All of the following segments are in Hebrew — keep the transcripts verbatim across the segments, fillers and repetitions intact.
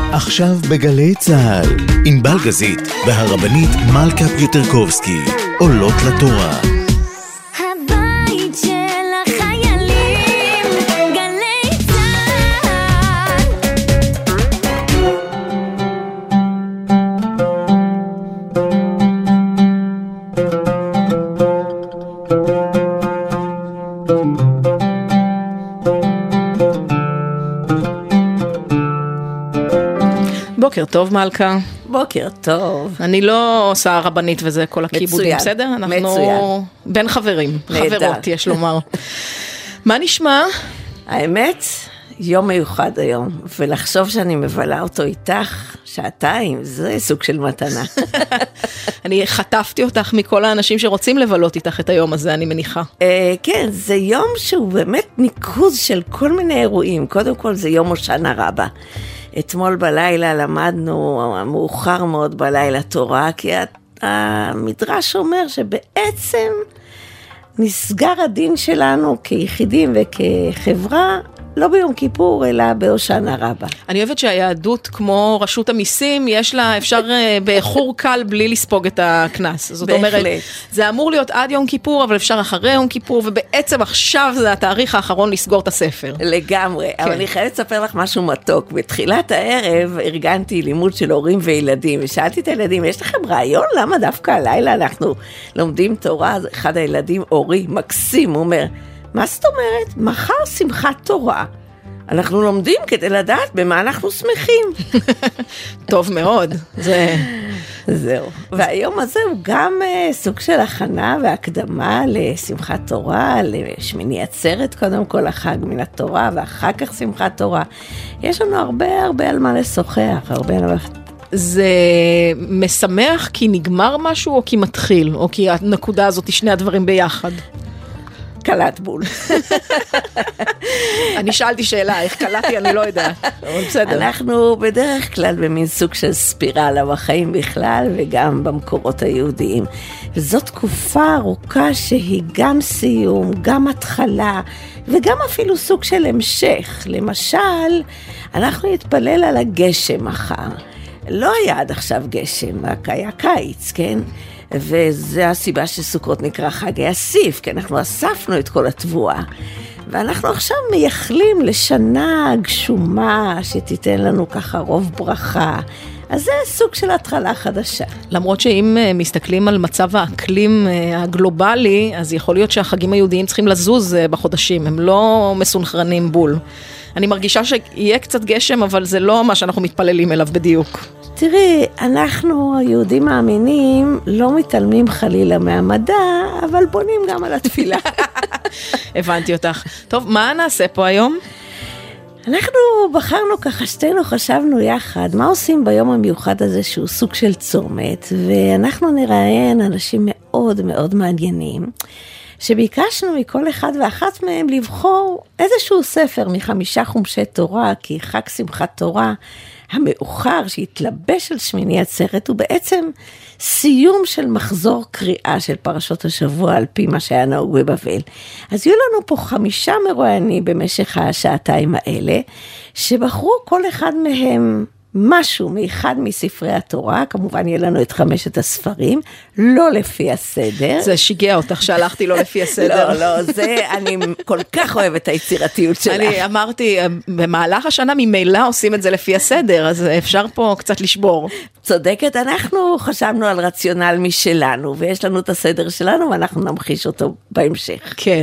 עכשיו בגלי צהל, ענבל גזית והרבנית מלכה פיוטרקובסקי עולות לתורה. הבית של החיילים, גלי צהל. בוקר טוב מלכה. בוקר טוב. אני לא עושה רבנית וזה כל הכיבודים, בסדר? אנחנו מצוין. בין חברים, נהדר. חברות יש לומר. מה נשמע? האמת, יום מיוחד היום, ולחשוב שאני מבלה אותו איתך שעתיים, זה סוג של מתנה. אני חטפתי אותך מכל האנשים שרוצים לבלות איתך את היום הזה, אני מניחה. אה, כן, זה יום שהוא באמת ניקוז של כל מיני אירועים. קודם כל זה יום הושענא רבה. אתמול בלילה למדנו, מאוחר מאוד בלילה תורה, כי המדרש אומר שבעצם נסגר הדין שלנו כיחידים וכחברה, לא ביום כיפור, אלא בהושענא רבה. אני אוהבת שהיהדות, כמו רשות המיסים, יש לה, אפשר באיחור קל בלי לספוג את הכנס. זאת אומרת, זה אמור להיות עד יום כיפור, אבל אפשר אחרי יום כיפור, ובעצם עכשיו זה התאריך האחרון לסגור את הספר. לגמרי, אבל אני חייבת לספר לך משהו מתוק. בתחילת הערב ארגנתי לימוד של הורים וילדים, ושאלתי את הילדים, יש לכם רעיון למה דווקא הלילה אנחנו לומדים תורה? אז אחד הילדים, אורי, מקסים, הוא אומר, מה זאת אומרת? מחר שמחת תורה. אנחנו לומדים כדי לדעת במה אנחנו שמחים. טוב מאוד. זה... זהו. והיום הזה הוא גם uh, סוג של הכנה והקדמה לשמחת תורה, לשמיני עצרת, קודם כל החג מן התורה, ואחר כך שמחת תורה. יש לנו הרבה הרבה על מה לשוחח, הרבה על מה... זה משמח כי נגמר משהו או כי מתחיל, או כי הנקודה הזאת היא שני הדברים ביחד? קלט בול. אני שאלתי שאלה, איך קלטתי אני לא יודעת, אבל בסדר. אנחנו בדרך כלל במין סוג של ספירלה בחיים בכלל, וגם במקורות היהודיים. וזאת תקופה ארוכה שהיא גם סיום, גם התחלה, וגם אפילו סוג של המשך. למשל, אנחנו נתפלל על הגשם מחר. לא היה עד עכשיו גשם, רק היה קיץ, כן? וזה הסיבה שסוכות נקרא חג האסיף, כי אנחנו אספנו את כל התבואה. ואנחנו עכשיו מייחלים לשנה גשומה שתיתן לנו ככה רוב ברכה. אז זה סוג של התחלה חדשה. למרות שאם מסתכלים על מצב האקלים הגלובלי, אז יכול להיות שהחגים היהודיים צריכים לזוז בחודשים, הם לא מסונכרנים בול. אני מרגישה שיהיה קצת גשם, אבל זה לא מה שאנחנו מתפללים אליו בדיוק. תראי, אנחנו היהודים מאמינים, לא מתעלמים חלילה מהמדע, אבל בונים גם על התפילה. הבנתי אותך. טוב, מה נעשה פה היום? אנחנו בחרנו ככה, שתינו חשבנו יחד, מה עושים ביום המיוחד הזה שהוא סוג של צומת, ואנחנו נראיין אנשים מאוד מאוד מעניינים, שביקשנו מכל אחד ואחת מהם לבחור איזשהו ספר מחמישה חומשי תורה, כי חג שמחת תורה המאוחר שהתלבש על שמיני עצרת הוא בעצם סיום של מחזור קריאה של פרשות השבוע על פי מה שהיה נהוג בבבל. אז יהיו לנו פה חמישה מרואיינים במשך השעתיים האלה, שבחרו כל אחד מהם משהו מאחד מספרי התורה, כמובן יהיה לנו את חמשת הספרים, לא לפי הסדר. זה שיגע אותך שהלכתי לא לפי הסדר. לא, לא, זה, אני כל כך אוהבת היצירתיות שלך. אני אמרתי, במהלך השנה ממילא עושים את זה לפי הסדר, אז אפשר פה קצת לשבור. צודקת, אנחנו חשבנו על רציונל משלנו, ויש לנו את הסדר שלנו, ואנחנו נמחיש אותו בהמשך. כן,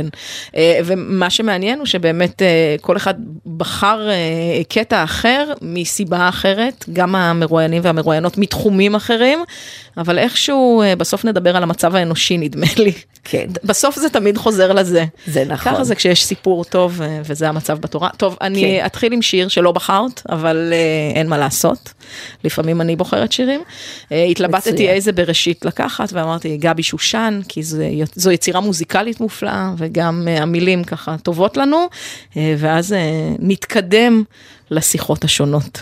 ומה שמעניין הוא שבאמת כל אחד בחר קטע אחר מסיבה אחרת, גם המרואיינים והמרואיינות מתחומים אחרים, אבל איכשהו בסוף נדבר על המצב האנושי, נדמה לי. כן. בסוף זה תמיד חוזר לזה. זה נכון. ככה זה כשיש סיפור טוב, וזה המצב בתורה. טוב, אני אתחיל עם שיר שלא בחרת, אבל אין מה לעשות. לפעמים אני בוחרת שירים. התלבטתי איזה בראשית לקחת, ואמרתי גבי שושן, כי זו יצירה מוזיקלית מופלאה, וגם המילים ככה טובות לנו, ואז נתקדם לשיחות השונות.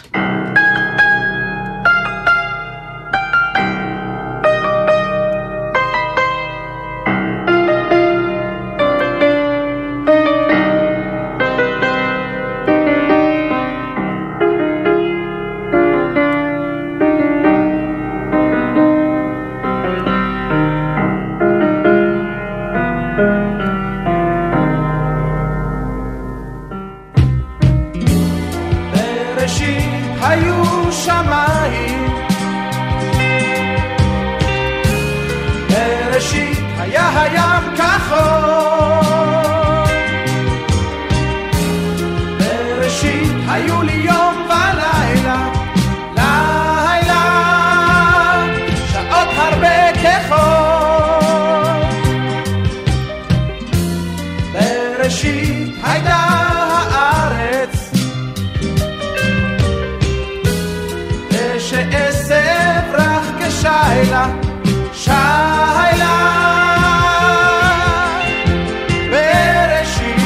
בראשית היו שמיים, בראשית היה הים כחול, בראשית היו לי יום ולילה, לילה שעות הרבה כחול, בראשית הייתה הארץ ושעשב רך כשיילה, שיילה בראשית.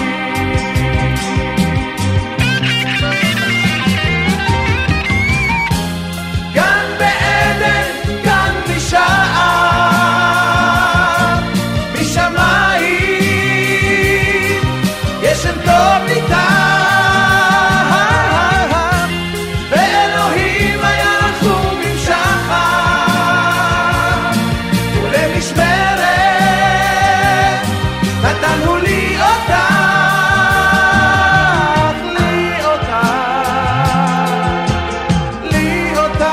גן בעדן, גן משער, משמיים גשם טוב ניתן, ואלוהים היה רחום עם שחר, ולמשמרת נתנו לי אותך, לי אותך, לי אותך,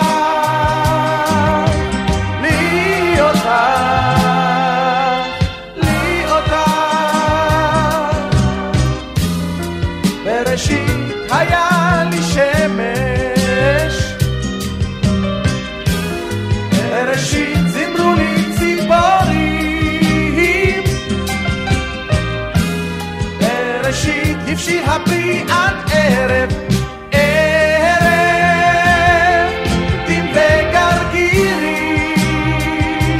לי אותך, לי אותך. בראשית היה לי שמש, בראשית זמרו לי ציפורים, בראשית הבשיל הפרי עד ערב, ערב דין וגרגירים.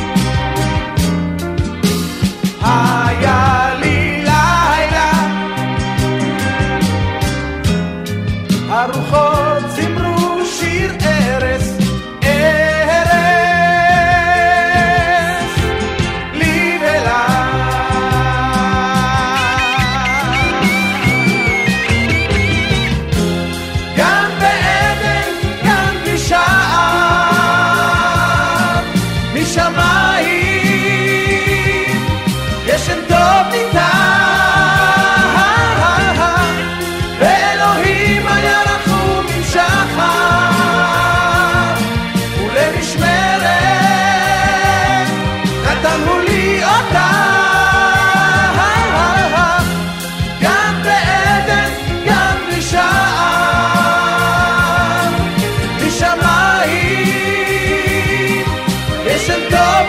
היה לי לילה, הרוחות זמרו שיר ארס, ארס לי ולה. גן בעדן, גן משער, משמיים גשם טוב ניתן, ואלוהים היה רחום עם שחר, ולמשמרת נתנו לי אותך. גן בעדן, גן משער, משמיים גשם טוב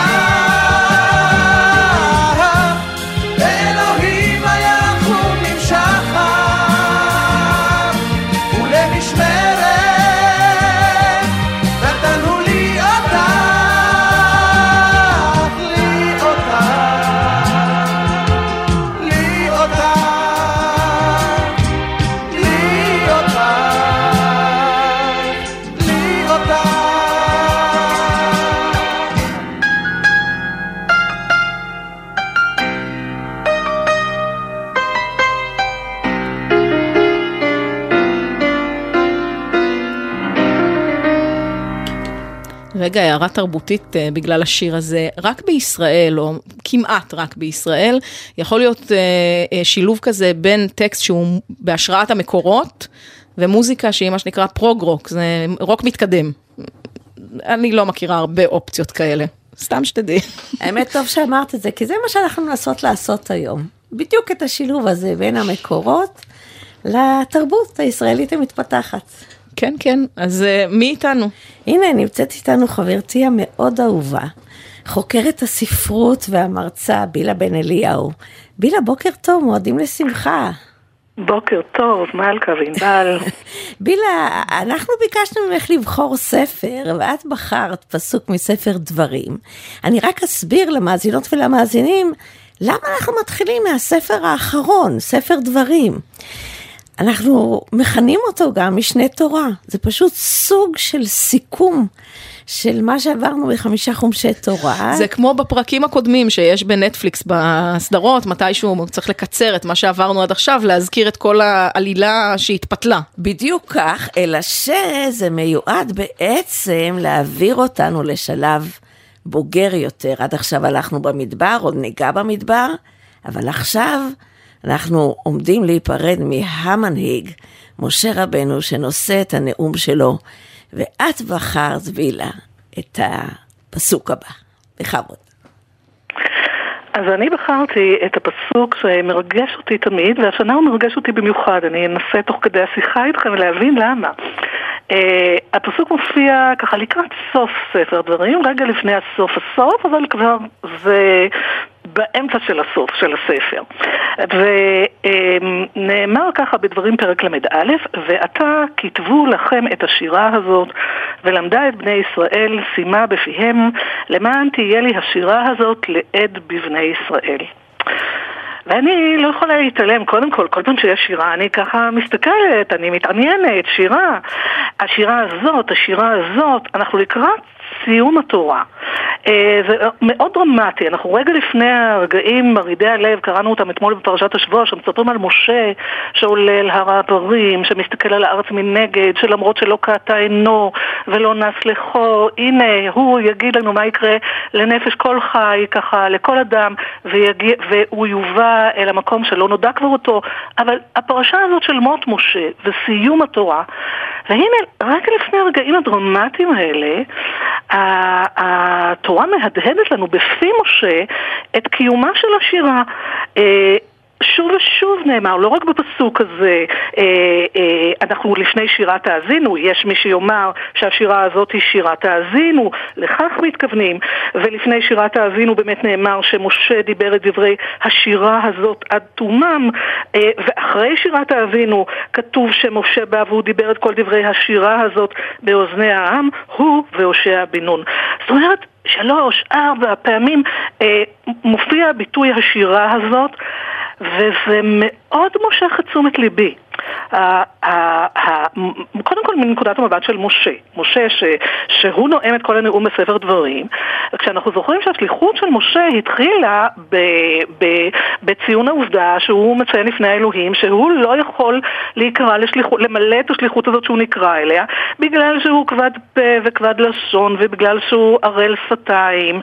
ניתן, ואלוהים היה רחום עם שחר, ולמשמרת נתנו לי אותך, לי אותך, לי אותך, לי אותך, לי אותך. רגע, הערה תרבותית אה, בגלל השיר הזה, רק בישראל, או כמעט רק בישראל, יכול להיות אה, אה, שילוב כזה בין טקסט שהוא בהשראת המקורות, ומוזיקה שהיא מה שנקרא פרוג-רוק, זה רוק מתקדם. אני לא מכירה הרבה אופציות כאלה, סתם שתדעי. האמת טוב שאמרת את זה, כי זה מה שאנחנו מנסות לעשות היום. בדיוק את השילוב הזה בין המקורות לתרבות הישראלית המתפתחת. כן, כן, אז uh, מי איתנו? הנה, נמצאת איתנו חברתי המאוד אהובה, חוקרת הספרות והמרצה בילה בן אליהו. בילה, בוקר טוב, מועדים לשמחה. בוקר טוב, מלכה וענבל. בילה, אנחנו ביקשנו ממך לבחור ספר, ואת בחרת פסוק מספר דברים. אני רק אסביר למאזינות ולמאזינים, למה אנחנו מתחילים מהספר האחרון, ספר דברים. אנחנו מכנים אותו גם משנה תורה, זה פשוט סוג של סיכום של מה שעברנו בחמישה חומשי תורה. זה כמו בפרקים הקודמים שיש בנטפליקס בסדרות, מתישהו צריך לקצר את מה שעברנו עד עכשיו, להזכיר את כל העלילה שהתפתלה. בדיוק כך, אלא שזה מיועד בעצם להעביר אותנו לשלב בוגר יותר. עד עכשיו הלכנו במדבר, עוד ניגע במדבר, אבל עכשיו אנחנו עומדים להיפרד מהמנהיג, משה רבנו, שנושא את הנאום שלו, ואת בחרת וילה את הפסוק הבא. בכבוד. אז אני בחרתי את הפסוק שמרגש אותי תמיד, והשנה הוא מרגש אותי במיוחד. אני אנסה תוך כדי השיחה איתכם להבין למה. Uh, הפסוק מופיע ככה לקראת סוף ספר דברים, רגע לפני הסוף הסוף, אבל כבר זה באמצע של הסוף של הספר. ונאמר ככה בדברים פרק למד א', ועתה כתבו לכם את השירה הזאת, ולמדה את בני ישראל, שימה בפיהם, למען תהיה לי השירה הזאת לעד בבני ישראל. ואני לא יכולה להתעלם, קודם כל, כל פעם שיש שירה, אני ככה מסתכלת, אני מתעניינת, שירה. השירה הזאת, השירה הזאת, אנחנו לקראת סיום התורה. זה מאוד דרמטי, אנחנו רגע לפני הרגעים מרעידי הלב, קראנו אותם אתמול בפרשת השבוע, שמספרים על משה שעולה אל הר העברים, שמסתכל על הארץ מנגד, שלמרות שלא קעתה עינו ולא נס לחו, הנה הוא יגיד לנו מה יקרה לנפש כל חי, ככה לכל אדם, ויגיע, והוא יובא אל המקום שלא נודע כבר אותו. אבל הפרשה הזאת של מות משה וסיום התורה, והנה רק לפני הרגעים הדרמטיים האלה, התורה מהדהדת לנו בפי משה את קיומה של השירה. שוב ושוב נאמר, לא רק בפסוק הזה, אנחנו לפני שירת האזינו, יש מי שיאמר שהשירה הזאת היא שירת האזינו, לכך מתכוונים, ולפני שירת האזינו באמת נאמר שמשה דיבר את דברי השירה הזאת עד תומם, ואחרי שירת האזינו כתוב שמשה בא והוא דיבר את כל דברי השירה הזאת באוזני העם, הוא והושע בן נון. זאת אומרת, שלוש, ארבע פעמים אה, מופיע ביטוי השירה הזאת, וזה מאוד מושך את תשומת ליבי. קודם כל מנקודת המבט של משה, משה ש, שהוא נואם את כל הנאום בספר דברים, כשאנחנו זוכרים שהשליחות של משה התחילה ב, ב, בציון העובדה שהוא מציין לפני האלוהים שהוא לא יכול להיקרא לשליחות, למלא את השליחות הזאת שהוא נקרא אליה, בגלל שהוא כבד פה וכבד לשון, ובגלל שהוא ערל שפתיים,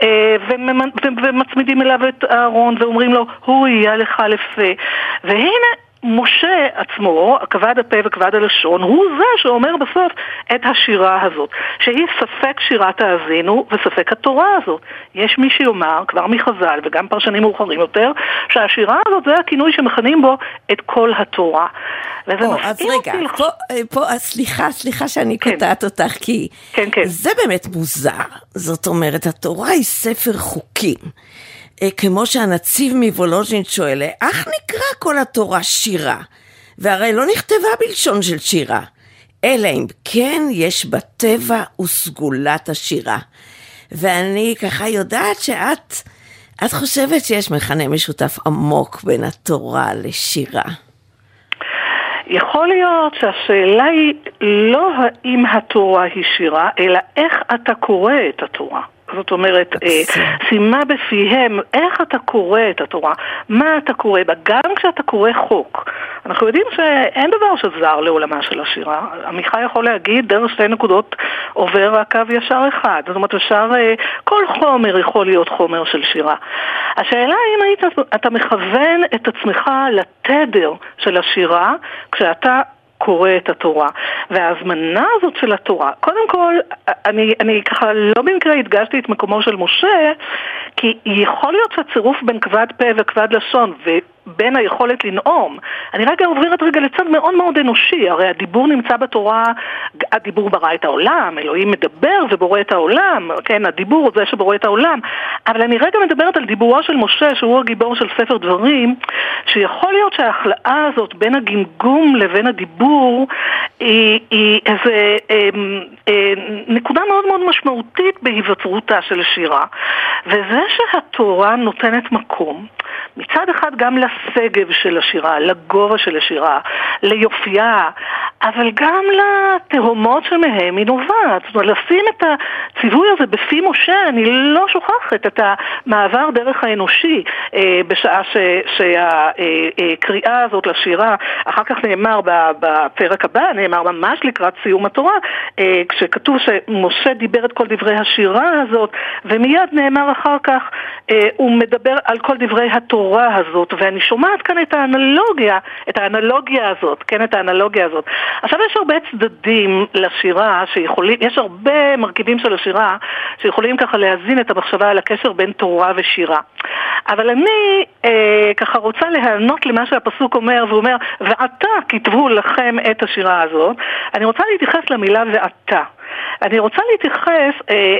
ומצמידים אליו את אהרון ואומרים לו הוא יהיה לך לפה. והנה משה עצמו, כבד הפה וכבד הלשון, הוא זה שאומר בסוף את השירה הזאת, שהיא ספק שירת האזינו וספק התורה הזאת. יש מי שיאמר, כבר מחז"ל וגם פרשנים מאוחרים יותר, שהשירה הזאת זה הכינוי שמכנים בו את כל התורה. וזה פה, אז רגע, פה, פה, סליחה, סליחה שאני כן. קוטעת אותך, כי כן, כן. זה באמת מוזר. זאת אומרת, התורה היא ספר חוקים. כמו שהנציב מוולוז'ין שואל, איך נקרא כל התורה שירה? והרי לא נכתבה בלשון של שירה, אלא אם כן יש בטבע וסגולת השירה. ואני ככה יודעת שאת את חושבת שיש מכנה משותף עמוק בין התורה לשירה. יכול להיות שהשאלה היא לא האם התורה היא שירה, אלא איך אתה קורא את התורה. זאת אומרת, שימה בפיהם, איך אתה קורא את התורה, מה אתה קורא בה, גם כשאתה קורא חוק. אנחנו יודעים שאין דבר שזר לעולמה של השירה. עמיחי יכול להגיד, דרך שתי נקודות עובר הקו ישר אחד. זאת אומרת, ישר, כל חומר יכול להיות חומר של שירה. השאלה אם היית, אתה מכוון את עצמך לתדר של השירה, כשאתה קורא את התורה. וההזמנה הזאת של התורה, קודם כל, אני, אני ככה לא במקרה הדגשתי את מקומו של משה, כי יכול להיות שהצירוף בין כבד פה וכבד לשון, ובין היכולת לנאום, אני רגע עוברת רגע לצד מאוד מאוד אנושי, הרי הדיבור נמצא בתורה, הדיבור ברא את העולם, אלוהים מדבר ובורא את העולם, כן, הדיבור הוא זה שבורא את העולם, אבל אני רגע מדברת על דיבורו של משה, שהוא הגיבור של ספר דברים, שיכול להיות שההחלאה הזאת בין הגמגום לבין הדיבור, היא, היא איזה אה, אה, נקודה מאוד מאוד משמעותית בהיווצרותה של שירה, וזה שהתורה נותנת מקום, מצד אחד גם לסגב של השירה, לגובה של השירה, ליופייה, אבל גם לתהומות שמהם היא נובעת. זאת אומרת, לשים את הציווי הזה בפי משה, אני לא שוכחת את המעבר דרך האנושי, אה, בשעה ש, שהקריאה הזאת לשירה, אחר כך נאמר בפרק הבא, נאמר ממש לקראת סיום התורה, אה, כשכתוב שמשה דיבר את כל דברי השירה הזאת, ומיד נאמר אחר כך, אה, הוא מדבר על כל דברי התורה, התורה הזאת, ואני שומעת כאן את האנלוגיה, את האנלוגיה הזאת, כן, את האנלוגיה הזאת. עכשיו יש הרבה צדדים לשירה שיכולים, יש הרבה מרכיבים של השירה שיכולים ככה להזין את המחשבה על הקשר בין תורה ושירה. אבל אני אה, ככה רוצה להענות למה שהפסוק אומר, והוא אומר, ועתה כתבו לכם את השירה הזאת. אני רוצה להתייחס למילה ועתה. אני רוצה להתייחס, אה,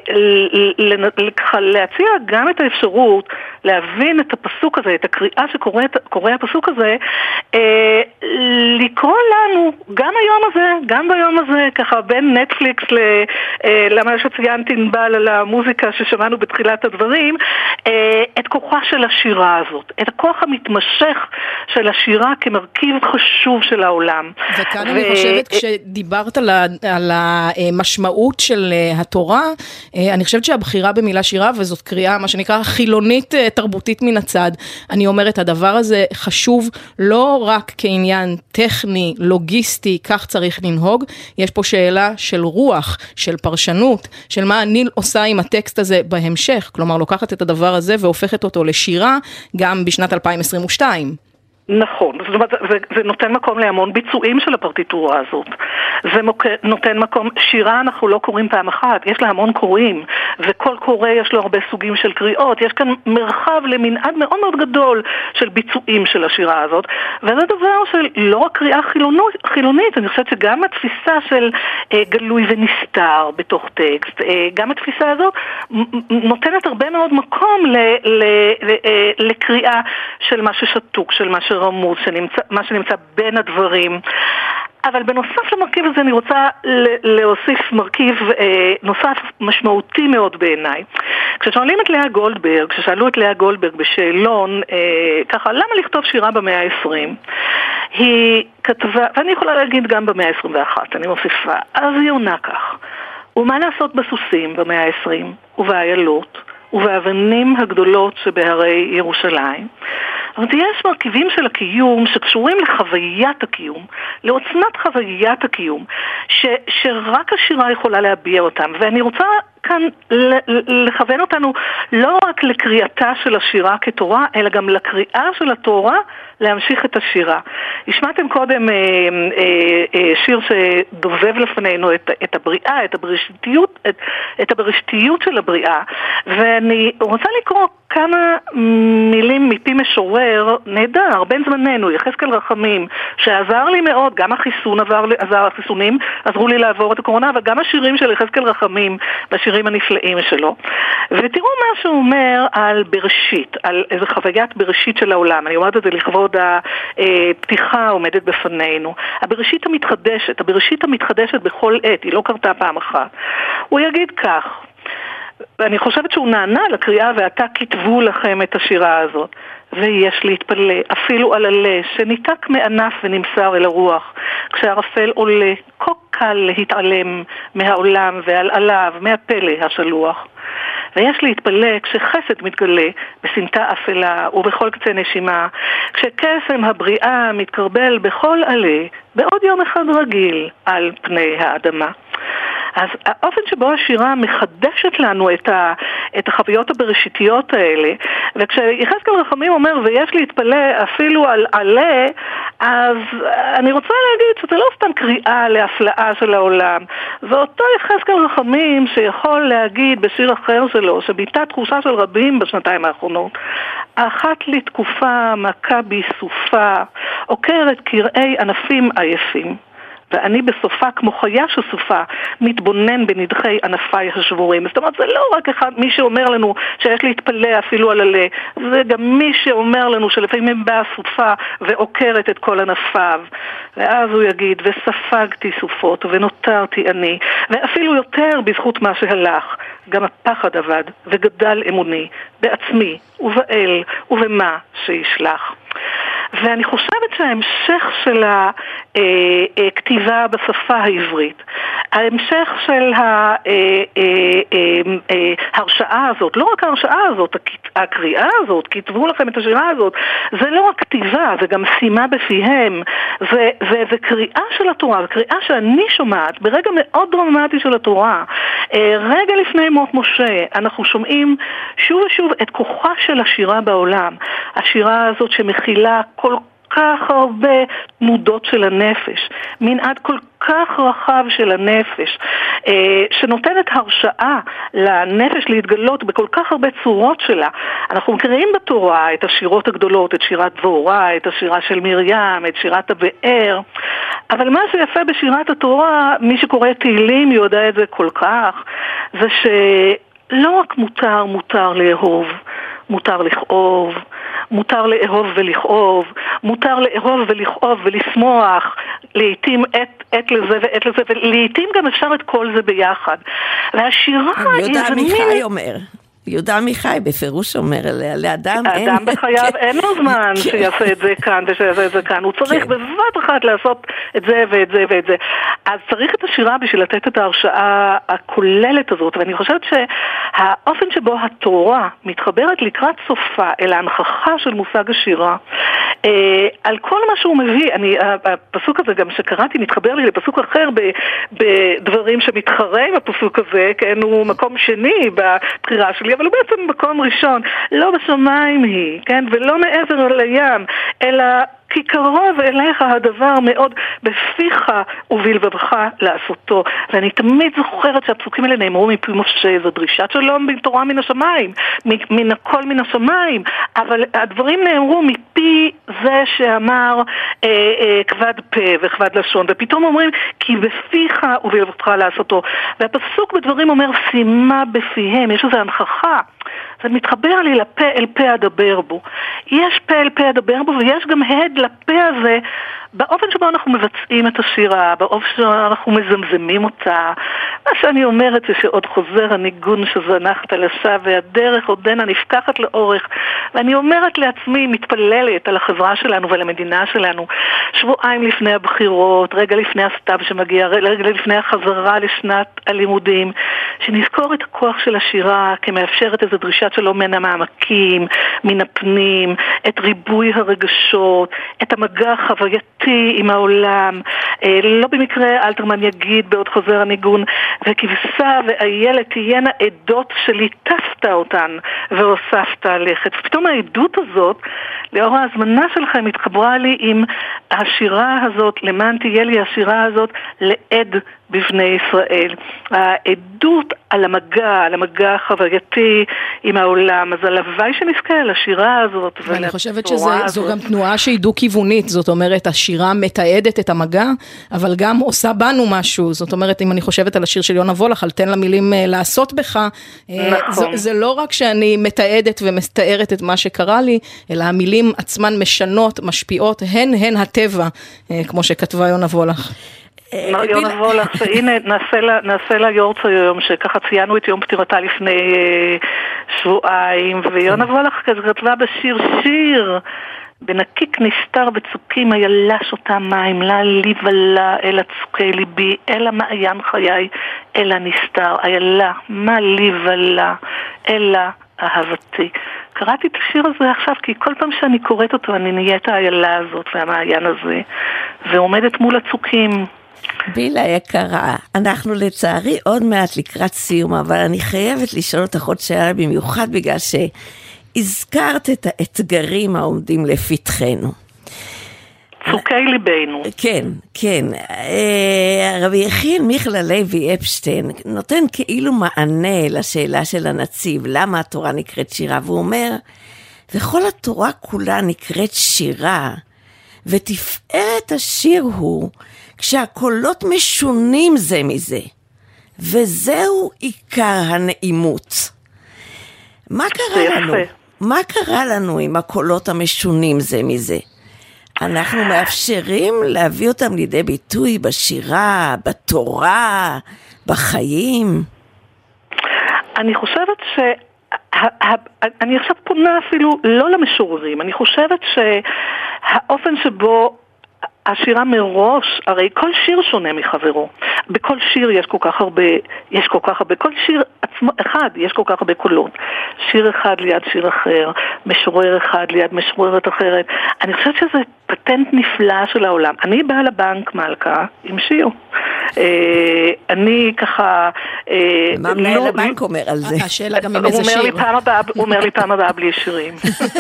להציע גם את האפשרות להבין את הפסוק הזה, את הקריאה שקורא הפסוק הזה, אה, לקרוא לנו גם היום הזה, גם ביום הזה, ככה בין נטפליקס ל... אה, למה שציינתי נבל על המוזיקה ששמענו בתחילת הדברים, אה, את כוחה של השירה הזאת, את הכוח המתמשך של השירה כמרכיב חשוב של העולם. וכאן ו... אני חושבת, כשדיברת על, ה... על המשמעות של התורה, אני חושבת שהבחירה במילה שירה, וזאת קריאה, מה שנקרא, חילונית תרבותית מן הצד, אני אומרת, הדבר הזה חשוב לא רק כעניין טכני, לוגיסטי, כך צריך לנהוג, יש פה שאלה של רוח, של פרשנות, של מה אני עושה עם הטקסט הזה בהמשך, כלומר, לוקחת את הדבר הזה והופכת אותו לשירה, גם בשנת אלפיים עשרים ושתיים. נכון, זאת אומרת, זה, זה נותן מקום להמון ביצועים של הפרטיטורה הזאת. זה מוק, נותן מקום, שירה אנחנו לא קוראים פעם אחת, יש לה המון קוראים, וכל קורא יש לו הרבה סוגים של קריאות, יש כאן מרחב למנעד מאוד מאוד גדול של ביצועים של השירה הזאת, וזה דבר של לא רק קריאה חילונית, חילונית, אני חושבת שגם התפיסה של אה, גלוי ונסתר בתוך טקסט, אה, גם התפיסה הזאת נותנת הרבה מאוד מקום ל, ל, ל, אה, לקריאה של מה ששתוק, של מה ש... רמוז, שנמצא, מה שנמצא בין הדברים. אבל בנוסף למרכיב הזה אני רוצה להוסיף מרכיב אה, נוסף משמעותי מאוד בעיניי. כששואלים את לאה גולדברג, כששאלו את לאה גולדברג בשאלון, אה, ככה, למה לכתוב שירה במאה העשרים? היא כתבה, ואני יכולה להגיד גם במאה העשרים ואחת, אני מוסיפה, אז היא עונה כך. ומה לעשות בסוסים במאה העשרים, ובאיילות, ובאבנים הגדולות שבהרי ירושלים? אבל יש מרכיבים של הקיום שקשורים לחוויית הקיום, לעוצמת חוויית הקיום, ש, שרק השירה יכולה להביע אותם. ואני רוצה כאן לכוון אותנו לא רק לקריאתה של השירה כתורה, אלא גם לקריאה של התורה להמשיך את השירה. השמעתם קודם אה, אה, אה, שיר שדובב לפנינו את, את הבריאה, את הבראשיתיות, את, את הבראשיתיות של הבריאה, ואני רוצה לקרוא כמה מילים מפי משורר נהדר, בין זמננו, יחזקאל רחמים, שעזר לי מאוד, גם החיסון עזר, עזר החיסונים, עזרו לי לעבור את הקורונה, אבל גם השירים של יחזקאל רחמים, והשירים הנפלאים שלו. ותראו מה שהוא אומר על בראשית, על איזו חוויית בראשית של העולם. אני אומרת את זה לכבוד הפתיחה העומדת בפנינו. הבראשית המתחדשת, הבראשית המתחדשת בכל עת, היא לא קרתה פעם אחת. הוא יגיד כך, ואני חושבת שהוא נענה לקריאה, ואתה כתבו לכם את השירה הזאת. ויש להתפלא, אפילו על הלא, שניתק מענף ונמסר אל הרוח, כשהרפל עולה, כה קל להתעלם מהעולם ועל עליו, מהפלא השלוח. ויש להתפלא כשחסד מתגלה בסמטה אפלה ובכל קצה נשימה, כשקסם הבריאה מתקרבל בכל עלה, בעוד יום אחד רגיל על פני האדמה. אז האופן שבו השירה מחדשת לנו את, ה, את החוויות הבראשיתיות האלה, וכשיחזקאל רחמים אומר ויש להתפלא אפילו על עלה, אז אני רוצה להגיד שזה לא סתם קריאה להפלאה של העולם, זה אותו יחזקאל רחמים שיכול להגיד בשיר אחר שלו, שביטה תחושה של רבים בשנתיים האחרונות, אחת לתקופה מכה בי סופה, עוקרת קרעי ענפים עייפים. ואני בסופה כמו חיה שסופה מתבונן בנדחי ענפיי השבורים. זאת אומרת, זה לא רק אחד, מי שאומר לנו שיש להתפלא אפילו על הלא, זה גם מי שאומר לנו שלפעמים באה סופה ועוקרת את כל ענפיו. ואז הוא יגיד, וספגתי סופות ונותרתי אני, ואפילו יותר בזכות מה שהלך, גם הפחד עבד וגדל אמוני בעצמי ובאל ובמה שישלח. ואני חושבת שההמשך של הכתיבה בשפה העברית, ההמשך של ההרשאה הזאת, לא רק ההרשאה הזאת, הקריאה הזאת, כתבו לכם את השירה הזאת, זה לא רק כתיבה, זה גם שימה בפיהם, זה, זה, זה קריאה של התורה, זה קריאה שאני שומעת ברגע מאוד דרמטי של התורה, רגע לפני מות משה, אנחנו שומעים שוב ושוב את כוחה של השירה בעולם. השירה הזאת שמכילה כל כך הרבה תנודות של הנפש, מנעד כל כך רחב של הנפש, שנותנת הרשאה לנפש להתגלות בכל כך הרבה צורות שלה. אנחנו מכירים בתורה את השירות הגדולות, את שירת דבורה, את השירה של מרים, את שירת הבאר, אבל מה שיפה בשירת התורה, מי שקורא תהילים יודע את זה כל כך, זה שלא רק מותר, מותר לאהוב, מותר לכאוב, מותר לאהוב ולכאוב, מותר לאהוב ולכאוב ולשמוח, לעתים עת, עת לזה ועת לזה, ולעתים גם אפשר את כל זה ביחד. והשירה היא... יהודה עמיחי אומר, יהודה עמיחי בפירוש אומר, לאדם אין... האדם בחייו אין לו זמן שיעשה את זה כאן ושיעשה את זה כאן, הוא צריך בבת אחת לעשות את זה ואת זה ואת זה. אז צריך את השירה בשביל לתת את ההרשאה הכוללת הזאת, ואני חושבת שהאופן שבו התורה מתחברת לקראת סופה אל ההנכחה של מושג השירה, על כל מה שהוא מביא, אני, הפסוק הזה גם שקראתי מתחבר לי לפסוק אחר בדברים שמתחרה עם הפסוק הזה, כן, הוא מקום שני בבחירה שלי, אבל הוא בעצם מקום ראשון, לא בשמיים היא, כן, ולא מעבר לים, אלא כי קרוב אליך הדבר מאוד בפיך ובלבבך לעשותו. ואני תמיד זוכרת שהפסוקים האלה נאמרו מפי משה, זו דרישת שלום בתורה מן השמיים, מן הכל מן השמיים, אבל הדברים נאמרו מפי זה שאמר אה, אה, כבד פה וכבד לשון, ופתאום אומרים כי בפיך ובלבבך לעשותו. והפסוק בדברים אומר שימה בפיהם, יש איזו הנכחה, זה מתחבר לי לפה אל פה אדבר בו. יש פה אל פה אדבר בו, ויש גם הד לפה הזה באופן שבו אנחנו מבצעים את השירה, באופן שאנחנו מזמזמים אותה. מה שאני אומרת זה שעוד חוזר הניגון שזנחת לשווא, והדרך עודנה נפקחת לאורך, ואני אומרת לעצמי, מתפללת על החברה שלנו ועל המדינה שלנו, שבועיים לפני הבחירות, רגע לפני הסתיו שמגיע, רגע לפני החזרה לשנת הלימודים, שנזכור את הכוח של השירה כמאפשרת איזו דרישת שלום מן המעמקים, מן הפנים, את ריבוי הרגשות, את המגע החווייתי עם העולם. לא במקרה אלתרמן יגיד בעוד חוזר הניגון, וכבשה ואיילת תהיינה עדות שליטפת אותן והוספת לכת. ופתאום העדות הזאת, לאור ההזמנה שלכם, התחברה לי עם השירה הזאת, למען תהיה לי השירה הזאת לעד בבני ישראל. העדות על המגע, על המגע החווייתי עם העולם. אז הלוואי שנזכה על השירה הזאת. ואני חושבת שזו גם תנועה שהיא דו-כיוונית. זאת אומרת, השירה מתעדת את המגע, אבל גם עושה בנו משהו. זאת אומרת, אם אני חושבת על השיר של יונה וולך, על תן למילים לעשות בך, נכון. זה לא רק שאני מתעדת ומתארת את מה שקרה לי, אלא המילים עצמן משנות, משפיעות, הן הן הטבע, כמו שכתבה יונה וולך. יונה וולך, שהנה נעשה לה יורצה היום, שככה ציינו את יום פטירתה לפני שבועיים, ויונה וולך כתבה בשיר שיר, בנקיק נסתר בצוקים הילש אותה מים, לה לי ולה אל הצוקי ליבי, אל המעיין חיי, אל הנסתר, הילה, מה לי ולה, אל אהבתי. קראתי את השיר הזה עכשיו, כי כל פעם שאני קוראת אותו, אני נהיית הילה הזאת והמעיין הזה, ועומדת מול הצוקים. בילה יקרה, אנחנו לצערי עוד מעט לקראת סיום, אבל אני חייבת לשאול אותך עוד שאלה במיוחד בגלל שהזכרת את האתגרים העומדים לפתחנו. צוקי ליבנו. כן, כן. רבי יחיאל מיכאל הלוי אפשטיין נותן כאילו מענה לשאלה של הנציב, למה התורה נקראת שירה, והוא אומר, וכל התורה כולה נקראת שירה, ותפארת השיר הוא כשהקולות משונים זה מזה, וזהו עיקר הנעימות. מה קרה לנו? מה קרה לנו עם הקולות המשונים זה מזה? אנחנו מאפשרים להביא אותם לידי ביטוי בשירה, בתורה, בחיים? אני חושבת ש... אני עכשיו פונה אפילו לא למשוררים, אני חושבת שהאופן שבו השירה מראש, הרי כל שיר שונה מחברו. בכל שיר יש כל כך הרבה, יש כל כך הרבה, כל שיר עצמו, אחד, יש כל כך הרבה קולות. שיר אחד ליד שיר אחר, משורר אחד ליד משוררת אחרת. אני חושבת שזה פטנט נפלא של העולם. אני באה לבנק מלכה עם שיר. אני ככה... מה מנהל הבנק אומר על זה? השאלה גם עם איזה שיר. הוא אומר לי פעם הבאה בלי שירים.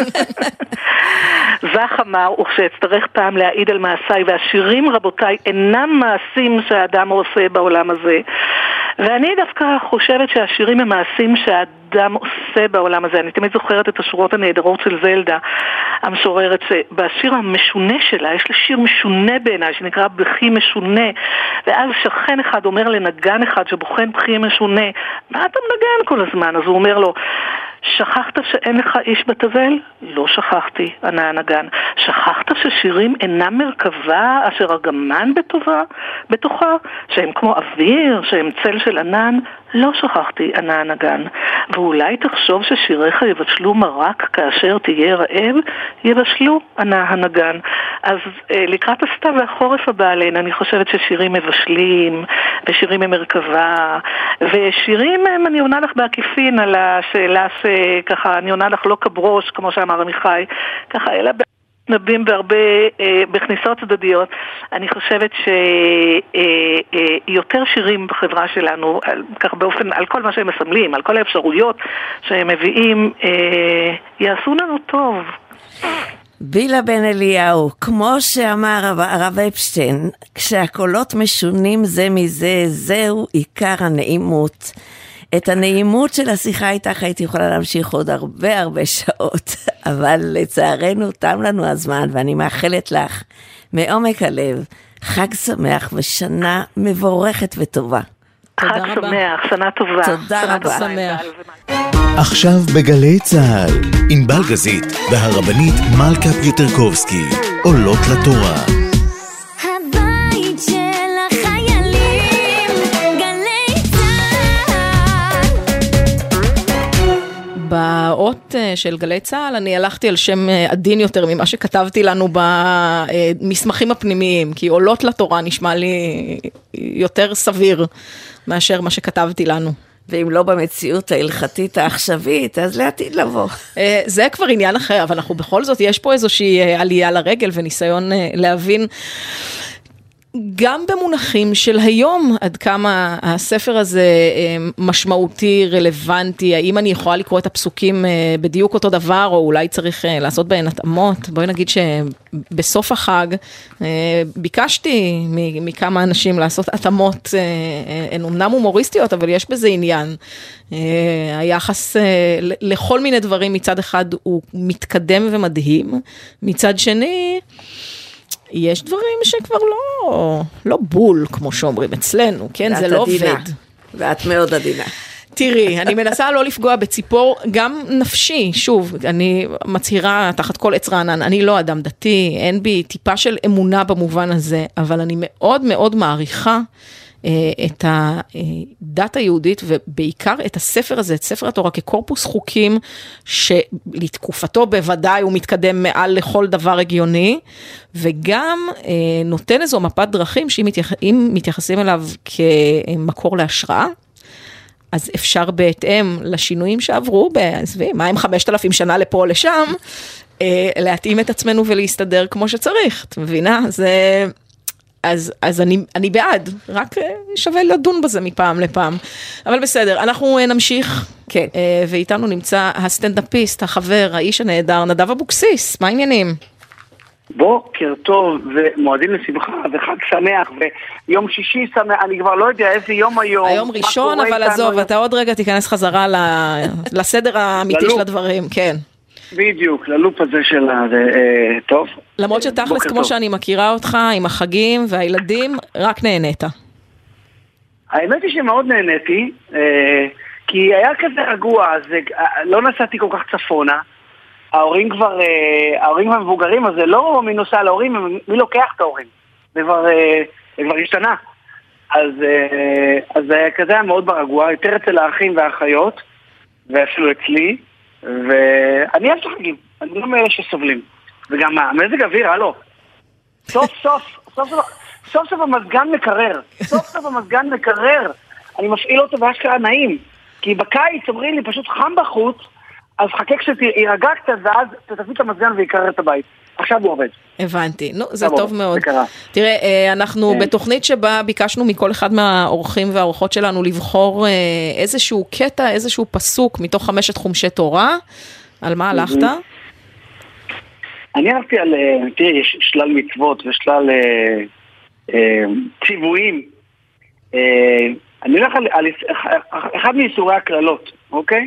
זך אמר, וכשאצטרך פעם להעיד על מעשיי, והשירים רבותיי אינם מעשים שהאדם עושה בעולם הזה. ואני דווקא חושבת שהשירים הם מעשים שהאדם עושה בעולם הזה. אני תמיד זוכרת את השורות הנהדרות של זלדה, המשוררת, שבשיר המשונה שלה, יש לה שיר משונה בעיניי, שנקרא בכי משונה, ואז שכן אחד אומר לנגן אחד שבוחן בכי משונה, מה אתה מנגן כל הזמן? אז הוא אומר לו, שכחת שאין לך איש בתבל? לא שכחתי, ענה הנגן. שכחת ששירים אינם מרכבה אשר הגמן בטובה, בתוכה, שהם כמו אוויר, שהם צל של ענן? לא שכחתי, ענה הנגן. ואולי תחשוב ששיריך יבשלו מרק כאשר תהיה רעב? יבשלו, ענה הנגן. אז אה, לקראת הסתיו והחורף הבא עלינו, אני חושבת ששירים מבשלים, ושירים הם מרכבה, ושירים הם, אני עונה לך בעקיפין על השאלה שככה, אני עונה לך לא כברוש, כמו שאמר עמיחי, ככה, אלא נבים בהרבה, אה, בכניסות צדדיות. אני חושבת שיותר אה, אה, שירים בחברה שלנו, על, כך באופן, על כל מה שהם מסמלים, על כל האפשרויות שהם מביאים, אה, יעשו לנו טוב. בילה בן אליהו, כמו שאמר הרב אפשטיין, כשהקולות משונים זה מזה, זהו עיקר הנעימות. את הנעימות של השיחה איתך הייתי יכולה להמשיך עוד הרבה הרבה שעות, אבל לצערנו תם לנו הזמן, ואני מאחלת לך מעומק הלב חג שמח ושנה מבורכת וטובה. חג שמח, שנה טובה. תודה רבה. עכשיו בגלי צהל, ענבל גזית והרבנית מלכה פיוטרקובסקי עולות לתורה. הבית של החיילים, גלי צהל. באות של גלי צהל אני הלכתי על שם עדין יותר ממה שכתבתי לנו במסמכים הפנימיים, כי עולות לתורה נשמע לי יותר סביר מאשר מה שכתבתי לנו. ואם לא במציאות ההלכתית העכשווית, אז לעתיד לבוא. זה כבר עניין אחר, אבל אנחנו בכל זאת, יש פה איזושהי עלייה לרגל וניסיון להבין, גם במונחים של היום, עד כמה הספר הזה משמעותי, רלוונטי, האם אני יכולה לקרוא את הפסוקים בדיוק אותו דבר, או אולי צריך לעשות בהן התאמות. בואי נגיד שבסוף החג ביקשתי מכמה אנשים לעשות התאמות, הן אמנם הומוריסטיות, אבל יש בזה עניין. היחס לכל מיני דברים מצד אחד הוא מתקדם ומדהים, מצד שני יש דברים שכבר לא, לא בול, כמו שאומרים אצלנו, כן? זה לא עובד. ואת מאוד עדינה. תראי, אני מנסה לא לפגוע בציפור, גם נפשי, שוב, אני מצהירה תחת כל עץ רענן, אני לא אדם דתי, אין בי טיפה של אמונה במובן הזה, אבל אני מאוד מאוד מעריכה את הדת היהודית, ובעיקר את הספר הזה, את ספר התורה, כקורפוס חוקים, שלתקופתו בוודאי הוא מתקדם מעל לכל דבר הגיוני, וגם נותן איזו מפת דרכים, שאם מתייחסים אליו כמקור להשראה, אז אפשר בהתאם לשינויים שעברו, בעזבי, מה עם חמשת אלפים שנה לפה או לשם, להתאים את עצמנו ולהסתדר כמו שצריך, את מבינה? זה... אז, אז אני, אני בעד, רק שווה לדון בזה מפעם לפעם. אבל בסדר, אנחנו נמשיך, כן. ואיתנו נמצא הסטנדאפיסט, החבר, האיש הנהדר, נדב אבוקסיס. מה העניינים? בוקר טוב, ומועדים לשמחה, וחג שמח, ויום שישי שמח, אני כבר לא יודע איזה יום היום. היום ראשון, אבל עזוב, אתה עוד רגע תיכנס חזרה לסדר האמיתי של הדברים, כן. בדיוק, ללופ הזה של זה, טוב. למרות שתכלס, כמו שאני מכירה אותך, עם החגים והילדים, רק נהנית. האמת היא שמאוד נהניתי, כי היה כזה רגוע, אז לא נסעתי כל כך צפונה, ההורים כבר, ההורים המבוגרים, אז זה לא מי נוסע להורים, מי לוקח את ההורים, זה כבר, זה כבר השתנה. אז, אז זה כזה היה מאוד ברגוע, יותר אצל האחים והאחיות, ואפילו אצלי, ואני אוהב את החגים, אני לא מאלה שסובלים. וגם המזג אוויר, הלו. סוף סוף, סוף סוף, סוף סוף המזגן מקרר. סוף סוף המזגן מקרר. אני מפעיל אותו באשכרה נעים. כי בקיץ אומרים לי פשוט חם בחוץ, אז חכה כשתירגע קצת, ואז תתפעיל את המזגן ויקרר את הבית. עכשיו הוא עובד. הבנתי, נו, זה טוב, טוב מאוד. זה קרה. תראה, אנחנו כן. בתוכנית שבה ביקשנו מכל אחד מהאורחים והאורחות שלנו לבחור איזשהו קטע, איזשהו פסוק מתוך חמשת חומשי תורה. על מה הלכת? אני הלכתי על, תראה, יש שלל מצוות ושלל אה, אה, ציוויים. אה, אני הולך על, על אחד מאיסורי הכללות, אוקיי?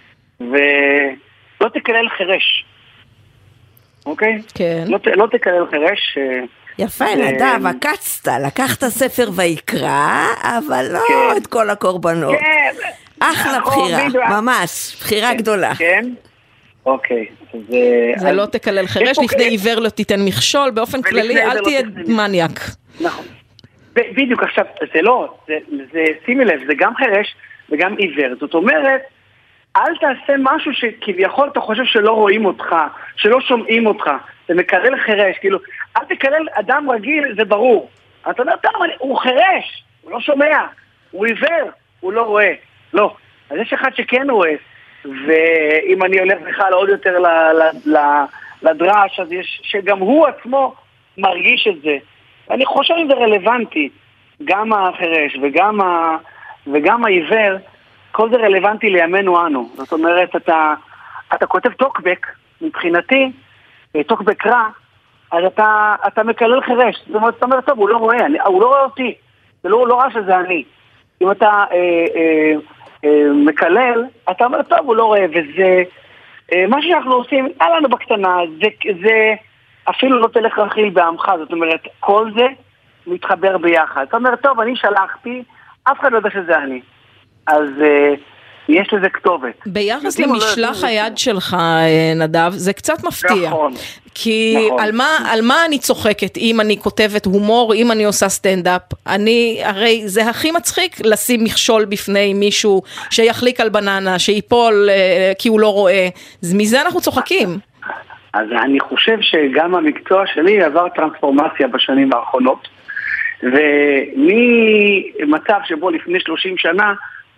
ולא תקלל חרש. אוקיי? כן. לא, לא תקלל חרש. יפה, נדב, עקצת, לקחת ספר ויקרא, אבל לא כן. את כל הקורבנות. כן. אחלה בחירה, ממש, בחירה גדולה. כן? אוקיי. זה לא תקלל חרש, לפני עיוור לא תיתן מכשול, באופן כללי אל תהיה מניאק. נכון. בדיוק, עכשיו, זה לא, זה, שימי לב, זה גם חרש וגם עיוור. זאת אומרת, אל תעשה משהו שכביכול אתה חושב שלא רואים אותך, שלא שומעים אותך. זה מקלל חרש, כאילו, אל תקלל אדם רגיל, זה ברור. אתה אומר, טוב, הוא חרש, הוא לא שומע, הוא עיוור, הוא לא רואה. לא. אז יש אחד שכן רואה, ואם אני הולך בכלל עוד יותר לדרש, אז יש שגם הוא עצמו מרגיש את זה. אני חושב שזה רלוונטי, גם החרש וגם, ה, וגם העיוור, כל זה רלוונטי לימינו אנו. זאת אומרת, אתה, אתה כותב טוקבק, מבחינתי, טוקבק רע, אז אתה, אתה מקלל חרש. זאת אומרת, אתה אומר, טוב, הוא לא רואה, אני, הוא לא רואה אותי, זה לא, לא רע שזה אני. אם אתה אה, אה, אה, מקלל, אתה אומר, טוב, הוא לא רואה, וזה, אה, מה שאנחנו עושים, היה לנו בקטנה, זה, זה אפילו לא תלך רכיל בעמך, זאת אומרת, כל זה מתחבר ביחד. אתה אומר, טוב, אני שלחתי, אף אחד לא יודע שזה אני. אז אה, יש לזה כתובת. ביחס למשלח היד שלך, נדב, זה קצת מפתיע. נכון. כי נכון. על מה, על מה אני צוחקת אם אני כותבת הומור, אם אני עושה סטנדאפ? אני, הרי זה הכי מצחיק לשים מכשול בפני מישהו שיחליק על בננה, שיפול אה, כי הוא לא רואה. מזה אנחנו צוחקים. אז אני חושב שגם המקצוע שלי עבר טרנספורמציה בשנים האחרונות, וממצב שבו לפני שלושים שנה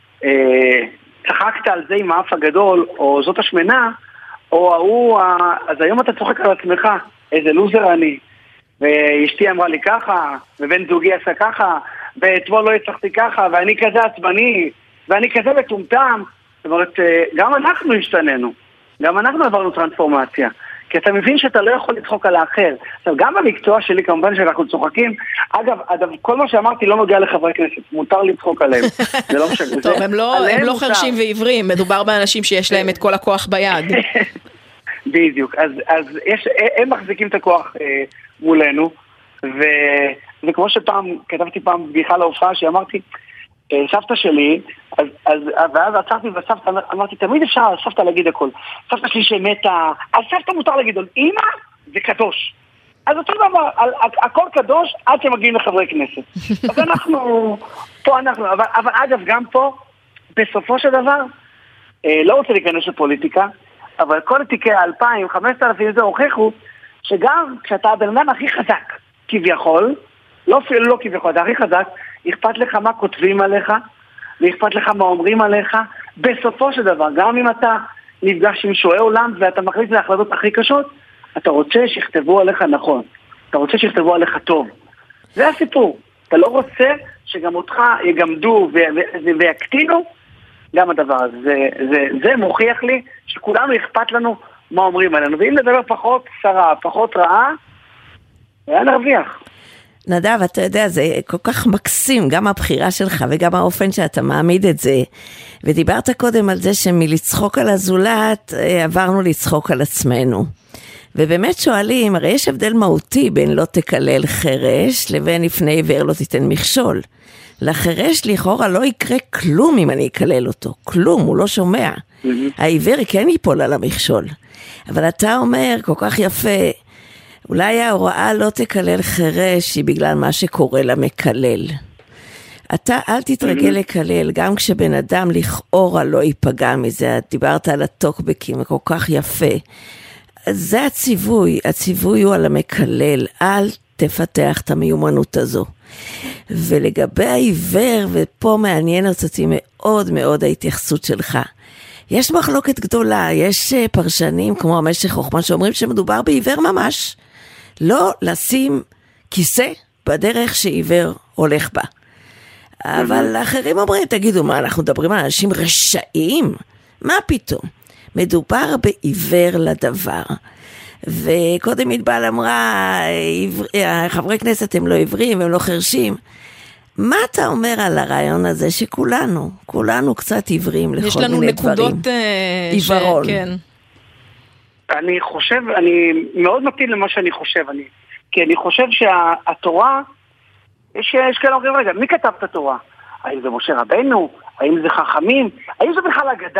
אה, צחקת על זה עם האף הגדול, או זאת השמנה, או ההוא, אז היום אתה צוחק על עצמך, איזה לוזר אני, ואשתי אמרה לי ככה, ובן זוגי עשה ככה, ואתמול לא הצלחתי ככה, ואני כזה עצבני, ואני כזה מטומטם. זאת אומרת, גם אנחנו השתננו, גם אנחנו עברנו טרנספורמציה, כי אתה מבין שאתה לא יכול לצחוק על האחר. עכשיו, גם במקצוע שלי, כמובן שאנחנו צוחקים, אגב, אגב, כל מה שאמרתי לא נוגע לחברי כנסת, מותר לצחוק עליהם. זה לא משנה. טוב, הם לא, הם לא חרשים ועיוורים, מדובר באנשים שיש להם את כל הכוח ביד. בדיוק, אז, אז יש, הם מחזיקים את הכוח אה, מולנו, ו, וכמו שפעם, כתבתי פעם בדיחה להופעה שאמרתי, אה, סבתא שלי, אז, אז, ואז עצרתי וסבתא, אמרתי, תמיד אפשר על סבתא להגיד הכל. סבתא שלי שמתה, על סבתא מותר להגיד, אמא זה קדוש. אז אותו דבר, על, הכל קדוש עד שמגיעים לחברי כנסת. אז אנחנו, פה אנחנו, אבל, אבל אגב, גם פה, בסופו של דבר, אה, לא רוצה להיכנס לפוליטיקה, אבל כל תיקי האלפיים, חמשת אלפים זה הוכיחו שגם כשאתה הבן אדם הכי חזק, כביכול, לא אפילו לא כביכול, אתה הכי חזק, אכפת לך מה כותבים עליך, ואכפת לך מה אומרים עליך, בסופו של דבר, גם אם אתה נפגש עם שועי עולם ואתה מחליט להחלטות הכי קשות, אתה רוצה שיכתבו עליך נכון, אתה רוצה שיכתבו עליך טוב. זה הסיפור. אתה לא רוצה שגם אותך יגמדו ויקטינו, גם הדבר הזה. זה, זה, זה מוכיח לי שכולנו אכפת לנו מה אומרים עלינו. ואם נדבר פחות שרה, פחות רעה, היה נרוויח. נדב, אתה יודע, זה כל כך מקסים, גם הבחירה שלך וגם האופן שאתה מעמיד את זה. ודיברת קודם על זה שמלצחוק על הזולת, עברנו לצחוק על עצמנו. ובאמת שואלים, הרי יש הבדל מהותי בין לא תקלל חרש, לבין לפני עיוור לא תיתן מכשול. לחרש לכאורה לא יקרה כלום אם אני אקלל אותו, כלום, הוא לא שומע. Mm-hmm. העיוור כן ייפול על המכשול. אבל אתה אומר, כל כך יפה, אולי ההוראה לא תקלל חרש היא בגלל מה שקורה למקלל. אתה אל תתרגל mm-hmm. לקלל, גם כשבן אדם לכאורה לא ייפגע מזה, דיברת על הטוקבקים, כל כך יפה. זה הציווי, הציווי הוא על המקלל, אל תפתח את המיומנות הזו. ולגבי העיוור, ופה מעניין אותי מאוד מאוד ההתייחסות שלך, יש מחלוקת גדולה, יש פרשנים כמו המשך חוכמה שאומרים שמדובר בעיוור ממש. לא לשים כיסא בדרך שעיוור הולך בה. אבל אחרים אומרים, תגידו מה, אנחנו מדברים על אנשים רשעים? מה פתאום? מדובר בעיוור לדבר. וקודם מדבל אמרה, חברי כנסת הם לא עיוורים, הם לא חרשים. מה אתה אומר על הרעיון הזה שכולנו, כולנו קצת עיוורים לכל מיני דברים? יש לנו נקודות עיוורון. ש... כן. אני חושב, אני מאוד מתאים למה שאני חושב, אני, כי אני חושב שהתורה, יש, יש כאלה אומרים, רגע, מי כתב את התורה? האם זה משה רבנו? האם זה חכמים? האם זה בכלל אגדה?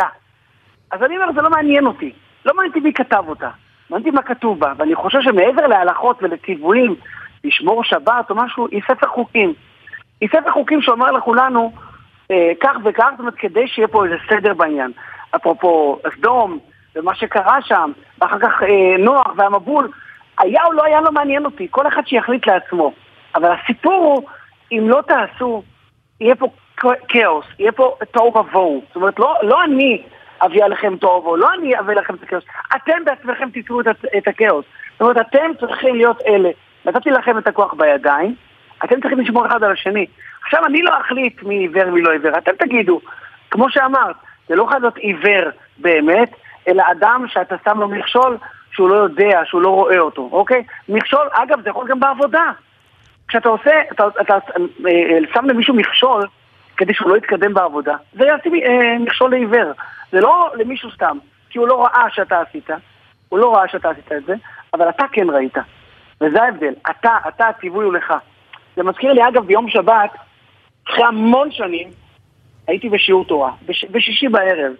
אז אני אומר, זה לא מעניין אותי. לא מעניין אותי מי כתב אותה. מעניין אותי מה כתוב בה. ואני חושב שמעבר להלכות ולציוויים, לשמור שבת או משהו, היא ספר חוקים. היא ספר חוקים שאומר לכולנו, אה, כך וכך, זאת אומרת, כדי שיהיה פה איזה סדר בעניין. אפרופו סדום, ומה שקרה שם, ואחר כך אה, נוח והמבול, היה או לא היה לא מעניין אותי. כל אחד שיחליט לעצמו. אבל הסיפור הוא, אם לא תעשו, יהיה פה כאוס, יהיה פה תוהו ובוהו. זאת אומרת, לא, לא אני אביא עליכם תוהו ובוהו, לא אני אביא לכם את הכאוס. אתם בעצמכם תיצרו את, את הכאוס. זאת אומרת, אתם צריכים להיות אלה. נתתי לכם את הכוח בידיים, אתם צריכים לשמור אחד על השני. עכשיו אני לא אחליט מי עיוור מי לא עיוור. אתם תגידו, כמו שאמרת, זה לא חייב להיות עיוור באמת, אלא אדם שאתה שם לו מכשול שהוא לא יודע, שהוא לא רואה אותו, אוקיי? מכשול, אגב, זה יכול גם בעבודה. כשאתה עושה, אתה, אתה, אתה שם למישהו מכשול כדי שהוא לא יתקדם בעבודה, זה יעשי אה, מכשול לעיוור. זה לא למישהו סתם, כי הוא לא ראה שאתה עשית, הוא לא ראה שאתה עשית את זה, אבל אתה כן ראית. וזה ההבדל. אתה, אתה הציווי הוא לך. זה מזכיר לי, אגב, ביום שבת, אחרי המון שנים, הייתי בשיעור תורה, בש, בשישי בערב,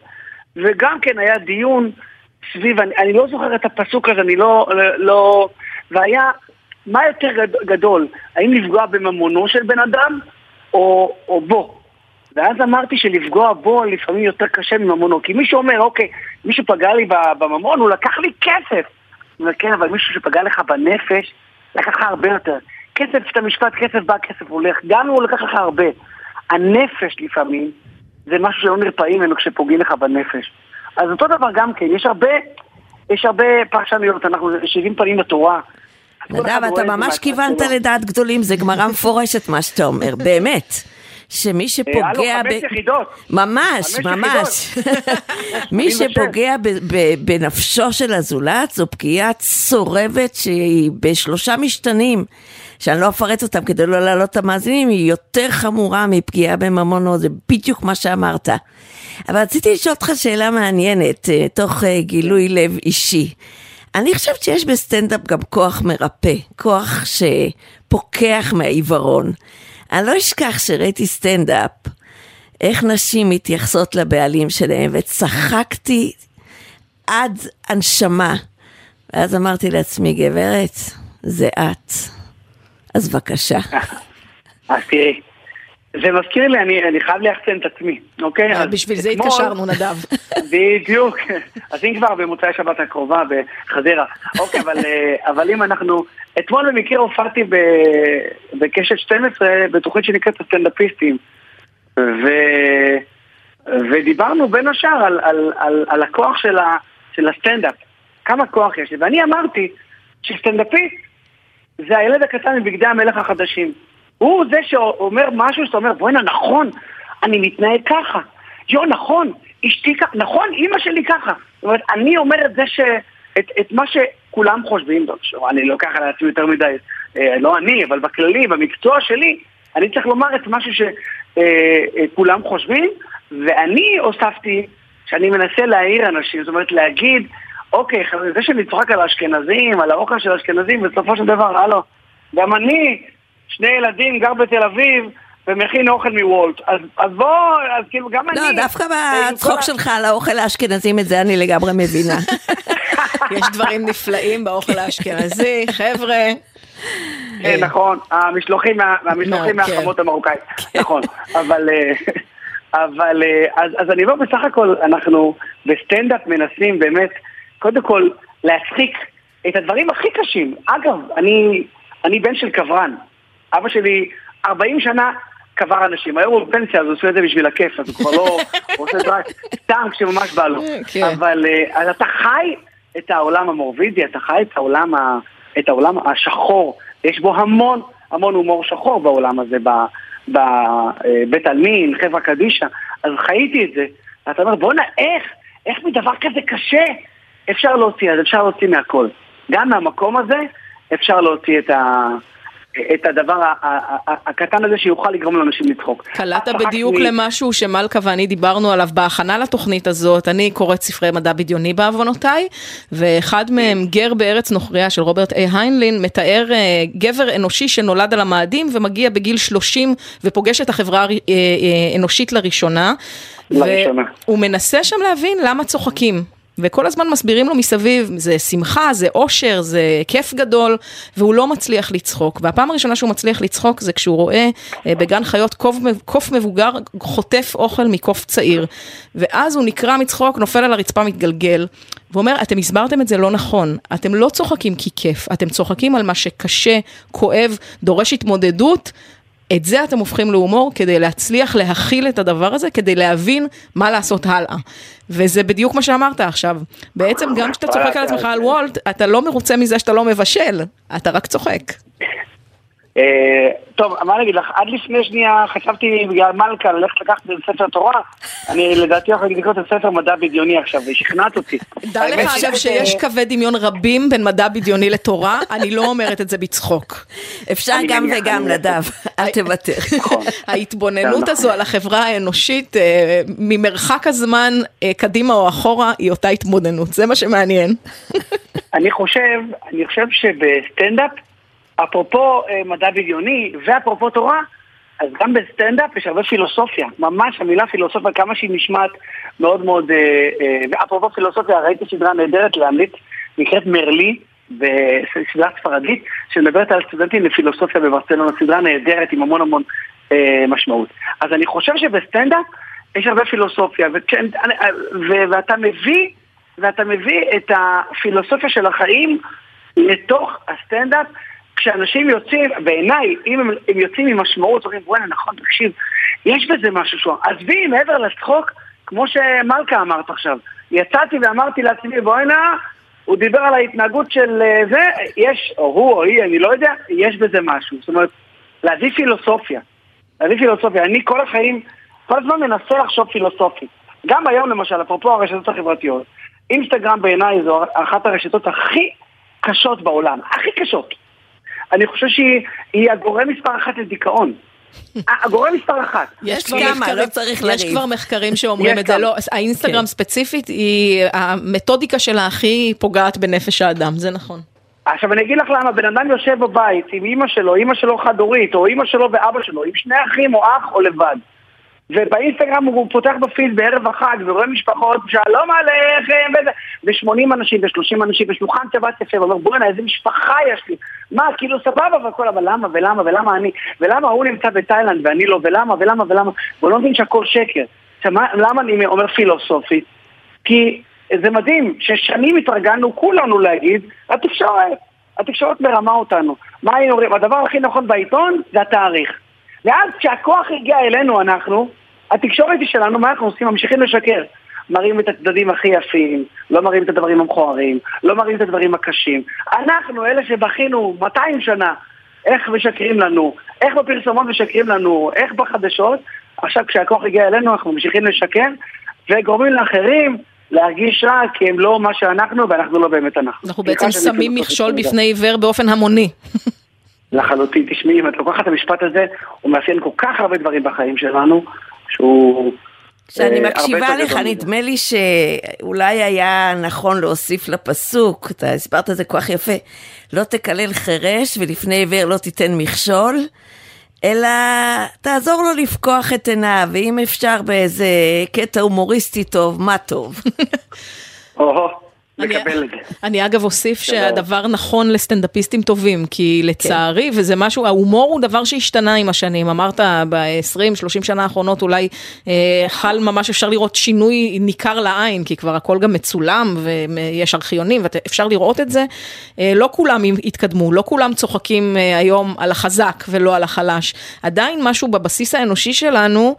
וגם כן היה דיון סביב, אני, אני לא זוכר את הפסוק הזה, אני לא, לא, והיה, מה יותר גדול, האם לפגוע בממונו של בן אדם, או, או בו? ואז אמרתי שלפגוע בו לפעמים יותר קשה מממונו, כי מישהו אומר, אוקיי, מישהו פגע לי בממון, הוא לקח לי כסף. הוא אומר, כן, אבל מישהו שפגע לך בנפש, לקח לך הרבה יותר. כסף, את המשפט, כסף בא, כסף הולך, גם הוא לקח לך הרבה. הנפש לפעמים, זה משהו שלא נרפאים ממנו כשפוגעים לך בנפש. אז אותו דבר גם כן, יש הרבה, יש הרבה פרשנויות, אנחנו שבעים פנים בתורה. נדב, אתה ממש כיוונת לדעת גדולים, זה גמרא מפורשת מה שאתה אומר, באמת. שמי שפוגע ב... ממש, ממש. מי שפוגע בנפשו של הזולת, זו פגיעה צורבת שהיא בשלושה משתנים, שאני לא אפרט אותם כדי לא להעלות את המאזינים, היא יותר חמורה מפגיעה בממונו, זה בדיוק מה שאמרת. אבל רציתי לשאול אותך שאלה מעניינת, תוך גילוי לב אישי. אני חושבת שיש בסטנדאפ גם כוח מרפא, כוח שפוקח מהעיוורון. אני לא אשכח שראיתי סטנדאפ, איך נשים מתייחסות לבעלים שלהם, וצחקתי עד הנשמה. ואז אמרתי לעצמי, גברת, זה את. אז בבקשה. אז תראי, זה מזכיר לי, אני, אני חייב להחצן את עצמי, אוקיי? בשביל זה התקשרנו, נדב. בדיוק. אז אם כבר במוצאי שבת הקרובה בחדרה. אוקיי, אבל, אבל אם אנחנו... אתמול במקרה הופעתי בקשת שתים עשרה בתוכנית שנקראת הסטנדאפיסטים, ו... ודיברנו בין השאר על, על, על, על הכוח של, ה... של הסטנדאפ. כמה כוח יש לי. ואני אמרתי שסטנדאפיסט זה הילד הקטן מבגדי המלך החדשים. הוא זה שאומר משהו שאתה אומר, בואי נה, נכון, אני מתנהג ככה. יו, נכון, אשתי ככה, נכון, אמא שלי ככה. זאת אומרת, אני אומר את זה ש... את, את מה שכולם חושבים, אני לא ככה לעצמי יותר מדי, אה, לא אני, אבל בכללי, במקצוע שלי, אני צריך לומר את משהו שכולם אה, חושבים, ואני הוספתי שאני מנסה להעיר אנשים, זאת אומרת להגיד, אוקיי, זה שאני צוחק על האשכנזים, על האוכל של האשכנזים, בסופו של דבר, הלו, גם אני, שני ילדים, גר בתל אביב, ומכין אוכל מוולט. אז, אז בוא, אז כאילו גם לא, אני... לא, דווקא בצחוק שלך על האוכל האשכנזים, את זה אני לגמרי מבינה. יש דברים נפלאים באוכל האשכנזי, חבר'ה. נכון, המשלוחים מהחמות המרוקאית. נכון, אבל... אבל אז, אז אני לא בסך הכל, אנחנו בסטנדאפ מנסים באמת, קודם כל להצחיק את הדברים הכי קשים. אגב, אני, אני בן של קברן. אבא שלי ארבעים שנה קבר אנשים. היום הוא בפנסיה, אז הוא עושה את זה בשביל הכיף, אז הוא כבר לא עושה את זה סתם כשממש בא לו. אבל אז אתה חי את העולם המורבידי, אתה חי את העולם, ה, את העולם השחור. יש בו המון, המון הומור שחור בעולם הזה, בבית עלמין, חברה קדישה. אז חייתי את זה. ואתה אומר, בוא נע, איך, איך מדבר כזה קשה אפשר להוציא, אז אפשר להוציא מהכל. גם מהמקום הזה אפשר להוציא את ה... את הדבר הקטן הזה שיוכל לגרום לאנשים לצחוק. קלעת בדיוק למשהו שמלכה ואני דיברנו עליו בהכנה לתוכנית הזאת. אני קוראת ספרי מדע בדיוני בעוונותיי, ואחד מהם, גר בארץ נוכריה של רוברט איי היינלין, מתאר גבר אנושי שנולד על המאדים ומגיע בגיל שלושים ופוגש את החברה האנושית לראשונה. לראשונה. והוא מנסה שם להבין למה צוחקים. וכל הזמן מסבירים לו מסביב, זה שמחה, זה אושר, זה כיף גדול, והוא לא מצליח לצחוק. והפעם הראשונה שהוא מצליח לצחוק זה כשהוא רואה בגן חיות קוף, קוף מבוגר חוטף אוכל מקוף צעיר. ואז הוא נקרא מצחוק, נופל על הרצפה, מתגלגל, ואומר, אתם הסברתם את זה לא נכון, אתם לא צוחקים כי כיף, אתם צוחקים על מה שקשה, כואב, דורש התמודדות, את זה אתם הופכים להומור כדי להצליח להכיל את הדבר הזה, כדי להבין מה לעשות הלאה. וזה בדיוק מה שאמרת עכשיו. בעצם גם כשאתה צוחק על עצמך על וולט, אתה לא מרוצה מזה שאתה לא מבשל, אתה רק צוחק. טוב, מה נגיד לך, עד לפני שנייה חשבתי בגלל מלכה ללכת לקחת את ספר תורה, אני לדעתי יכול לקרוא את ספר מדע בדיוני עכשיו, ושכנעת אותי. דע לך אגב שיש קווי דמיון רבים בין מדע בדיוני לתורה, אני לא אומרת את זה בצחוק. אפשר גם וגם נדב, אל תוותר. ההתבוננות הזו על החברה האנושית, ממרחק הזמן קדימה או אחורה, היא אותה התבוננות, זה מה שמעניין. אני חושב, אני חושב שבסטנדאפ, אפרופו מדע בדיוני ואפרופו תורה, אז גם בסטנדאפ יש הרבה פילוסופיה, ממש המילה פילוסופיה, כמה שהיא נשמעת מאוד מאוד, ואפרופו פילוסופיה, ראיתי סדרה נהדרת להמליץ, נקראת מרלי, בסדרה ספרדית, שמדברת על סטודנטים לפילוסופיה בברצלונה, סדרה נהדרת עם המון המון משמעות. אז אני חושב שבסטנדאפ יש הרבה פילוסופיה, ואתה מביא, ואתה מביא את הפילוסופיה של החיים לתוך הסטנדאפ, כשאנשים יוצאים, בעיניי, אם הם, הם יוצאים עם משמעות, אומרים, בואי, נכון, תקשיב, יש בזה משהו שם. אז בי, מעבר לצחוק, כמו שמלכה אמרת עכשיו, יצאתי ואמרתי לעצמי, בואי נע, הוא דיבר על ההתנהגות של זה, יש, או הוא או היא, אני לא יודע, יש בזה משהו. זאת אומרת, להביא פילוסופיה. להביא פילוסופיה. אני כל החיים, כל הזמן מנסה לחשוב פילוסופי. גם היום, למשל, אפרופו הרשתות החברתיות, אינסטגרם בעיניי זו אחת הרשתות הכי קשות בעולם, הכי קשות. אני חושב שהיא הגורם מספר אחת לדיכאון. הגורם מספר אחת. יש כבר מחקרים שאומרים את זה, לא, האינסטגרם ספציפית, המתודיקה שלה הכי פוגעת בנפש האדם, זה נכון. עכשיו אני אגיד לך למה, בן אדם יושב בבית עם אמא שלו, אמא שלו חד-הורית, או אמא שלו ואבא שלו, עם שני אחים או אח או לבד. ובאינסטגרם הוא פותח בפיד בערב החג ורואה משפחות שלום עליכם וזה, ו-שמונים אנשים ו-שלושים אנשים ושלוחן צבא יפה, ואומר בוא'נה איזה משפחה יש לי, מה כאילו סבבה והכל, אבל למה ולמה ולמה אני, ולמה הוא נמצא בתאילנד ואני לא, ולמה ולמה ולמה, והוא לא מבין שהכל שקר. למה אני אומר פילוסופית? כי זה מדהים ששנים התרגלנו כולנו להגיד התקשורת, התקשורת מרמה אותנו. מה היינו אומרים? הדבר הכי נכון בעיתון זה התאריך. ואז כשהכוח הגיע אלינו אנחנו, התקשורת היא שלנו, מה אנחנו עושים? ממשיכים לשקר. מראים את הצדדים הכי יפים, לא מראים את הדברים המכוערים, לא מראים את הדברים הקשים. אנחנו, אלה שבחינו מאתיים שנה, איך משקרים לנו, איך בפרסומות משקרים לנו, איך בחדשות, עכשיו כשהכוח הגיע אלינו אנחנו ממשיכים לשקר, וגורמים לאחרים להרגיש רע, כי הם לא מה שאנחנו, ואנחנו לא באמת אנחנו. אנחנו בעצם שמים מכשול בפני עיוור באופן המוני. לחלוטין, תשמעי, אם את לוקחת את המשפט הזה, הוא מאפיין כל כך הרבה דברים בחיים שלנו, שהוא... כשאני מקשיבה לך, נדמה לי שאולי היה נכון להוסיף לפסוק, אתה הסברת את זה כל כך יפה, לא תקלל חרש ולפני עיוור לא תיתן מכשול, אלא תעזור לו לפקוח את עיניו, ואם אפשר באיזה קטע הומוריסטי טוב, מה טוב. לקבל את זה. אני אגב אוסיף שהדבר נכון לסטנדאפיסטים טובים, כי לצערי, וזה משהו, ההומור הוא דבר שהשתנה עם השנים, אמרת ב-עשרים שלושים שנה האחרונות, אולי חל ממש אפשר לראות שינוי ניכר לעין, כי כבר הכל גם מצולם, ויש ארכיונים, ואפשר לראות את זה. לא כולם התקדמו, לא כולם צוחקים היום על החזק ולא על החלש. עדיין משהו בבסיס האנושי שלנו,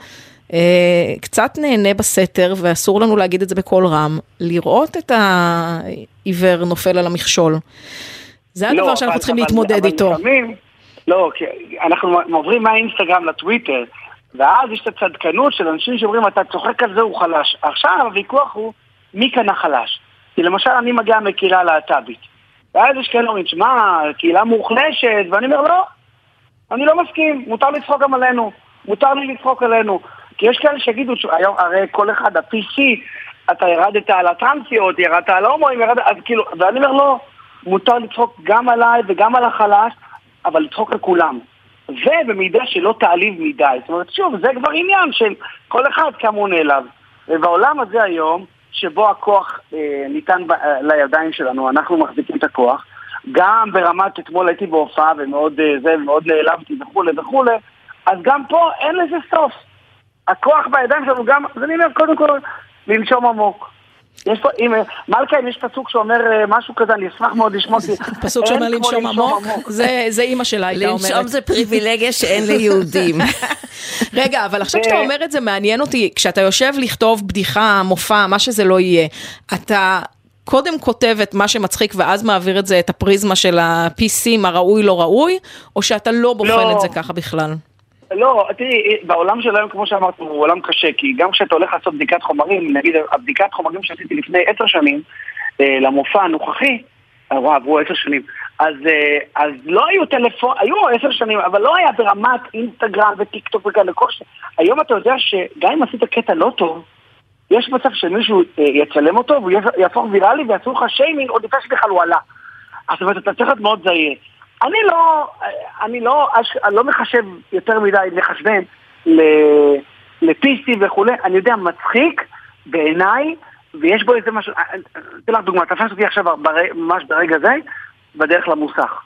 קצת נהנה בסתר, ואסור לנו להגיד את זה בכל רם, לראות את העיוור נופל על המכשול. זה הדבר שאנחנו צריכים להתמודד איתו. לא, אנחנו עוברים מהאינסטגרם לטוויטר, ואז יש את הצדקנות של אנשים שאומרים, אתה צוחק על זה, הוא חלש. עכשיו הוויכוח הוא, מי כאן החלש? כי למשל אני מגיע מקהילה להט"בית, ואז יש כאלה אומרים, שמה, קהילה מוחלשת, ואני אומר, לא, אני לא מסכים, מותר לצחוק גם עלינו, מותר לי לצחוק עלינו. כי יש כאלה שיגידו, הרי כל אחד, ה-פי סי, אתה ירדת על הטרנסיות, ירדת על ההומואים, ירדת, אז כאילו, ואני אומר לא, מותר לצחוק גם עליי וגם על החלש, אבל לצחוק לכולם. ובמידה שלא תעליב מדי. זאת אומרת, שוב, זה כבר עניין של כל אחד כמה הוא נעלב. ובעולם הזה היום, שבו הכוח אה, ניתן ב, אה, לידיים שלנו, אנחנו מחזיקים את הכוח, גם ברמת אתמול הייתי בהופעה, ומאוד אה, זה, ומאוד נעלבתי וכו' וכו', אז גם פה אין לזה סוף. הכוח בידיים שלנו גם, אז אני אומר, קודם כל, לנשום עמוק. יש פה, אם, מלכה, אם יש פסוק שאומר משהו כזה, אני אשמח מאוד לשמוע. פסוק שאומר לנשום עמוק? זה, זה אימא שלה הייתה אומרת. לנשום זה פריבילגיה שאין ליהודים. רגע, אבל עכשיו כשאתה אומר את זה, מעניין אותי, כשאתה יושב לכתוב בדיחה, מופע, מה שזה לא יהיה, אתה קודם כותב את מה שמצחיק, ואז מעביר את זה, את הפריזמה של ה-פי סי, מה ראוי, לא ראוי, או שאתה לא בוחן לא. את זה ככה בכלל? לא, תראי, בעולם שלהם, כמו שאמרת, הוא עולם קשה, כי גם כשאתה הולך לעשות בדיקת חומרים, נגיד, הבדיקת חומרים שעשיתי לפני עשר שנים, למופע הנוכחי, וואו, עברו עשר שנים, אז, אז לא היו טלפון, היו עשר שנים, אבל לא היה ברמת אינסטגרם וטיק טוק וכאלה קושי. היום אתה יודע שגם אם עשית קטע לא טוב, יש מצב שמישהו יצלם אותו, והוא יהפוך ויראלי ויעשו לך שיימינג, עוד לפני שבכלל הוא עלה. זאת אומרת, אתה צריך להיות מאוד זהיר. אני לא, אני לא, אני לא מחשב יותר מדי לחשבן לפיסטי וכו', אני יודע, מצחיק בעיניי, ויש בו איזה משהו, תלך דוגמה, תפס אותי עכשיו ממש ברגע זה, בדרך למוסך.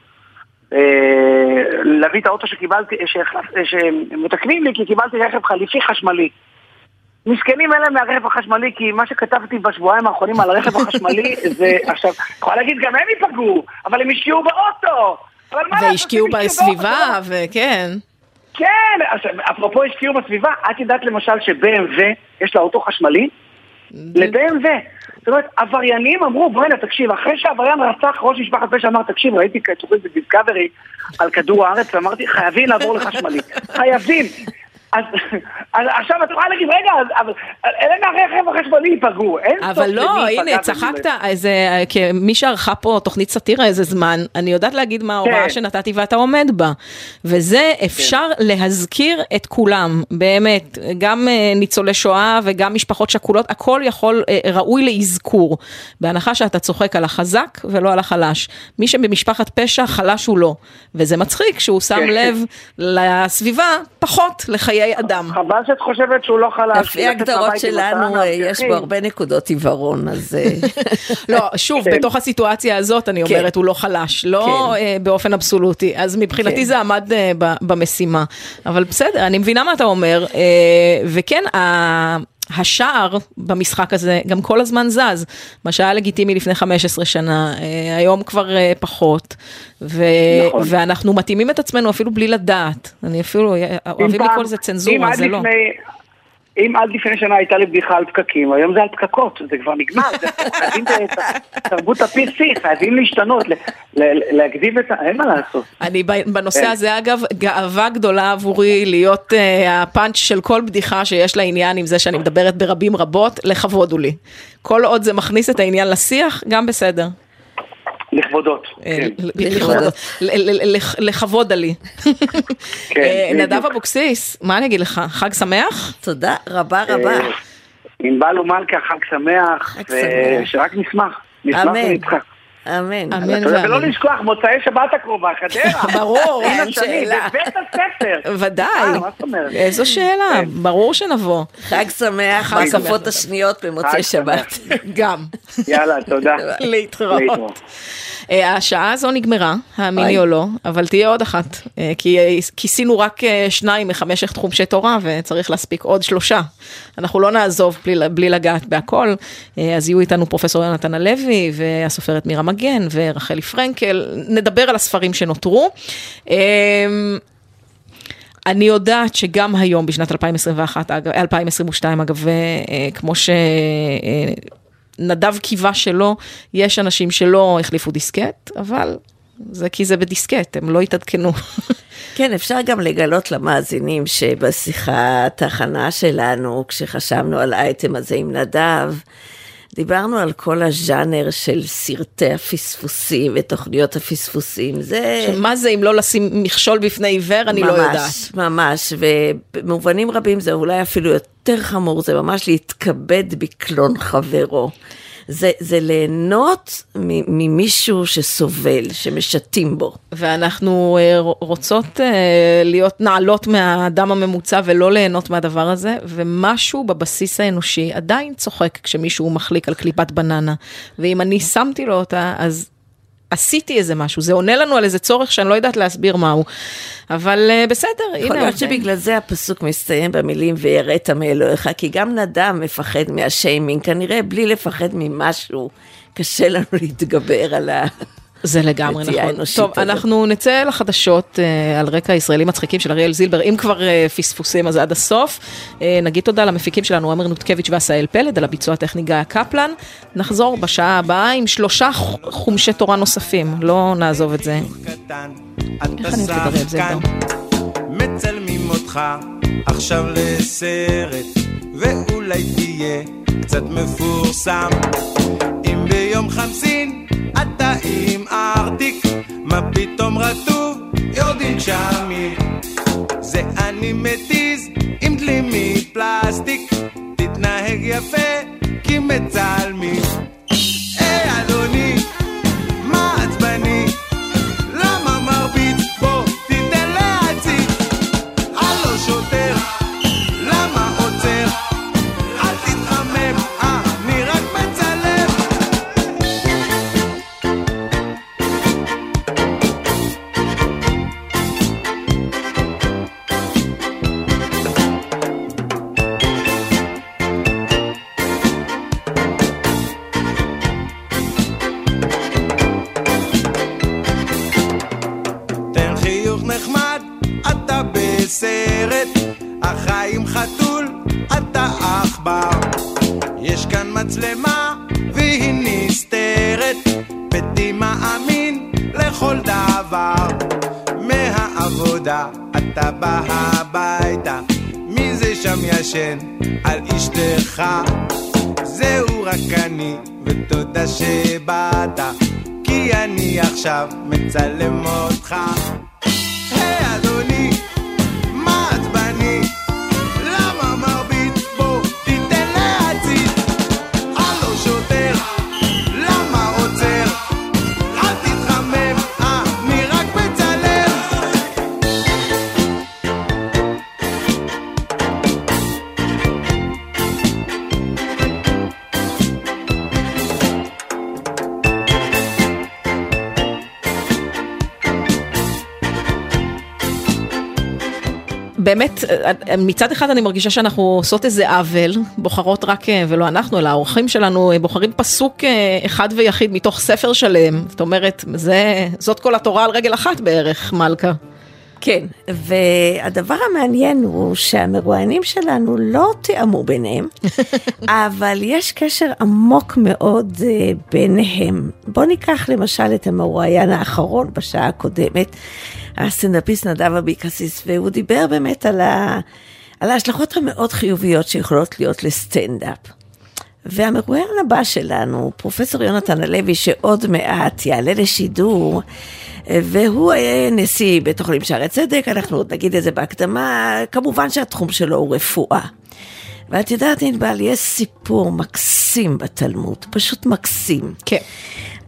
להביא את האוטו שקיבלתי, שמתקנים לי, כי קיבלתי רכב חליפי חשמלי. מסכנים אלה מהרכב החשמלי, כי מה שכתבתי בשבועיים האחרונים על הרכב החשמלי, זה עכשיו, יכולה להגיד, גם הם ייפגעו, אבל הם השקיעו באוטו. והשקיעו בסביבה, וכן. כן, אפרופו השקיעו בסביבה, את יודעת למשל שב-אם דאבליו יש לה אוטו חשמלי? ל-בי אם דאבליו. זאת אומרת, עבריינים אמרו, בואי נה, תקשיב, אחרי שהעבריין רצח ראש משפחת פשע, אמר, תקשיב, ראיתי תוכנית בדיסקאברי על כדור הארץ, ואמרתי, חייבים לעבור לחשמלי. חייבים. אז, אז עכשיו אתה יכולה להגיד, רגע, אבל אלה מהרכב החשמלי ייפגעו. אבל לא, הנה, צחקת, כמי שערכה פה תוכנית סאטירה איזה זמן, אני יודעת להגיד מה ההוראה שנתתי ואתה עומד בה. וזה אפשר להזכיר את כולם, באמת, גם ניצולי שואה וגם משפחות שכולות, הכל יכול, ראוי להזכור, בהנחה שאתה צוחק על החזק ולא על החלש. מי שבמשפחת פשע, חלש הוא לא. וזה מצחיק שהוא שם לב לסביבה פחות לחיי אדם. חבל שאת חושבת שהוא לא חלש. לפי הגדרות שלנו יש בו הרבה נקודות עיוורון, אז... לא, שוב, בתוך הסיטואציה הזאת אני אומרת, הוא לא חלש, לא באופן אבסולוטי, אז מבחינתי זה עמד במשימה. אבל בסדר, אני מבינה מה אתה אומר, וכן, השער במשחק הזה גם כל הזמן זז, מה שהיה לגיטימי לפני חמש עשרה שנה, היום כבר פחות, ו- נכון. ואנחנו מתאימים את עצמנו אפילו בלי לדעת, אני אפילו, אוהבים לקרוא לזה צנזורה, זה לא. אם עד לפני שנה הייתה לי בדיחה על פקקים, היום זה על פקקות, זה כבר נגמר, חייבים את תרבות ה-פי סי, חייבים להשתנות, להקדיב את ה... אין מה לעשות. אני בנושא הזה, אגב, גאווה גדולה עבורי להיות הפאנץ' של כל בדיחה שיש לה עניין עם זה שאני מדברת ברבים רבות, לכבודו לי. כל עוד זה מכניס את העניין לשיח, גם בסדר. לכבודות. לכבוד עלי. נדב אבוקסיס, מה אני אגיד לך? חג שמח? תודה רבה רבה. ענבל ומלכה, חג שמח, ושרק נשמח. נשמח ונצחק. אמן. אמן ולא ואמן. לשכוח, מוצאי שבת הקרובה, חדרה. ברור, אין אין השנים, שאלה. בבית הספר. ודאי. אה, מה זאת אומרת? איזו שאלה, ברור שנבוא. חג שמח, חג שמח. בהקפות השניות במוצאי חג שבת. גם. יאללה, תודה. להתראות. להתראות. אה, השעה הזו נגמרה, האמיני או לא, אבל תהיה עוד אחת, אה, כי אה, כיסינו רק אה, שניים מחמשת חומשי תורה, וצריך להספיק עוד שלושה. אנחנו לא נעזוב בלי, בלי לגעת בהכל, אה, אז יהיו איתנו פרופסור יונתן הלוי, והסופרת מירה מגן, ורחלי פרנקל, נדבר על הספרים שנותרו. אה, אני יודעת שגם היום, בשנת אלפיים עשרים ואחת, אלפיים עשרים ושתיים, אגב, אה, כמו ש... אה, נדב קיווה שלא, יש אנשים שלא החליפו דיסקט, אבל זה כי זה בדיסקט, הם לא התעדכנו. כן, אפשר גם לגלות למאזינים שבשיחת ההכנה שלנו, כשחשבנו על האייטם הזה עם נדב, דיברנו על כל הז'אנר של סרטי הפספוסים ותוכניות הפספוסים. זה... שמה זה אם לא לשים מכשול בפני עיוור, אני ממש, לא יודעת. ממש, ובמובנים רבים זה אולי אפילו יותר חמור, זה ממש להתכבד בקלון חברו. זה, זה ליהנות ממישהו שסובל, שמשתים בו. ואנחנו רוצות להיות נעלות מהאדם הממוצע ולא ליהנות מהדבר הזה, ומשהו בבסיס האנושי עדיין צוחק כשמישהו מחליק על קליפת בננה, ואם אני שמתי לו אותה, אז עשיתי איזה משהו, זה עונה לנו על איזה צורך שאני לא יודעת להסביר מהו, אבל uh, בסדר, הנה. יכול להיות שבגלל זה הפסוק מסתיים במילים ויראת מאלוהיך, כי גם נדם מפחד מהשיימינג, כנראה בלי לפחד ממשהו, קשה לנו להתגבר על ה... זה לגמרי נכון. טוב, הזאת. אנחנו נצא לחדשות uh, על רקע הישראלים מצחיקים של אריאל זילבר, אם כבר uh, פספוסים אז עד הסוף. Uh, נגיד תודה למפיקים שלנו, עומר נותקביץ' ועשאל פלד, על הביצוע הטכני גיא קפלן. נחזור בשעה הבאה עם שלושה חומשי תורה נוספים, לא נעזוב את זה. איך אני תדבר את זה איתו? מצלמים אותך עכשיו לסרט, ואולי תהיה קצת מפורסם. אם ביום חמסין אתה עם ארטיק, מה פתאום רטוב יורדים גשמים. זה אני מתיז עם דלים מפלסטיק, תתנהג יפה כי מצלמים. היי אדוני, מה עצבני? למה מרביץ? בוא תיתן להציץ. הלו שוטר, למה עוצר? אל תתחמם, אני רק מצלם. תן חיוך נחמד, אתה בסרט, החיים חתול, אתה אכבר. יש כאן מצלמה והיא נסתרת, ביתי מאמין לכל דבר. מהעבודה אתה בא הביתה, מי זה שם ישן על אשתך? זהו רק אני, ותודה שבאת, כי אני עכשיו מצלם אותך. היי אדוני, מה עצבני? למה מרביץ? בוא תיתן להציץ. הלו שוטר, למה עוצר? אל תתחמם, אני רק מצלם. באמת, מצד אחד אני מרגישה שאנחנו עושות איזה עוול, בוחרות רק, ולא אנחנו, אלא האורחים שלנו, בוחרים פסוק אחד ויחיד מתוך ספר שלם. זאת אומרת, זה, זאת כל התורה על רגל אחת בערך, מלכה. כן, והדבר המעניין הוא שהמרואיינים שלנו לא תיאמו ביניהם, אבל יש קשר עמוק מאוד ביניהם. בוא ניקח למשל את המרואיין האחרון בשעה הקודמת, הסטנדאפיסט נדב אביקסיס, והוא דיבר באמת על, ה... על ההשלכות המאוד חיוביות שיכולות להיות לסטנדאפ. והמרואיין הבא שלנו, פרופסור יונתן הלוי, שעוד מעט יעלה לשידור, והוא היה נשיא בית החולים שערי צדק, אנחנו עוד נגיד את זה בהקדמה, כמובן שהתחום שלו הוא רפואה. ואת יודעת, נדבל, יש סיפור מקסים בתלמוד, פשוט מקסים. כן.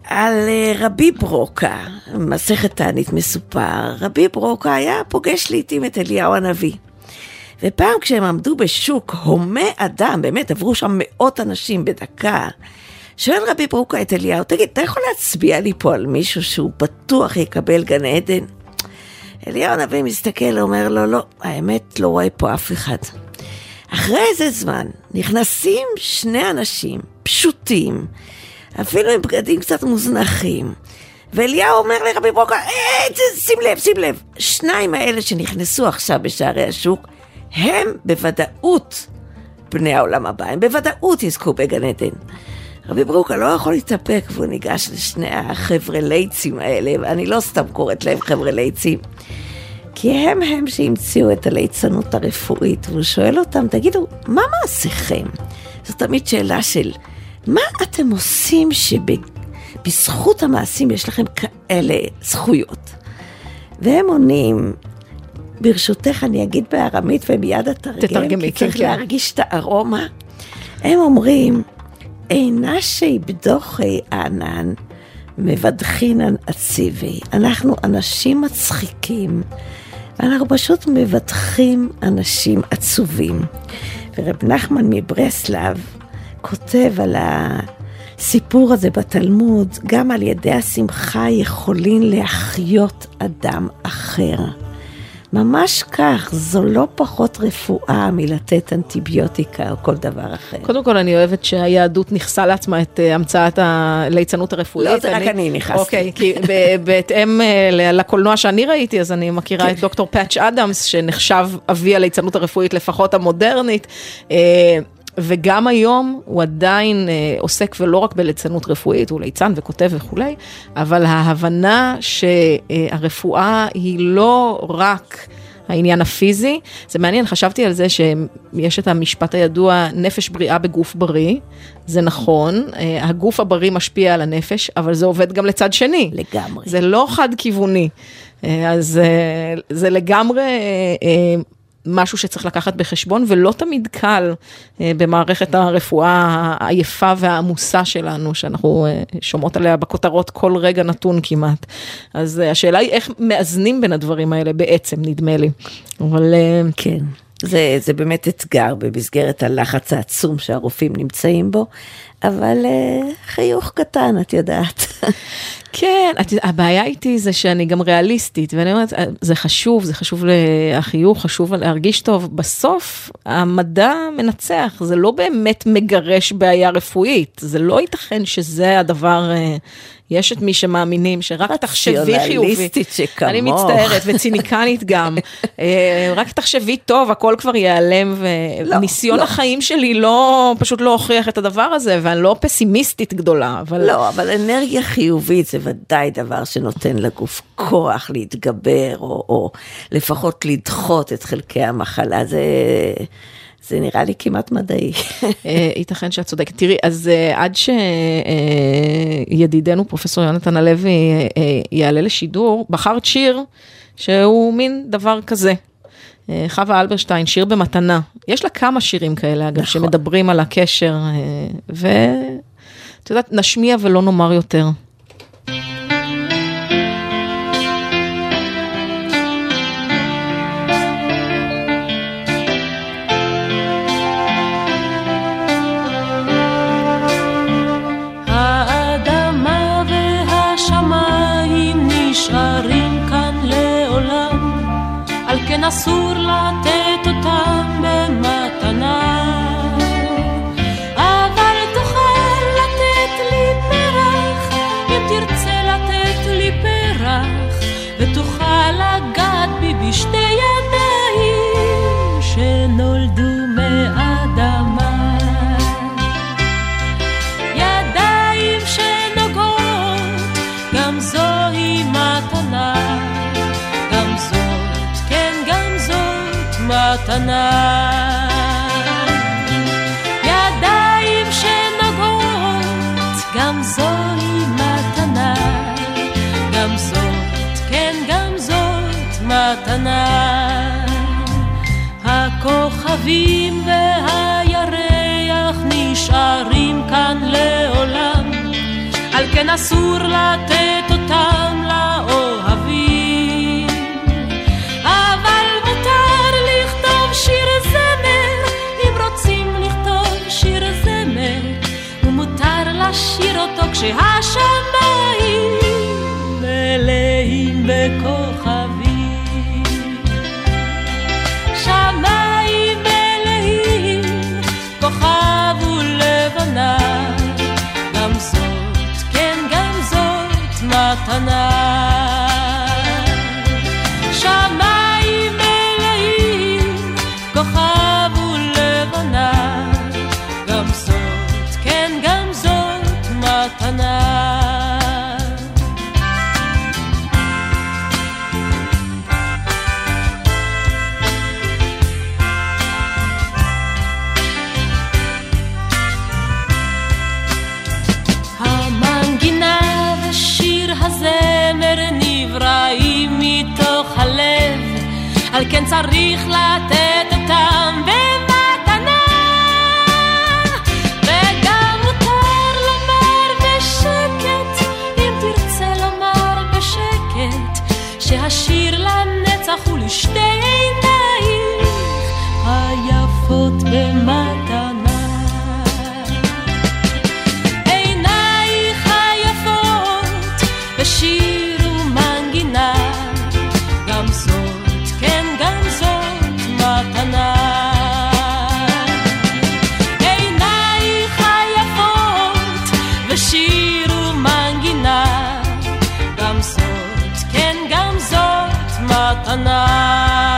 על רבי ברוקה, מסכת תענית מסופר, רבי ברוקה היה פוגש לעתים את אליהו הנביא. ופעם כשהם עמדו בשוק, הומה אדם, באמת עברו שם מאות אנשים בדקה, שואל רבי ברוקה את אליהו, תגיד, אתה יכול להצביע לי פה על מישהו שהוא בטוח יקבל גן עדן? אליהו הנביא מסתכל, אומר לו, לא, האמת לא רואה פה אף אחד. אחרי איזה זמן, נכנסים שני אנשים פשוטים, אפילו עם בגדים קצת מוזנחים, ואליהו אומר לרבי ברוקה, אה, שים לב, שים לב, שניים האלה שנכנסו עכשיו בשערי השוק, הם בוודאות בני העולם הבא, הם בוודאות יזכו בגן עדן. רבי ברוקה לא יכול להתאפק, והוא ניגש לשני החבר'ה ליצים האלה, ואני לא סתם קוראת להם חבר'ה ליצים, כי הם הם שהמציאו את הליצנות הרפואית, והוא שואל אותם, תגידו, מה מעשיכם? זו תמיד שאלה של, מה אתם עושים שבזכות המעשים יש לכם כאלה זכויות? והם עונים, ברשותך אני אגיד בארמית ומיד התרגם, תתרגמי, כי צריך כן, להרגיש את הארומה. הם אומרים, אינה שיבדוחי ענן, מבדחינן עציבי. אנחנו אנשים מצחיקים, ואנחנו פשוט מבדחים אנשים עצובים. ורב נחמן מברסלב כותב על הסיפור הזה בתלמוד, גם על ידי השמחה יכולים להחיות אדם אחר. ממש כך, זו לא פחות רפואה מלתת אנטיביוטיקה או כל דבר אחר. קודם כל אני אוהבת שהיהדות נכסה לעצמה את המצאת הליצנות הרפואית. לא, זה רק אני נכנסתי. אוקיי, כי בהתאם לקולנוע שאני ראיתי, אז אני מכירה את דוקטור פאץ' אדמס, שנחשב אבי הליצנות הרפואית, לפחות המודרנית, וגם היום הוא עדיין אה, עוסק ולא רק בליצנות רפואית, הוא ליצן וכותב וכולי, אבל ההבנה שהרפואה היא לא רק העניין הפיזי, זה מעניין, חשבתי על זה שיש את המשפט הידוע, נפש בריאה בגוף בריא, זה נכון, אה, הגוף הבריא משפיע על הנפש, אבל זה עובד גם לצד שני. לגמרי. זה לא חד כיווני, אה, אז אה, זה לגמרי... אה, משהו שצריך לקחת בחשבון, ולא תמיד קל במערכת הרפואה היפה והעמוסה שלנו, שאנחנו שומעות עליה בכותרות כל רגע נתון כמעט. אז השאלה היא איך מאזנים בין הדברים האלה בעצם, נדמה לי. אבל כן, זה, זה באמת אתגר במסגרת הלחץ העצום שהרופאים נמצאים בו, אבל חיוך קטן, את יודעת. כן, הבעיה איתי זה שאני גם ריאליסטית, ואני אומרת, זה חשוב, זה חשוב להחיוך, חשוב להרגיש טוב. בסוף, המדע מנצח, זה לא באמת מגרש בעיה רפואית, זה לא ייתכן שזה הדבר... יש את מי שמאמינים שרק תחשבי חיובי. שכמוך. אני מצטערת וציניקנית גם. רק תחשבי טוב, הכל כבר ייעלם, וניסיון החיים שלי לא, פשוט לא הוכיח את הדבר הזה, ואני לא פסימיסטית גדולה. לא, אבל אנרגיה חיובית זה ודאי דבר שנותן לגוף כוח להתגבר, או לפחות לדחות את חלקי המחלה. זה... זה נראה לי כמעט מדעי. ייתכן שאת צודקת. תראי, אז עד שידידנו פרופסור יונתן הלוי יעלה לשידור, בחרת שיר שהוא מין דבר כזה. חווה אלברשטיין, שיר במתנה. יש לה כמה שירים כאלה, אגב, שמדברים על הקשר, ואת יודעת, נשמיע ולא נאמר יותר. אסור לתת אותם במתנה, אבל תוכל לתת לי פרח, אם תרצה לתת לי פרח, ותוכל לגעת בי בשתי ידיים שנולדו מאדמה, ידיים שנוגעות, גם זוהי מתנה, גם זו מתנה, ידיים שנוגעות, גם זוהי מתנה, גם זאת, כן גם זאת מתנה. הכוכבים והירח נשארים כאן לעולם, על כן ואסור לתת אותם לאוהבים, אבל מותר לכתוב שיר זמר אם רוצים לכתוב שיר זמר, ומותר לשיר אותו כשהשמיים מלאים בכוכבים. שמיים מלאים כוכב ולבנה, גם זאת, כן גם זאת מתנה. שמיים מלאים כוכב ולבנה, גם זאת, כן גם זאת מתנה. הזמר נבראים מתוך הלב, על כן צריך לתת אותם במתנה. וגם מותר לומר בשקט, אם תרצה לומר בשקט, שהשיר לנצח הוא לשתי עיניים היפות במתנה. שיר ומנגינה, גם זאת, כן גם זאת מתנה. עינייך היפות ושיר ומנגינה, גם זאת, כן גם זאת מתנה.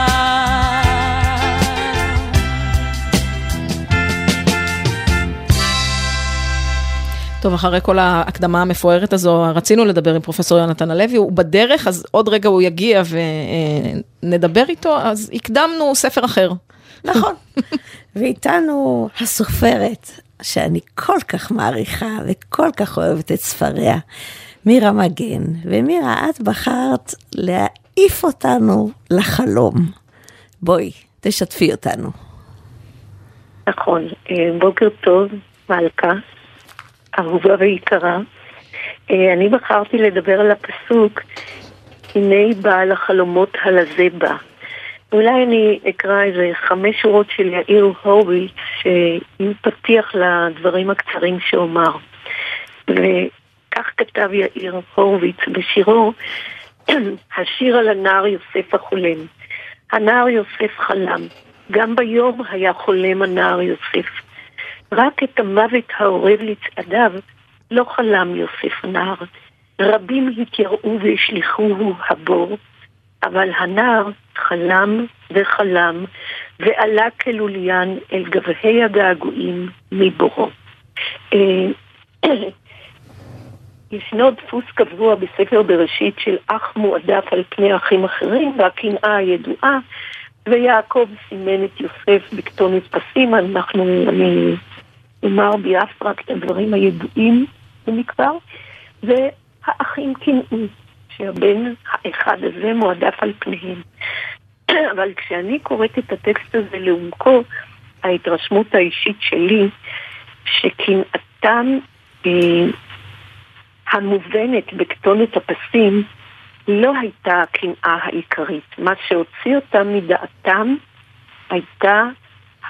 טוב, אחרי כל ההקדמה המפוארת הזו, רצינו לדבר עם פרופסור יונתן הלוי, הוא בדרך, אז עוד רגע הוא יגיע ונדבר איתו, אז הקדמנו ספר אחר. נכון. ואיתנו הסופרת, שאני כל כך מעריכה וכל כך אוהבת את ספריה, מירה מגן. ומירה, את בחרת להעיף אותנו לחלום. בואי, תשתפי אותנו. נכון, בוקר טוב, מלכה. אהובה ויקרה. אני בחרתי לדבר על הפסוק, הנה בעל החלומות הלזה בא. אולי אני אקרא איזה חמש שורות של יאיר הורוביץ, שיהיו פתיח לדברים הקצרים שאומר. וכך כתב יאיר הורוביץ בשירו, השיר על הנער יוסף החולם. הנער יוסף חלם, גם ביום היה חולם הנער יוסף. רק את המוות העורב לצעדיו לא חלם יוסף הנער. רבים התייראו והשליחוהו הבור, אבל הנער חלם וחלם ועלה כלוליין אל גבהי הגעגועים מבורו. ישנו דפוס קבוע בספר בראשית של אח מועדף על פני אחים אחרים, והקנאה הידועה, ויעקב סימן את יוסף בכתונת פסים. אנחנו, אני אומר ביאף רק את הדברים הידועים במקבר, והאחים קנאו, שהבן האחד הזה מועדף על פניהם. אבל כשאני קוראת את הטקסט הזה לעומקו, ההתרשמות האישית שלי, שקנאתם אה, המובנת בכתונת הפסים, לא הייתה הקנאה העיקרית. מה שהוציא אותם מדעתם הייתה ה...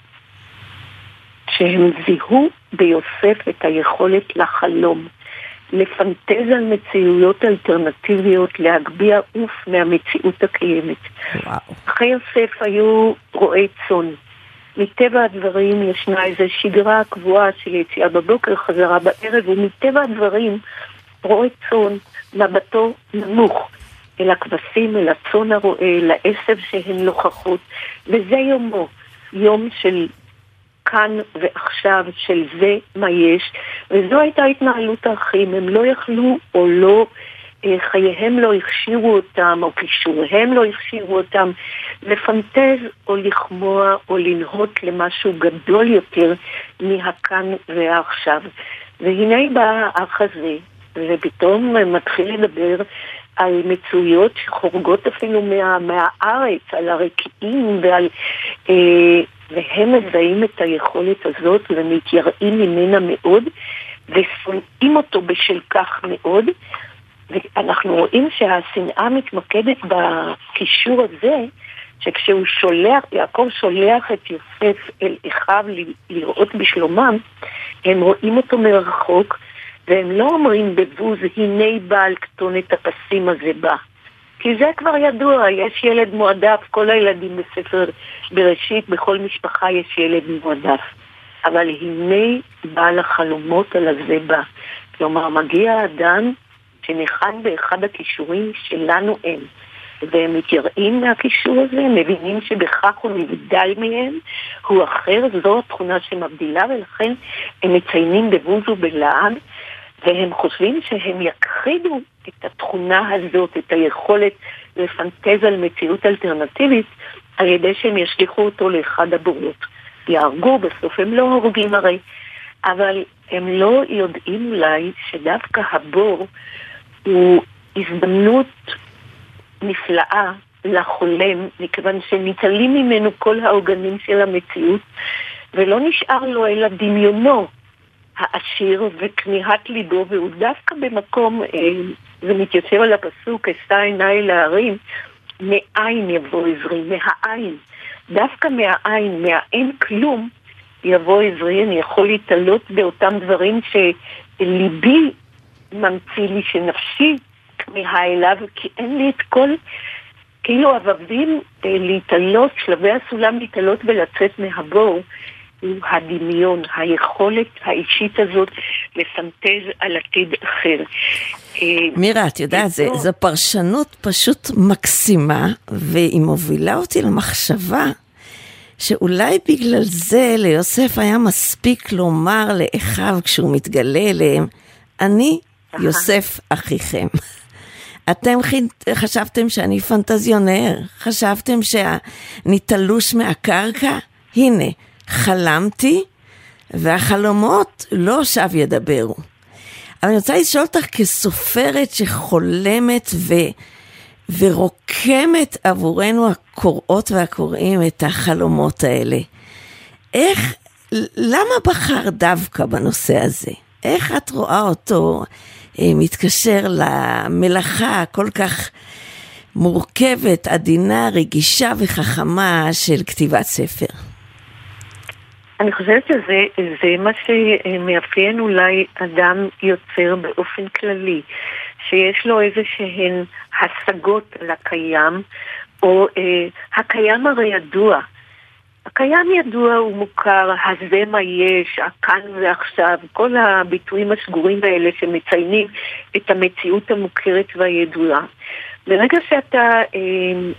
שהם זיהו ביוסף את היכולת לחלום, לפנטז על מציאויות אלטרנטיביות, להגביה עוף מהמציאות הקיימת. וואו. אחי יוסף היו רועי צאן. מטבע הדברים ישנה איזו שגרה קבועה של יציאה בבוקר, חזרה בערב, ומטבע הדברים רועי צאן, מבטו נמוך אל הכבשים, אל הצאן הרועה, אל העשב שהן נוכחות, וזה יומו, יום של כאן ועכשיו, של זה מה יש, וזו הייתה התנהלות האחים. הם לא יכלו או לא, חייהם לא הכשירו אותם, או כישוריהם לא הכשירו אותם, לפנטז או לכמוע או לנהות למשהו גדול יותר מהכאן והעכשיו. והנה בא האח הזה, ופתאום מתחיל לדבר על מצויות שחורגות אפילו מה, מהארץ, על הרקיעים ועל... אה, והם מזהים את היכולת הזאת ומתייראים ממנה מאוד, ושונאים אותו בשל כך מאוד, ואנחנו רואים שהשנאה מתמקדת בקישור הזה, שכשהוא שולח, יעקב שולח את יוסף אל אחיו לראות בשלומם, הם רואים אותו מרחוק, והם לא אומרים בבוז, הנה בעל כתונת הפסים הזה בא. כי זה כבר ידוע, יש ילד מועדף, כל הילדים בספר בראשית, בכל משפחה יש ילד מועדף. אבל הנה בעל החלומות על הזה בא. כלומר, מגיע אדם שניחן באחד הכישורים שלנו אין. והם מתייראים מהכישור הזה, מבינים שבכך הוא נבדל מהם, הוא אחר, זו התכונה שמבדילה, ולכן הם מציינים בבוז ובלעג, והם חושבים שהם יכחידו את התכונה הזאת, את היכולת לפנטז על מציאות אלטרנטיבית, על ידי שהם ישליחו אותו לאחד הבורות. יהרגו, בסוף הם לא הורגים הרי, אבל הם לא יודעים אולי שדווקא הבור הוא הזדמנות נפלאה לחולם, מכיוון שניטלים ממנו כל העוגנים של המציאות, ולא נשאר לו אלא דמיונו העשיר וכמיהת ליבו, והוא דווקא במקום, זה מתיישב על הפסוק, אשא עיניי להרים, מאין יבוא עזרי, מהעין, דווקא מהעין, מהאין כלום, יבוא עזרי, אני יכול להתעלות באותם דברים שליבי ממציא לי, שנפשי כמיהה אליו, כי אין לי את כל, כאילו אבבים להתעלות, שלבי הסולם להתעלות ולצאת מהבור, הוא הדמיון, היכולת האישית הזאת לפנטז על עתיד אחר. מירה, את יודעת, זה, זו פרשנות פשוט מקסימה, והיא מובילה אותי למחשבה, שאולי בגלל זה ליוסף היה מספיק לומר לאחיו כשהוא מתגלה אליהם, אני יוסף אחיכם. אתם חשבתם שאני פנטזיונר, חשבתם שאני תלוש מהקרקע, הנה, חלמתי, והחלומות לא שב ידברו. אבל אני רוצה לשאול אותך כסופרת שחולמת ו... ורוקמת עבורנו הקוראות והקוראים את החלומות האלה. איך, למה בחר דווקא בנושא הזה? איך את רואה אותו מתקשר למלאכה כל כך מורכבת, עדינה, רגישה וחכמה של כתיבת ספר? אני חושבת שזה זה מה שמאפיין אולי אדם יוצר באופן כללי, שיש לו איזה שהן השגות על הקיים, או אה, הקיים הרי ידוע. הקיים ידוע הוא מוכר, הזה מה יש, הכאן ועכשיו, כל הביטויים השגורים האלה שמציינים את המציאות המוכרת והידועה. ברגע שאתה אה,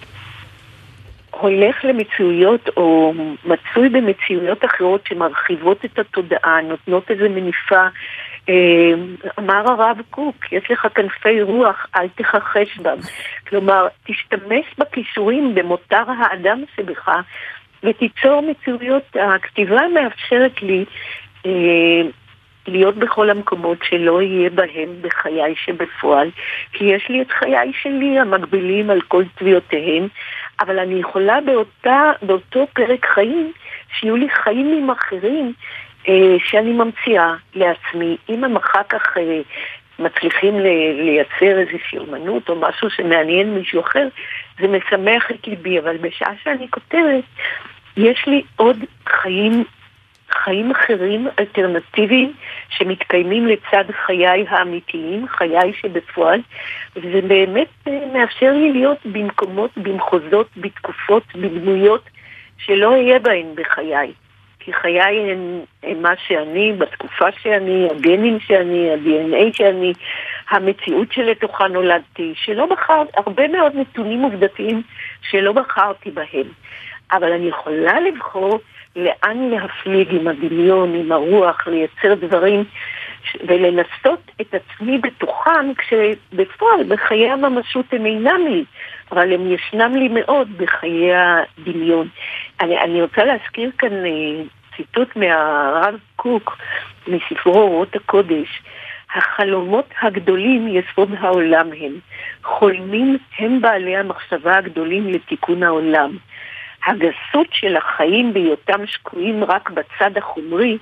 הולך למציאויות או מצוי במציאויות אחרות שמרחיבות את התודעה, נותנות איזו מניפה, אמר הרב קוק, יש לך כנפי רוח, אל תכחש בם. כלומר, תשתמש בכישורים במותר האדם שבך, ותיצור מציאויות. הכתיבה מאפשרת לי אה, להיות בכל המקומות שלא יהיה בהם בחיי שבפועל, כי יש לי את חיי שלי המקבילים על כל תביעותיהם, אבל אני יכולה באותה, באותו פרק חיים, שיהיו לי חיים עם אחרים, שאני ממציאה לעצמי. אם הם אחר כך מצליחים לייצר איזושהי אומנות או משהו שמעניין מישהו אחר, זה משמח את ליבי, אבל בשעה שאני כותבת, יש לי עוד חיים, חיים אחרים, אלטרנטיביים, שמתקיימים לצד חיי האמיתיים, חיי שבפועל, וזה באמת מאפשר לי להיות במקומות, במחוזות, בתקופות, בדמויות, שלא יהיה בהן בחיי. כי חיי הם, הם מה שאני, בתקופה שאני, הגנים שאני, ה-די אן איי שאני, המציאות שלתוכה נולדתי, שלא בחר, הרבה מאוד נתונים עובדתיים שלא בחרתי בהם. אבל אני יכולה לבחור לאן להפליג עם הדמיון, עם הרוח, לייצר דברים ולנסות את עצמי בתוכם, כשבפועל בחיי הממשות הם אינם לי, אבל הם ישנם לי מאוד בחיי הדמיון. אני, אני רוצה להזכיר כאן ציטוט מהרב קוק מספרו אורות הקודש. החלומות הגדולים יסוד העולם הם. חולמים הם בעלי המחשבה הגדולים לתיקון העולם. הגסות של החיים בהיותם שקועים רק בצד החומרי,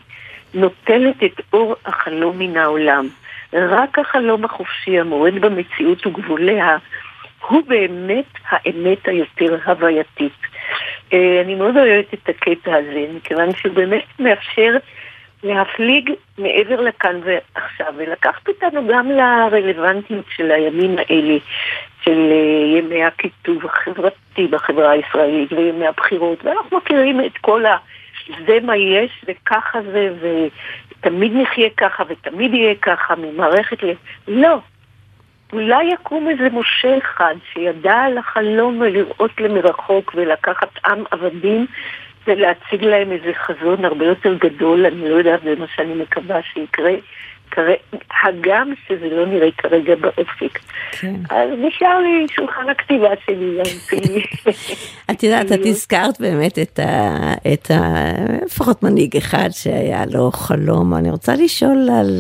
נוטלת את אור החלום מן העולם. רק החלום החופשי המורד במציאות וגבוליה, הוא באמת האמת היותר הווייתית. אני מאוד אוהבת את הקטע הזה, מכיוון שהוא באמת מאפשר להפליג מעבר לכאן ועכשיו, ולקחת אותנו גם לרלוונטיות של הימים האלה, של ימי הכיתוב החברתי בחברה הישראלית וימי הבחירות, ואנחנו מכירים את כל ה... זה מה יש וככה זה, ותמיד נחיה ככה ותמיד יהיה ככה ממערכת ל... לא. אולי יקום איזה משה אחד שידע על החלום ולראות למרחוק ולקחת עם עבדים ולהציג להם איזה חזון הרבה יותר גדול, אני לא יודעת, זה מה שאני מקווה שיקרה, הגם שזה לא נראה כרגע באופק. כן. אז נשאר לי שולחן הכתיבה שלי. את יודעת, את הזכרת באמת את ה... את ה... לפחות מנהיג אחד שהיה לו חלום. אני רוצה לשאול על...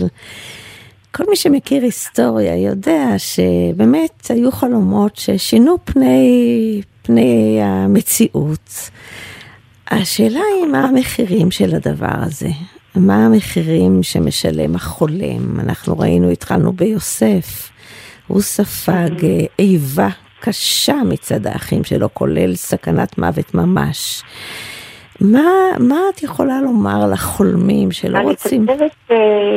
כל מי שמכיר היסטוריה יודע שבאמת היו חלומות ששינו פני, פני המציאות. השאלה היא מה המחירים של הדבר הזה. מה המחירים שמשלם החולם? אנחנו ראינו, התחלנו ביוסף, הוא ספג איבה קשה מצד האחים שלו, כולל סכנת מוות ממש. מה, מה את יכולה לומר לחולמים שלא רוצים? אני חושבת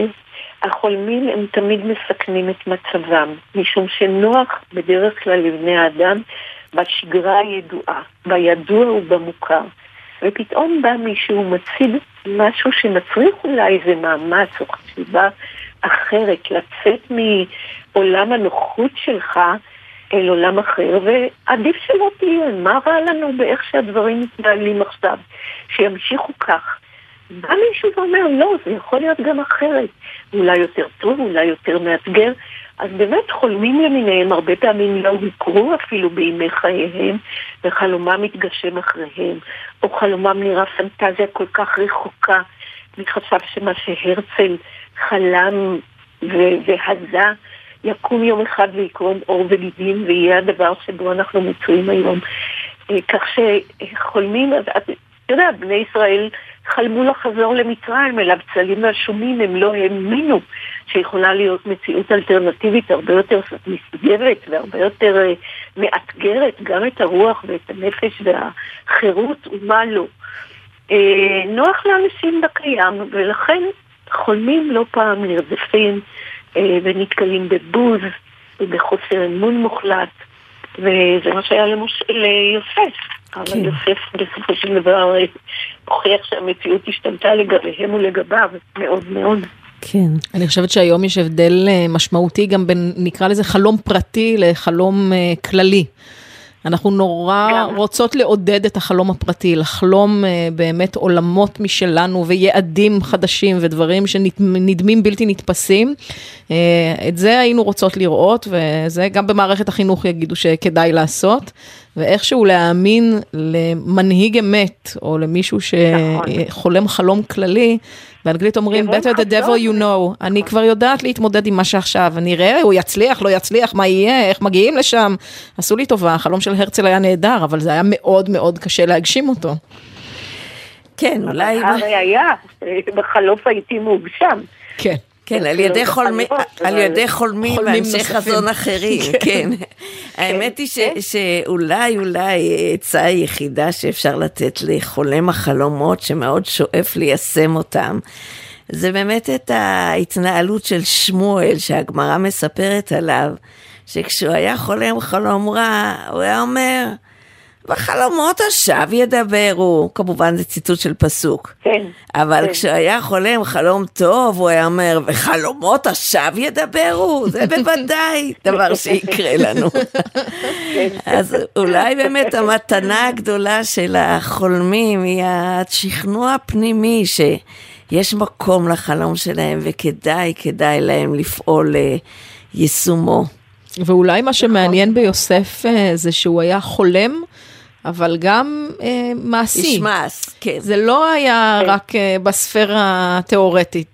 שהחולמים הם תמיד מסכנים את מצבם, משום שנוח בדרך כלל לבני האדם בשגרה הידועה, בידוע ובמוכר. ופתאום בא מישהו מציג משהו שמצריך אולי איזה מאמץ או חשיבה אחרת, לצאת מעולם הנוחות שלך אל עולם אחר, ועדיף שלא תהיה, מה רע לנו באיך שהדברים מתנהלים עכשיו, שימשיכו כך. בא מישהו ואומר, לא, זה יכול להיות גם אחרת, אולי יותר טוב, אולי יותר מאתגר, אז באמת חולמים למיניהם הרבה פעמים לא הוכרו אפילו בימי חייהם, וחלומם מתגשם אחריהם, או חלומם נראה פנטזיה כל כך רחוקה, מחשב שמה שהרצל חלם והזה יקום יום אחד ויקרום אור וגידים, ויהיה הדבר שבו אנחנו מצויים היום. כך שחולמים, אתה יודע, בני ישראל חלמו לחזור למצרים, אל הבצלים והשומים, הם לא האמינו שיכולה להיות מציאות אלטרנטיבית הרבה יותר מסגרת והרבה יותר uh, מאתגרת, גם את הרוח ואת הנפש והחירות ומה לא. Uh, נוח לאנשים בקיים, ולכן חולמים לא פעם נרדפים uh, ונתקלים בבוז ובחוסר אמון מוחלט, וזה מה שהיה למוש... ליוסף. אבל יוסף בסופו של דבר הוכיח שהמציאות השתנתה לגביהם ולגביו מאוד מאוד. כן. אני חושבת שהיום יש הבדל משמעותי גם בין, נקרא לזה חלום פרטי לחלום כללי. אנחנו נורא גם רוצות לעודד את החלום הפרטי, לחלום באמת עולמות משלנו ויעדים חדשים ודברים שנדמים בלתי נתפסים. את זה היינו רוצות לראות, וזה גם במערכת החינוך יגידו שכדאי לעשות, ואיכשהו להאמין למנהיג אמת, או למישהו שחולם חלום כללי, באנגלית אומרים, better the devil you know, אני כבר יודעת להתמודד עם מה שעכשיו, אני אראה, הוא יצליח, לא יצליח, מה יהיה, איך מגיעים לשם, עשו לי טובה, החלום של הרצל היה נהדר, אבל זה היה מאוד מאוד קשה להגשים אותו. כן, אולי... הרי היה, בחלוף הייתי מוגשם. כן. כן, על ידי חולמים, על ידי חולמים ואנשי חזון אחרים, כן. האמת היא שאולי, אולי עצה היחידה שאפשר לתת לחולם החלומות, שמאוד שואף ליישם אותם, זה באמת את ההתנהלות של שמואל, שהגמרא מספרת עליו, שכשהוא היה חולם חלום רע, הוא היה אומר, בחלומות השווא ידברו, כמובן זה ציטוט של פסוק. כן. אבל כן. כשהיה חולם חלום טוב, הוא היה אומר, וחלומות השווא ידברו, זה בוודאי דבר שיקרה לנו. אז אולי באמת המתנה הגדולה של החולמים היא השכנוע הפנימי, שיש מקום לחלום שלהם, וכדאי, כדאי להם לפעול ליישומו. ואולי מה שמעניין ביוסף זה שהוא היה חולם, אבל גם אה, מעשי. איש מעש, כן. זה לא היה רק אה, בספירה התיאורטית.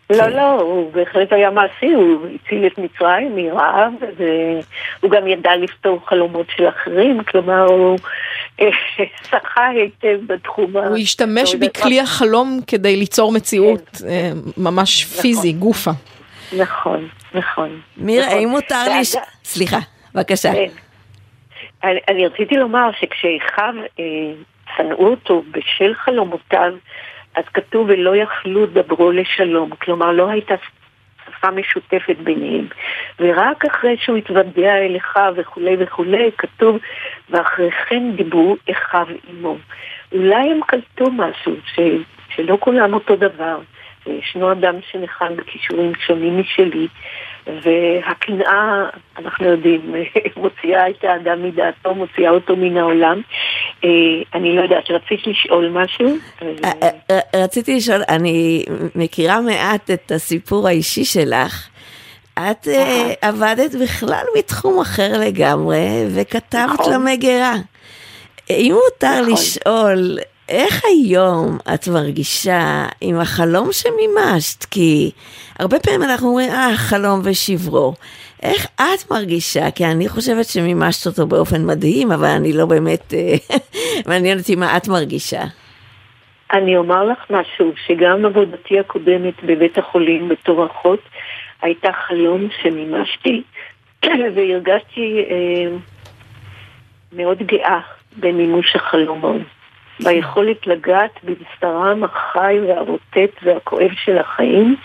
לא, לא, הוא בהחלט היה מעשי, הוא הציל את מצרים מרעב, והוא גם ידע לפתור חלומות של אחרים, כלומר הוא שחה היטב בתחום. הוא השתמש בכלי החלום כדי ליצור מציאות ממש פיזי, גופה. נכון, נכון. מירה, האם מותר לי... סליחה, בבקשה. אני רציתי לומר שכשאחיו צנעו אותו בשל חלומותיו, אז כתוב ולא יכלו דברו לשלום, כלומר לא הייתה שפה משותפת ביניהם, ורק אחרי שהוא התוודע אל אחיו וכולי וכולי, כתוב ואחרי כן דיברו אחיו עמו. אולי הם קלטו משהו, ש, שלא כולם אותו דבר, וישנו אדם שנחן בכישורים שונים משלי, והקנאה, אנחנו יודעים, מוציאה את האדם מדעתו, מוציאה אותו מן העולם. אני לא יודעת, רצית לשאול משהו? רציתי לשאול, אני מכירה מעט את הסיפור האישי שלך. את עבדת בכלל מתחום אחר לגמרי, וכתבת למגירה. אם מותר לשאול, איך היום את מרגישה עם החלום שמימשת? כי הרבה פעמים אנחנו אומרים, אה, חלום ושברו. איך את מרגישה? כי אני חושבת שמימשת אותו באופן מדהים, אבל אני לא באמת, מעניין אותי מה את מרגישה. אני אומר לך משהו, שגם עבודתי הקודמת בבית החולים בתור אחות, הייתה חלום שמימשתי, והרגשתי אה, מאוד גאה במימוש החלומות. ביכולת לגעת בבשרם החי והרוטט והכואב של החיים,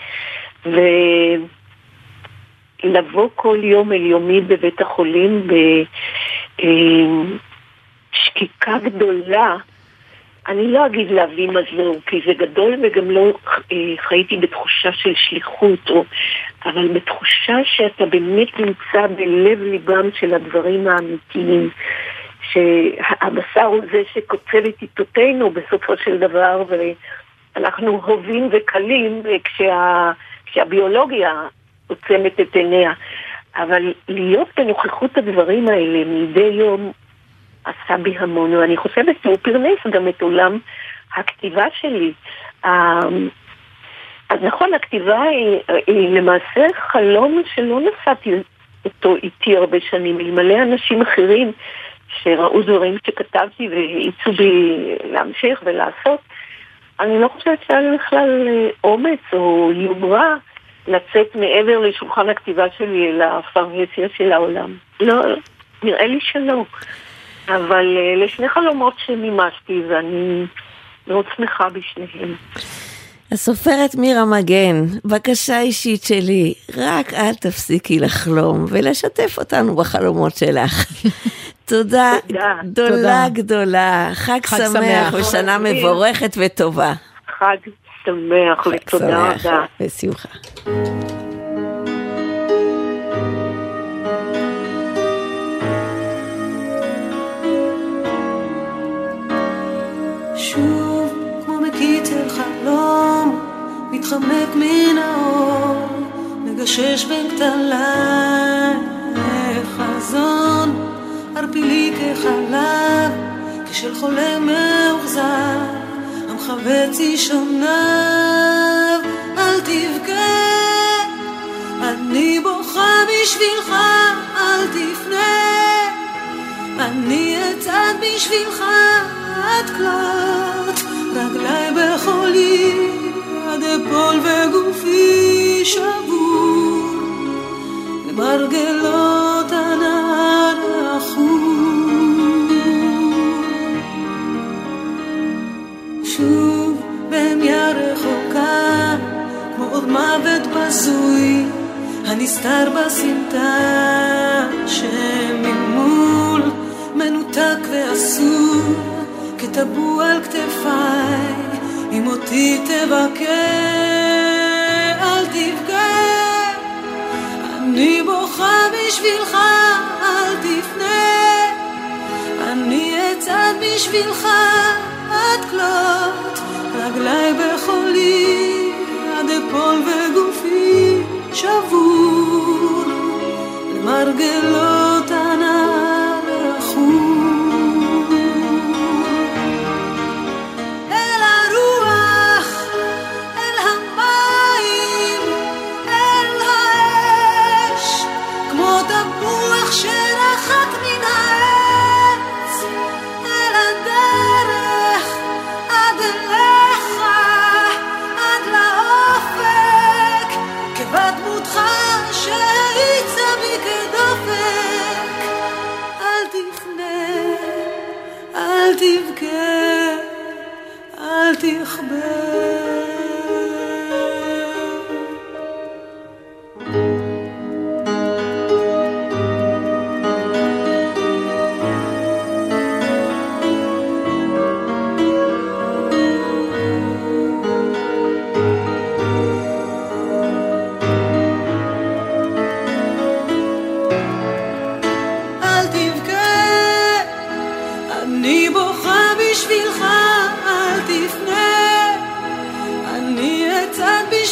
ולבוא כל יום אל יומי בבית החולים בשקיקה גדולה. אני לא אגיד להביא מזור, כי זה גדול, וגם לא חייתי בתחושה של שליחות, או, אבל בתחושה שאתה באמת נמצא בלב ליבם של הדברים האמיתיים, שהבשר הוא זה שקוצב את עיתותינו בסופו של דבר, ואנחנו הובים וקלים כשה, כשהביולוגיה עוצמת את עיניה. אבל להיות בנוכחות הדברים האלה מדי יום עשה בי המון, ואני חושבת שהוא פרנס גם את עולם הכתיבה שלי. אז נכון, הכתיבה היא, היא למעשה חלום שלא נסעתי אותו איתי הרבה שנים, אלמלא אנשים אחרים שראו דברים שכתבתי והאיצו בי להמשיך ולעשות. אני לא חושבת שהיה לי בכלל אומץ או יומרה לצאת מעבר לשולחן הכתיבה שלי אל הפרהסיה של העולם. לא, נראה לי שלא. אבל לשני חלומות שמימשתי, ואני מאוד שמחה בשניהם. הסופרת מירה מגן, בקשה אישית שלי, רק אל תפסיקי לחלום ולשתף אותנו בחלומות שלך. תודה גדולה גדולה, חג שמח ושנה מבורכת וטובה. חג שמח ותודה רבה. בשמחה. שוב כמו בקיצר חלום מתחמק מן האור, מגשש בין כתליי חזון, ערפילי כחלב כשל חולה מאוחזר, המחבץ אישוניו. אל תבכה, אני בוכה בשבילך, אל תפנה, אני אצעד בשבילך עד כלות רגלי בחולי, עד אפול וגופי שבור למרגלות הנהר החור. שוב בהמיה רחוקה כמו עוד מוות בזוי, הנסתר בסמטה שממול מנותק ואסור כטבוע על כתפיי, אם אותי תבקר אל תבכה, אני בוכה בשבילך, אל תפנה, אני אצעד בשבילך עד כלות רגלי בחולי, עד אפול וגופי שבור למרגלות הנהר החור. אל הרוח, אל המים,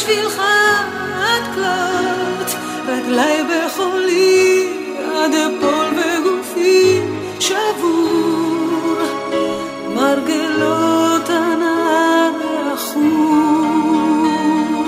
בשבילך עד כלות, רגלי בחולי עד אפול וגופי שבור, מרגלות הנהר החור.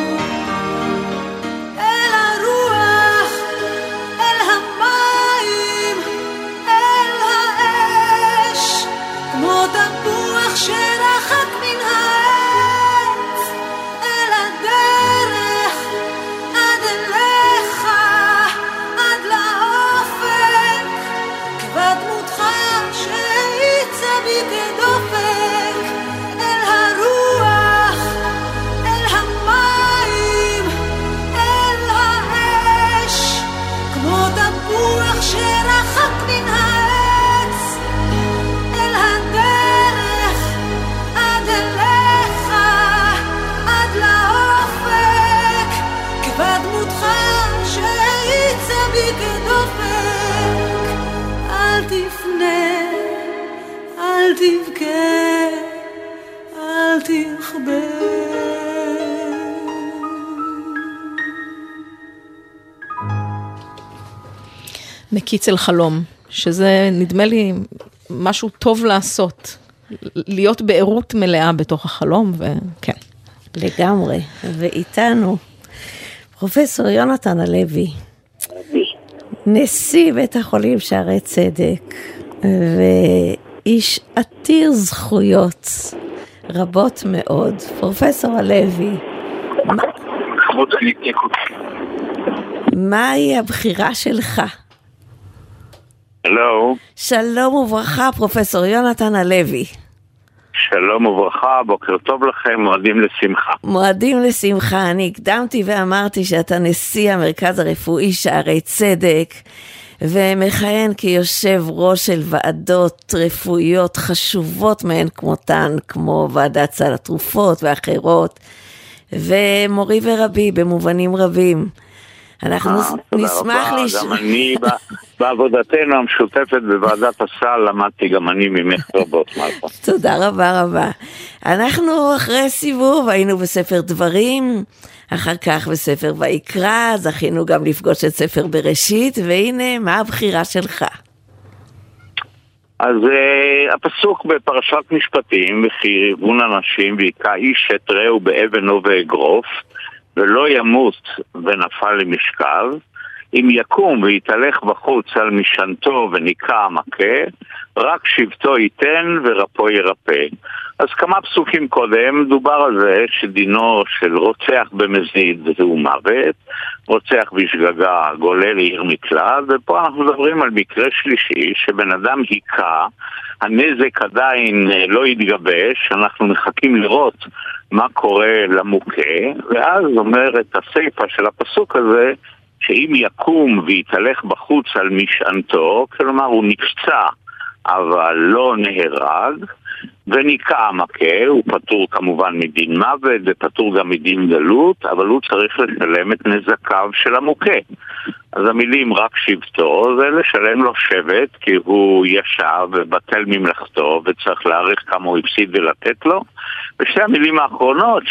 אל הרוח, אל המים, אל האש, כמו תפוח שרחק מן העץ, אל הדרך, עד אליך, עד לאופק, כבד דמותך שהאיצה בי כדופק. אל הרוח, אל המים, אל האש, כמו תפוח שרחק מן העץ, אל הדרך, עד אליך, עד לאופק, כבד דמותך שהאיצה בי כדופק. אל תפנה, אל תבכה, אל תכבה. מקיץ אל חלום, שזה נדמה לי משהו טוב לעשות, להיות בעירות מלאה בתוך החלום, וכן. לגמרי, ואיתנו פרופסור יונתן הלוי, נשיא בית החולים שערי צדק, ואיש עתיר זכויות רבות מאוד. פרופסור הלוי, מהי הבחירה שלך? הלו. שלום וברכה, פרופסור יונתן הלוי. שלום וברכה, בוקר טוב לכם, מועדים לשמחה. מועדים לשמחה. אני הקדמתי ואמרתי שאתה נשיא המרכז הרפואי שערי צדק, ומכהן כיושב ראש של ועדות רפואיות חשובות מהן כמותן, כמו ועדת סל התרופות ואחרות, ומורי ורבי במובנים רבים. אנחנו נשמח לשמוע. גם אני בעבודתנו המשותפת בוועדת הסל למדתי גם אני ממך רבות, מלכה. תודה רבה רבה. אנחנו אחרי סיבוב היינו בספר דברים, אחר כך בספר ויקרא, זכינו גם לפגוש את ספר בראשית, והנה מה הבחירה שלך? אז uh, הפסוק בפרשת משפטים, וכי יריבון אנשים ויקע איש את רעהו באבן או באגרוף, ולא ימות ונפל למשכב, אם יקום ויתהלך בחוץ על משענתו וניקע המכה, רק שבטו ייתן ורפו ירפא. אז כמה פסוקים קודם דובר על זה שדינו של רוצח במזיד הוא מוות, רוצח בשגגה גולה לעיר מקלט, ופה אנחנו מדברים על מקרה שלישי שבן אדם היכה, הנזק עדיין לא יתגבש, אנחנו מחכים לראות מה קורה למוכה, ואז אומרת הסיפה של הפסוק הזה, שאם יקום ויתהלך בחוץ על משענתו, כלומר הוא נפצע אבל לא נהרג, וניקע המכה, הוא פטור כמובן מדין מוות, ופטור גם מדין גלות, אבל הוא צריך לשלם את נזקיו של המוכה. אז המילים רק שבטו, זה לשלם לו שבט, כי הוא ישב ובטל ממלכתו, וצריך להעריך כמה הוא הפסיד ולתת לו. ושתי המילים האחרונות,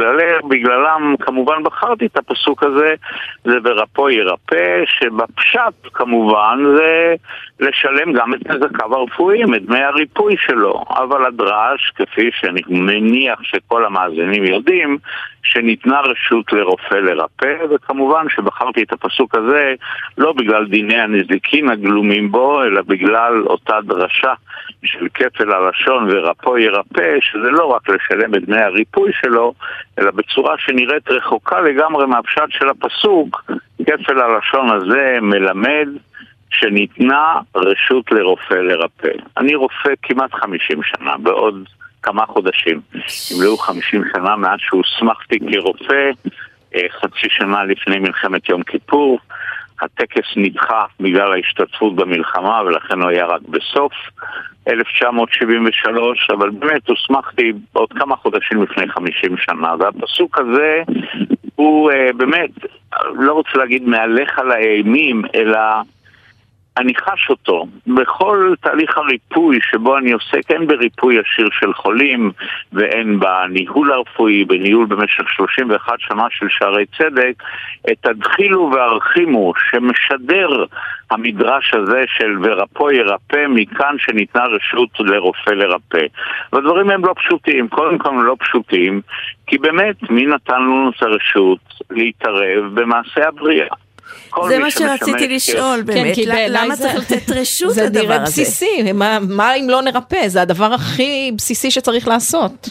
שבגללם כמובן בחרתי את הפסוק הזה, זה ורפו ירפא, שבפשט כמובן זה לשלם גם את נזקיו הרפואיים, את דמי הריפוי שלו. אבל הדרש, כפי שאני מניח שכל המאזינים יודעים, שניתנה רשות לרופא לרפא, וכמובן שבחרתי את הפסוק הזה לא בגלל דיני הנזיקין הגלומים בו, אלא בגלל אותה דרשה של כפל הלשון ורפו ירפא, שזה לא רק לשלם את דמי הריפוי שלו, אלא בצורה שנראית רחוקה לגמרי מהפשט של הפסוק. כפל הלשון הזה מלמד שניתנה רשות לרופא לרפא. אני רופא כמעט חמישים שנה, בעוד כמה חודשים. ימלאו חמישים שנה מאז שהוסמכתי כרופא, חצי שנה לפני מלחמת יום כיפור. הטקס נדחה בגלל ההשתתפות במלחמה, ולכן הוא היה רק בסוף אלף תשע מאות שבעים ושלוש, אבל באמת הוסמכתי עוד כמה חודשים לפני חמישים שנה, והפסוק הזה הוא באמת, לא רוצה להגיד מהלך על האימים, אלא אני חש אותו בכל תהליך הריפוי שבו אני עוסק, אין בריפוי ישיר של חולים ואין בניהול הרפואי, בניהול במשך שלושים ואחת שנה של שערי צדק, את הדחילו והרחימו שמשדר המדרש הזה של ורפו ירפא, מכאן שניתנה רשות לרופא לרפא. והדברים הם לא פשוטים, קודם כל הם לא פשוטים, כי באמת מי נתן לנו את הרשות להתערב במעשה הבריאה? זה מה שרציתי לשאול באמת, למה צריך לתת רשות לדבר הזה? זה נראה בסיסי, מה אם לא נרפא? זה הדבר הכי בסיסי שצריך לעשות.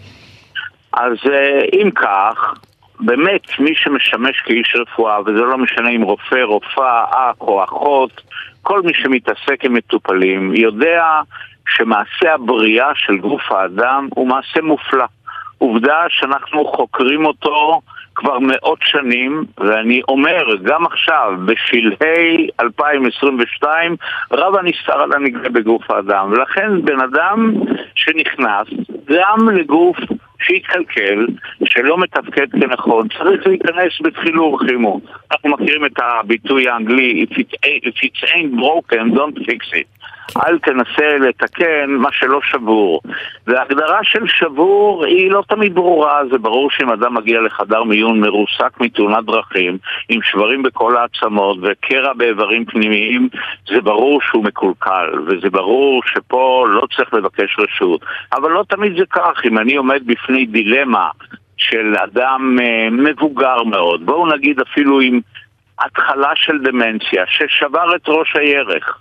אז אם כך, באמת מי שמשמש כאיש רפואה, וזה לא משנה אם רופא, רופאה, אח או אחות, כל מי שמתעסק עם מטופלים, יודע שמעשה הבריאה של גוף האדם הוא מעשה מופלא. עובדה שאנחנו חוקרים אותו כבר מאות שנים, ואני אומר גם עכשיו, בשלהי אלפיים עשרים ושתיים, רב הנסתר על הנגלה בגוף האדם. ולכן בן אדם שנכנס גם לגוף שהתקלקל, שלא מתפקד כנכון, צריך להיכנס בתחילו ורחימו. אנחנו מכירים את הביטוי האנגלי, if it, if it ain't broken, don't fix it. אל תנסה לתקן מה שלא שבור. וההגדרה של שבור היא לא תמיד ברורה. זה ברור שאם אדם מגיע לחדר מיון מרוסק מתאונת דרכים, עם שברים בכל העצמות וקרע באיברים פנימיים, זה ברור שהוא מקולקל, וזה ברור שפה לא צריך לבקש רשות. אבל לא תמיד זה כך. אם אני עומד בפני דילמה של אדם מבוגר מאוד, בואו נגיד אפילו עם התחלה של דמנציה, ששבר את ראש הירך,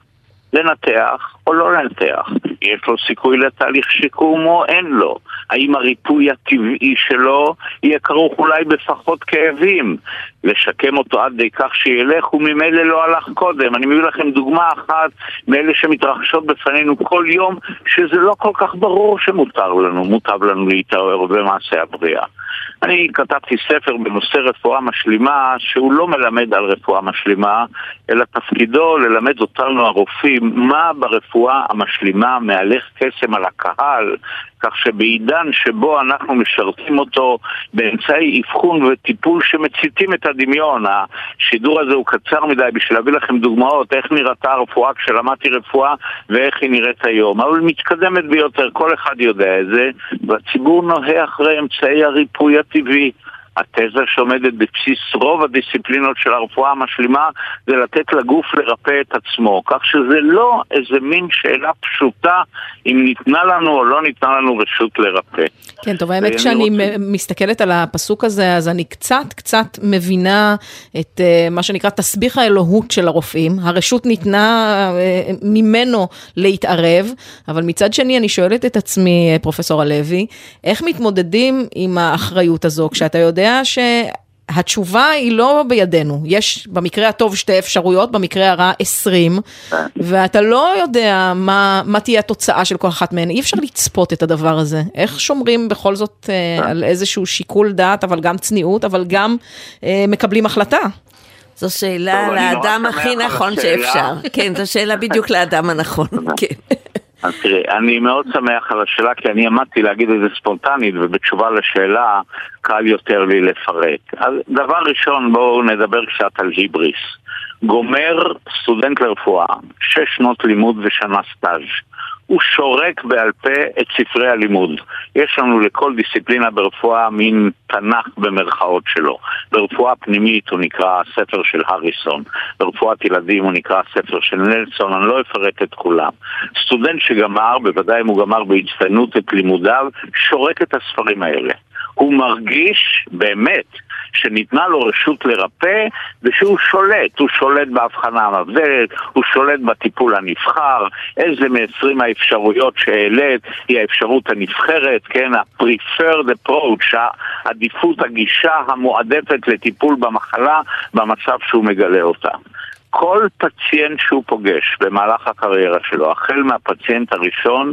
לנתח או לא לנתח, יש לו סיכוי לתהליך שיקום או אין לו, האם הריפוי הטבעי שלו יהיה כרוך אולי בפחות כאבים, לשקם אותו עד די כך שילך וממילא לא הלך קודם. אני מביא לכם דוגמה אחת מאלה שמתרחשות בפנינו כל יום, שזה לא כל כך ברור שמותר לנו, מוטב לנו להתעורר במעשה הבריאה. אני כתבתי ספר בנושא רפואה משלימה, שהוא לא מלמד על רפואה משלימה, אלא תפקידו ללמד אותנו הרופאים מה ברפואה המשלימה מהלך קסם על הקהל, כך שבעידן שבו אנחנו משרתים אותו באמצעי אבחון וטיפול שמציתים את הדמיון. השידור הזה הוא קצר מדי בשביל להביא לכם דוגמאות איך נראתה הרפואה כשלמדתי רפואה ואיך היא נראית היום, אבל מתקדמת ביותר, כל אחד יודע את זה, והציבור נוהה אחרי אמצעי הריפוי הטבעי. התזה שעומדת בבסיס רוב הדיסציפלינות של הרפואה המשלימה זה לתת לגוף לרפא את עצמו, כך שזה לא איזה מין שאלה פשוטה אם ניתנה לנו או לא ניתנה לנו רשות לרפא. כן, טוב, האמת כשאני רוצה... מסתכלת על הפסוק הזה, אז אני קצת קצת מבינה את uh, מה שנקרא תסביך האלוהות של הרופאים. הרשות ניתנה uh, ממנו להתערב, אבל מצד שני אני שואלת את עצמי, פרופסור הלוי, איך מתמודדים עם האחריות הזו, כשאתה יודע שהתשובה היא לא בידינו. יש במקרה הטוב שתי אפשרויות, במקרה הרע עשרים, ואתה לא יודע מה, מה תהיה התוצאה של כל אחת מהן. אי אפשר לצפות את הדבר הזה. איך שומרים בכל זאת אה, על איזשהו שיקול דעת, אבל גם צניעות, אבל גם אה, מקבלים החלטה? זו שאלה לאדם הכי נכון שאפשר. כן, זו שאלה בדיוק לאדם הנכון. כן. אז תראי, אני מאוד שמח על השאלה, כי אני עמדתי להגיד את זה ספונטנית, ובתשובה לשאלה קל יותר לי לפרט. אז דבר ראשון, בואו נדבר קצת על היבריס. גומר סטודנט לרפואה, שש שנות לימוד ושנה סטאז'. הוא שורק בעל פה את ספרי הלימוד. יש לנו לכל דיסציפלינה ברפואה מין תנ"ך במרכאות שלו. ברפואה פנימית הוא נקרא הספר של הריסון. ברפואת ילדים הוא נקרא הספר של נלסון. אני לא אפרט את כולם. סטודנט שגמר, בוודאי אם הוא גמר בהצטיינות את לימודיו, שורק את הספרים האלה. הוא מרגיש באמת שניתנה לו רשות לרפא, ושהוא שולט, הוא שולט בהבחנה המבדלת, הוא שולט בטיפול הנבחר, איזה מ-עשרים האפשרויות שהעלית היא האפשרות הנבחרת, כן, ה-preferred approach, העדיפות הגישה המועדפת לטיפול במחלה במצב שהוא מגלה אותה. כל פציינט שהוא פוגש במהלך הקריירה שלו, החל מהפציינט הראשון,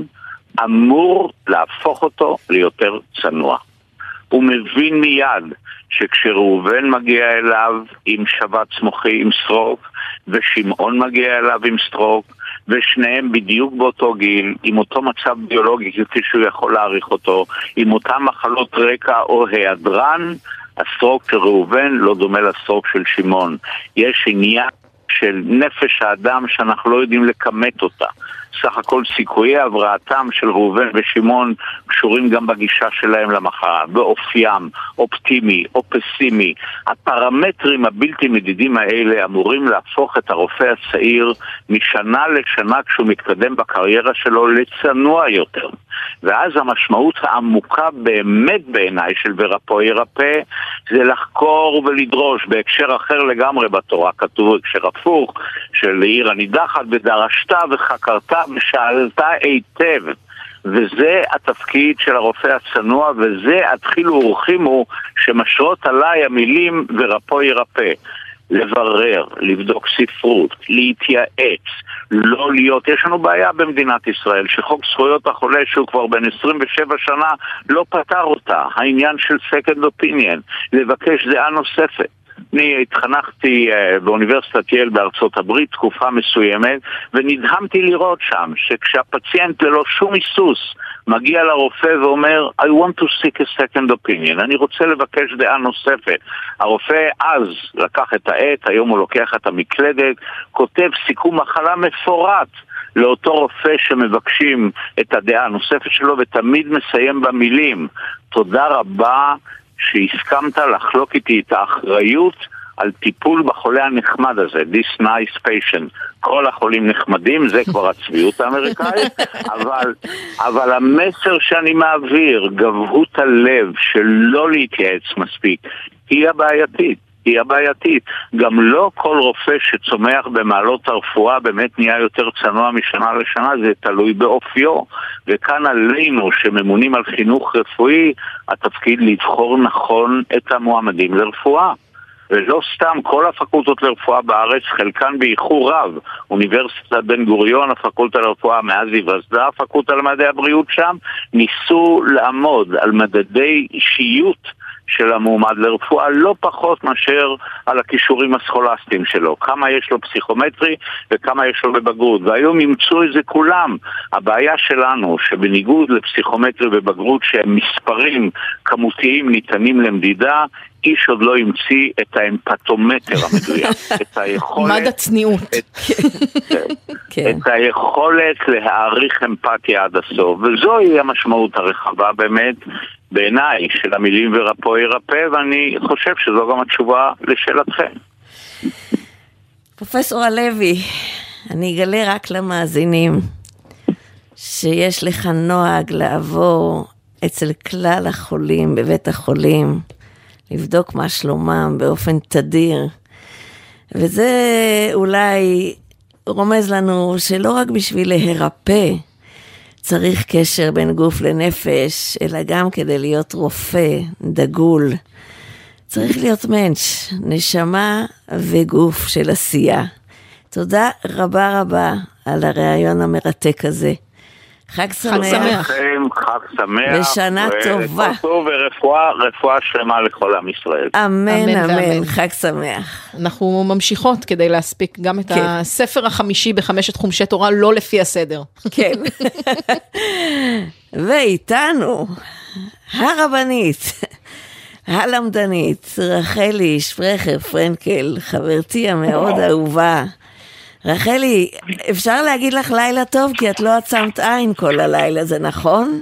אמור להפוך אותו ליותר צנוע. הוא מבין מיד שכשראובן מגיע אליו עם שבץ מוחי עם סטרוק, ושמעון מגיע אליו עם סטרוק, ושניהם בדיוק באותו גיל, עם אותו מצב ביולוגי כפי שהוא יכול להעריך אותו, עם אותם מחלות רקע או היעדרן, הסטרוק של ראובן לא דומה לסטרוק של שמעון. יש עניין של נפש האדם שאנחנו לא יודעים לכמת אותה. סך הכל סיכויי הבראתם של ראובן ושמעון קשורים גם בגישה שלהם למחר, באופיים, אופטימי או פסימי. הפרמטרים הבלתי מדידים האלה אמורים להפוך את הרופא הצעיר משנה לשנה כשהוא מתקדם בקריירה שלו לצנוע יותר. ואז המשמעות העמוקה באמת בעיניי של ורפוא ירפא זה לחקור ולדרוש בהקשר אחר לגמרי בתורה. כתוב הקשר הפוך של עיר הנידחת ודרשת וחקרת ושאלת היטב, וזה התפקיד של הרופא הצנוע, וזה התחילו ורחימו שמשרות עליי המילים ורפוא ירפא. לברר, לבדוק ספרות, להתייעץ, לא להיות. יש לנו בעיה במדינת ישראל שחוק זכויות החולה שהוא כבר בין עשרים ושבע שנה לא פתר אותה. העניין של second opinion, לבקש דעה נוספת. אני התחנכתי uh, באוניברסיטת יל בארצות הברית תקופה מסוימת, ונדהמתי לראות שם שכשהפציינט ללא שום היסוס מגיע לרופא ואומר I want to seek a second opinion, אני רוצה לבקש דעה נוספת, הרופא אז לקח את העט, היום הוא לוקח את המקלדת, כותב סיכום מחלה מפורט לאותו רופא שמבקשים את הדעה הנוספת שלו, ותמיד מסיים במילים תודה רבה שהסכמת לחלוק איתי את האחריות על טיפול בחולה הנחמד הזה, this nice patient. כל החולים נחמדים, זה כבר הצביעות האמריקאית, אבל, אבל המסר שאני מעביר, גבהות הלב שלא להתייעץ מספיק, היא הבעייתית. היא הבעייתית. גם לא כל רופא שצומח במעלות הרפואה באמת נהיה יותר צנוע משנה לשנה, זה תלוי באופיו. וכאן עלינו שממונים על חינוך רפואי, התפקיד לבחור נכון את המועמדים לרפואה. ולא סתם כל הפקולטות לרפואה בארץ, חלקן באיחור רב. אוניברסיטת בן גוריון, הפקולטה לרפואה מאז היווסדה, הפקולטה למדעי הבריאות שם, ניסו לעמוד על מדדי אישיות של המועמד לרפואה, לא פחות מאשר על הכישורים הסכולסטיים שלו. כמה יש לו פסיכומטרי וכמה יש לו בבגרות. והיום ימצאו את זה כולם. הבעיה שלנו, שבניגוד לפסיכומטרי ובגרות שהם מספרים כמותיים ניתנים למדידה, איש עוד לא ימציא את האמפתומטר המדויק, את היכולת... מד הצניעות. את היכולת להעריך אמפתיה עד הסוף. וזוהי המשמעות הרחבה באמת בעיניי של המילים ורפוא ירפא, ואני חושב שזו גם התשובה לשאלתכם. פרופסור הלוי, אני אגלה רק למאזינים שיש לך נוהג לעבור אצל כלל החולים בבית החולים, לבדוק מה שלומם באופן תדיר, וזה אולי רומז לנו שלא רק בשביל להירפא צריך קשר בין גוף לנפש, אלא גם כדי להיות רופא, דגול. צריך להיות מנש, נשמה וגוף של עשייה. תודה רבה רבה על הרעיון המרתק הזה. חג שמח. חג שמח. ושנה טובה. ורפואה, רפואה שלמה לכל עם ישראל. אמן, אמן. חג שמח. אנחנו ממשיכות כדי להספיק גם את הספר החמישי בחמשת חומשי תורה, לא לפי הסדר. כן. ואיתנו, הרבנית, הלמדנית, רחלי שפרכר פרנקל, חברתי המאוד אהובה. רחלי, אפשר להגיד לך לילה טוב, כי את לא עצמת עין כל הלילה, זה נכון?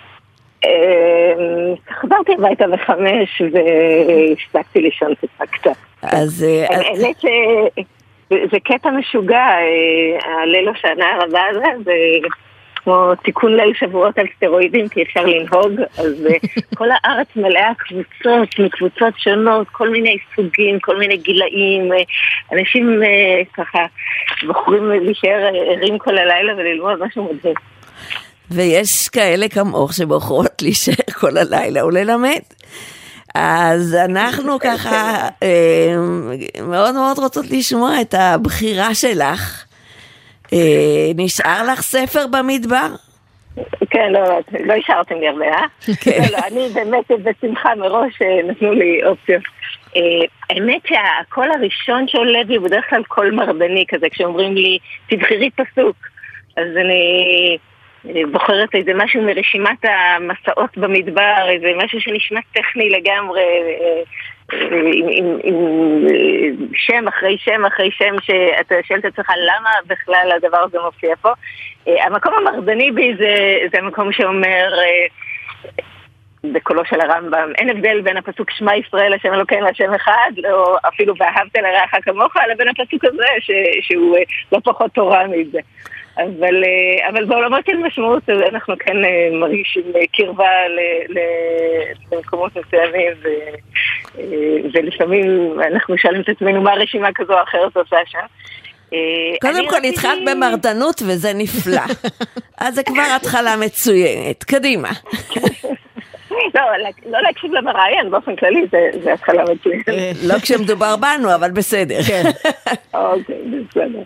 חזרתי הביתה בחמש והפסקתי לישון קצת. אז... האמת שזה קטע משוגע, הליל השנה הרבה הזה, זה כמו תיקון ליל שבועות על סטרואידים, כי אפשר לנהוג, אז כל הארץ מלאה קבוצות, מקבוצות שונות, כל מיני סוגים, כל מיני גילאים, אנשים ככה בוחרים להישאר ערים כל הלילה וללמוד משהו מדהים. ויש כאלה כמוך שבוחרות להישאר כל הלילה וללמד. אז אנחנו ככה מאוד מאוד רוצות לשמוע את הבחירה שלך. נשאר לך ספר במדבר? כן, לא, לא השארתם לי הרבה, אה? לא, לא, אני באמת בשמחה מראש נתנו לי אופציות. האמת שהקול הראשון שעולה בי הוא בדרך כלל קול מרדני כזה, כשאומרים לי, תבחרי פסוק. אז אני בוחרת איזה משהו מרשימת המסעות במדבר, איזה משהו שנשמע טכני לגמרי, עם, עם, עם שם אחרי שם אחרי שם שאתה שואל את עצמך למה בכלל הדבר הזה מופיע פה. המקום המרדני בי זה, זה המקום שאומר בקולו של הרמב"ם, אין הבדל בין הפסוק שמע ישראל השם אלוקינו השם אחד, או אפילו ואהבת לרעך כמוך, לבין הפסוק הזה ש, שהוא לא פחות תורה מזה. אבל, אבל בעולמות של משמעות אנחנו כן מרגישים קרבה למקומות מסוימים, ו, ולפעמים אנחנו שואלים את עצמנו מה הרשימה כזו או אחרת עושה שם. קודם כל התחלת במרדנות וזה נפלא. אז זה כבר התחלה מצוינת. קדימה. לא, לא להקשיב למראיין, באופן כללי זה התחלה מצוינת. לא כשמדובר בנו, אבל בסדר. אוקיי, בסדר.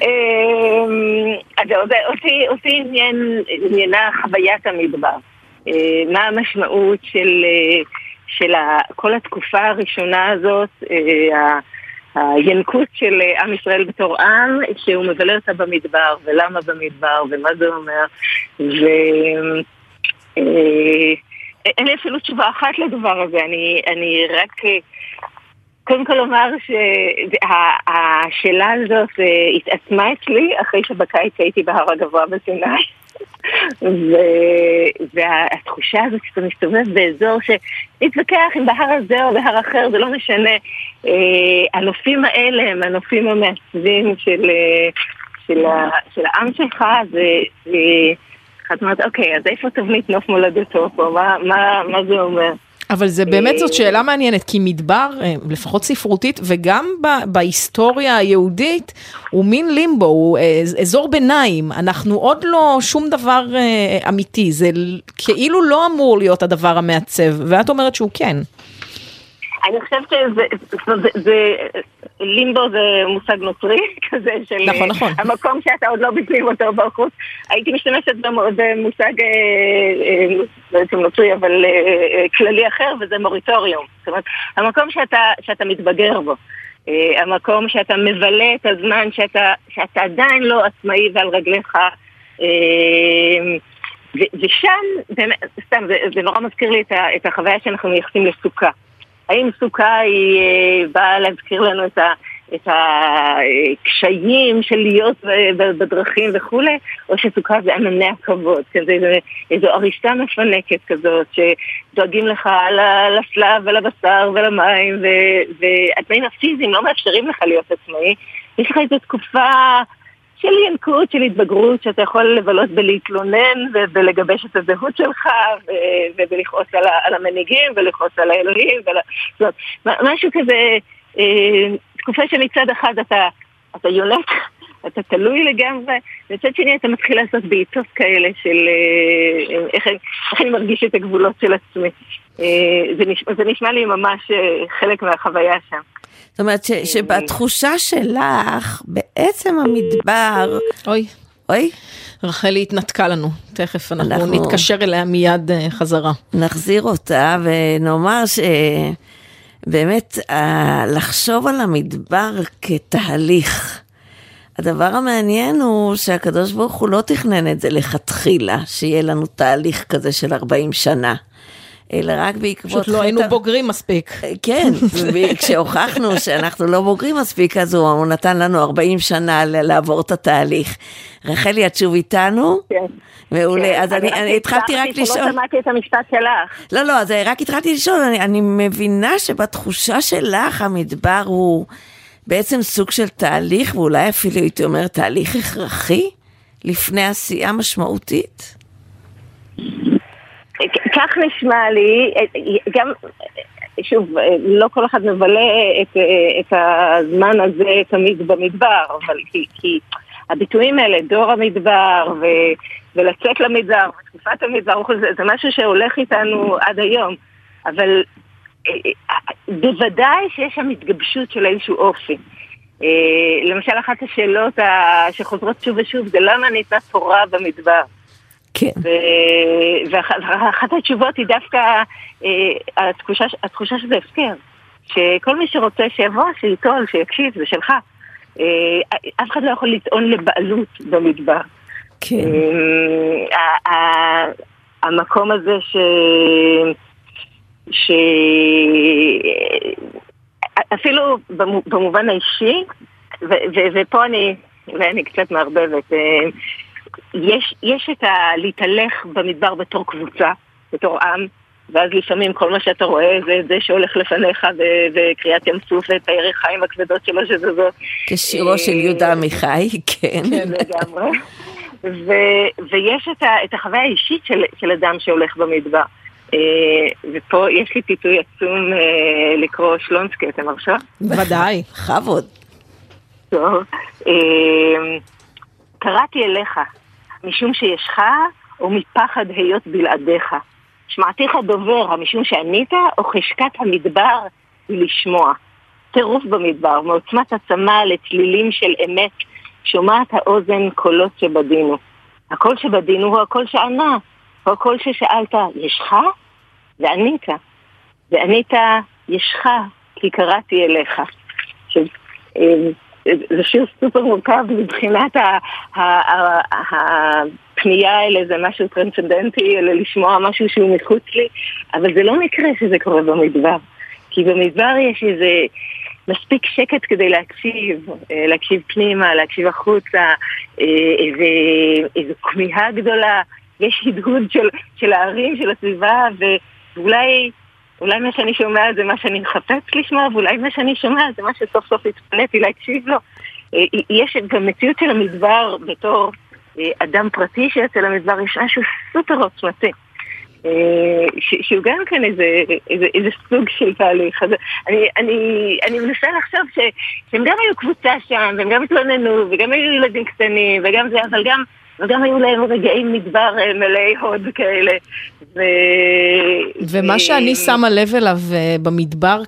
אז אותי עניינה חוויית המדבר. מה המשמעות של כל התקופה הראשונה הזאת, הינקות של עם ישראל בתור עם, שהוא מבלה אותה במדבר, ולמה במדבר, ומה זה אומר, ו... אין לי אפילו תשובה אחת לדבר הזה, אני, אני רק קודם כל אומר שהשאלה הזאת התעצמה אצלי אחרי שבקיץ הייתי בהר הגבוה בסיני, והתחושה הזאת שאתה מסתובב באזור שנתווכח עם בהר הזה או בהר אחר, זה לא משנה, הנופים האלה הם הנופים המעצבים של, של, של העם שלך, זה... את אומרת, אוקיי, אז איפה תבנית נוף מולדתו פה? מה, מה, מה זה אומר? אבל זה באמת זאת שאלה מעניינת, כי מדבר, לפחות ספרותית, וגם בהיסטוריה היהודית, הוא מין לימבו, הוא אזור ביניים. אנחנו עוד לא שום דבר אמיתי, זה כאילו לא אמור להיות הדבר המעצב, ואת אומרת שהוא כן. אני חושבת שזה, זה, זה, לימבו זה מושג נוצרי, כזה של נכון, נכון. המקום שאתה עוד לא בפנים אותו בחוץ. הייתי משתמשת במושג בעצם נוצרי, אבל כללי אחר, וזה מוריטוריום. זאת אומרת, המקום שאתה, שאתה מתבגר בו, המקום שאתה מבלה את הזמן, שאתה, שאתה עדיין לא עצמאי ועל רגליך, ושם, באמת, סתם, זה, זה נורא מזכיר לי את החוויה שאנחנו מייחסים לסוכה. האם סוכה היא באה להזכיר לנו את, ה, את הקשיים של להיות בדרכים וכו', או שסוכה זה ענני הכבוד, כזה איזו אריסה מפנקת כזאת, שדואגים לך לסלב ולבשר ולמים, והתנאים הפיזיים לא מאפשרים לך להיות עצמאי. יש לך איזו תקופה של ינקות, של התבגרות, שאתה יכול לבלות בלהתלונן ולגבש את הזהות שלך, ולכעוס על המנהיגים ולכעוס על האלוהים, זאת משהו כזה, תקופה שמצד אחד אתה, אתה יונק, אתה תלוי לגמרי, מצד שני אתה מתחיל לעשות בעיטות כאלה של איך, איך אני מרגיש את הגבולות של עצמי. זה נשמע, זה נשמע לי ממש חלק מהחוויה שם. זאת אומרת ש, שבתחושה שלך, בעצם המדבר... אוי. אוי? רחלי התנתקה לנו, תכף אנחנו, אנחנו נתקשר אליה מיד חזרה. נחזיר אותה ונאמר שבאמת לחשוב על המדבר כתהליך. הדבר המעניין הוא שהקדוש ברוך הוא לא תכנן את זה לכתחילה, שיהיה לנו תהליך כזה של ארבעים שנה. אלא רק בעקבות... פשוט לא היינו בוגרים מספיק. כן, כשהוכחנו שאנחנו לא בוגרים מספיק, אז הוא נתן לנו ארבעים שנה לעבור את התהליך. רחלי, את שוב איתנו? כן. מעולה, אז אני התחלתי רק לשאול... לא שמעתי את המשפט שלך. לא, לא, אז רק התחלתי לשאול, אני מבינה שבתחושה שלך המדבר הוא בעצם סוג של תהליך, ואולי אפילו הייתי אומר תהליך הכרחי, לפני עשייה משמעותית? כך נשמע לי, גם, שוב, לא כל אחד מבלה את, את הזמן הזה תמיד במדבר, אבל כי, כי הביטויים האלה, דור המדבר ו, ולצאת למדבר, תקופת המדבר, זה, זה משהו שהולך איתנו עד היום, אבל בוודאי שיש שם התגבשות של איזשהו אופי. למשל, אחת השאלות שחוזרות שוב ושוב, זה למה ניתנה תורה במדבר? כן. ואחת התשובות היא דווקא התחושה, התחושה שזה הפקר. שכל מי שרוצה שיבוא, שיטול, שיקשיב, זה שלך. אף אחד לא יכול לטעון לבעלות במדבר. כן. המקום הזה ש... ש... אפילו במובן האישי, ופה אני, ואני קצת מערבבת, יש, יש את ה- להתהלך במדבר בתור קבוצה, בתור עם, ואז לפעמים כל מה שאתה רואה זה זה שהולך לפניך וקריאת ים סוף ואת הירכיים הכבדות שלו שזזות. כשירו של יהודה עמיחי, כן. כן, לגמרי. ויש את החוויה האישית של אדם שהולך במדבר. ופה יש לי פיתוי עצום לקרוא שלונסקי, אתם מרשה? ודאי. חבוד. טוב. קראתי אליך, משום שישך או מפחד היות בלעדיך. שמעתיך דובר, המשום שענית, או חשקת המדבר לשמוע. טירוף במדבר, מעוצמת עצמה לצלילים של אמת, שומעת האוזן קולות שבדינו. הקול שבדינו הוא הקול שענה, הוא הקול ששאלת, ישך? וענית. וענית, ישך, כי קראתי אליך. זה שיר סופר מורכב מבחינת הפנייה אל איזה משהו טרנסצנדנטי, אל לשמוע משהו שהוא מחוץ לי, אבל זה לא מקרה שזה קורה במדבר. כי במדבר יש איזה מספיק שקט כדי להקשיב, להקשיב פנימה, להקשיב החוצה, איזה, איזו כמיהה גדולה, יש הדהוד של, של הערים, של הסביבה, ואולי אולי מה שאני שומע זה מה שאני מחפש לשמוע, ואולי מה שאני שומע זה מה שסוף סוף התפניתי להקשיב לו. יש גם מציאות של המדבר בתור אדם פרטי שיוצא למדבר, יש משהו סופר עוצמתי. שהוא גם כאן איזה, איזה, איזה סוג של תהליך. אז אני, אני, אני מנסה לחשוב ש, שהם גם היו קבוצה שם, והם גם התלוננו, וגם היו ילדים קטנים, וגם זה, אבל גם, וגם היו להם רגעים מדבר מלאי הוד כאלה. ו... ומה שאני שמה לב אליו במדבר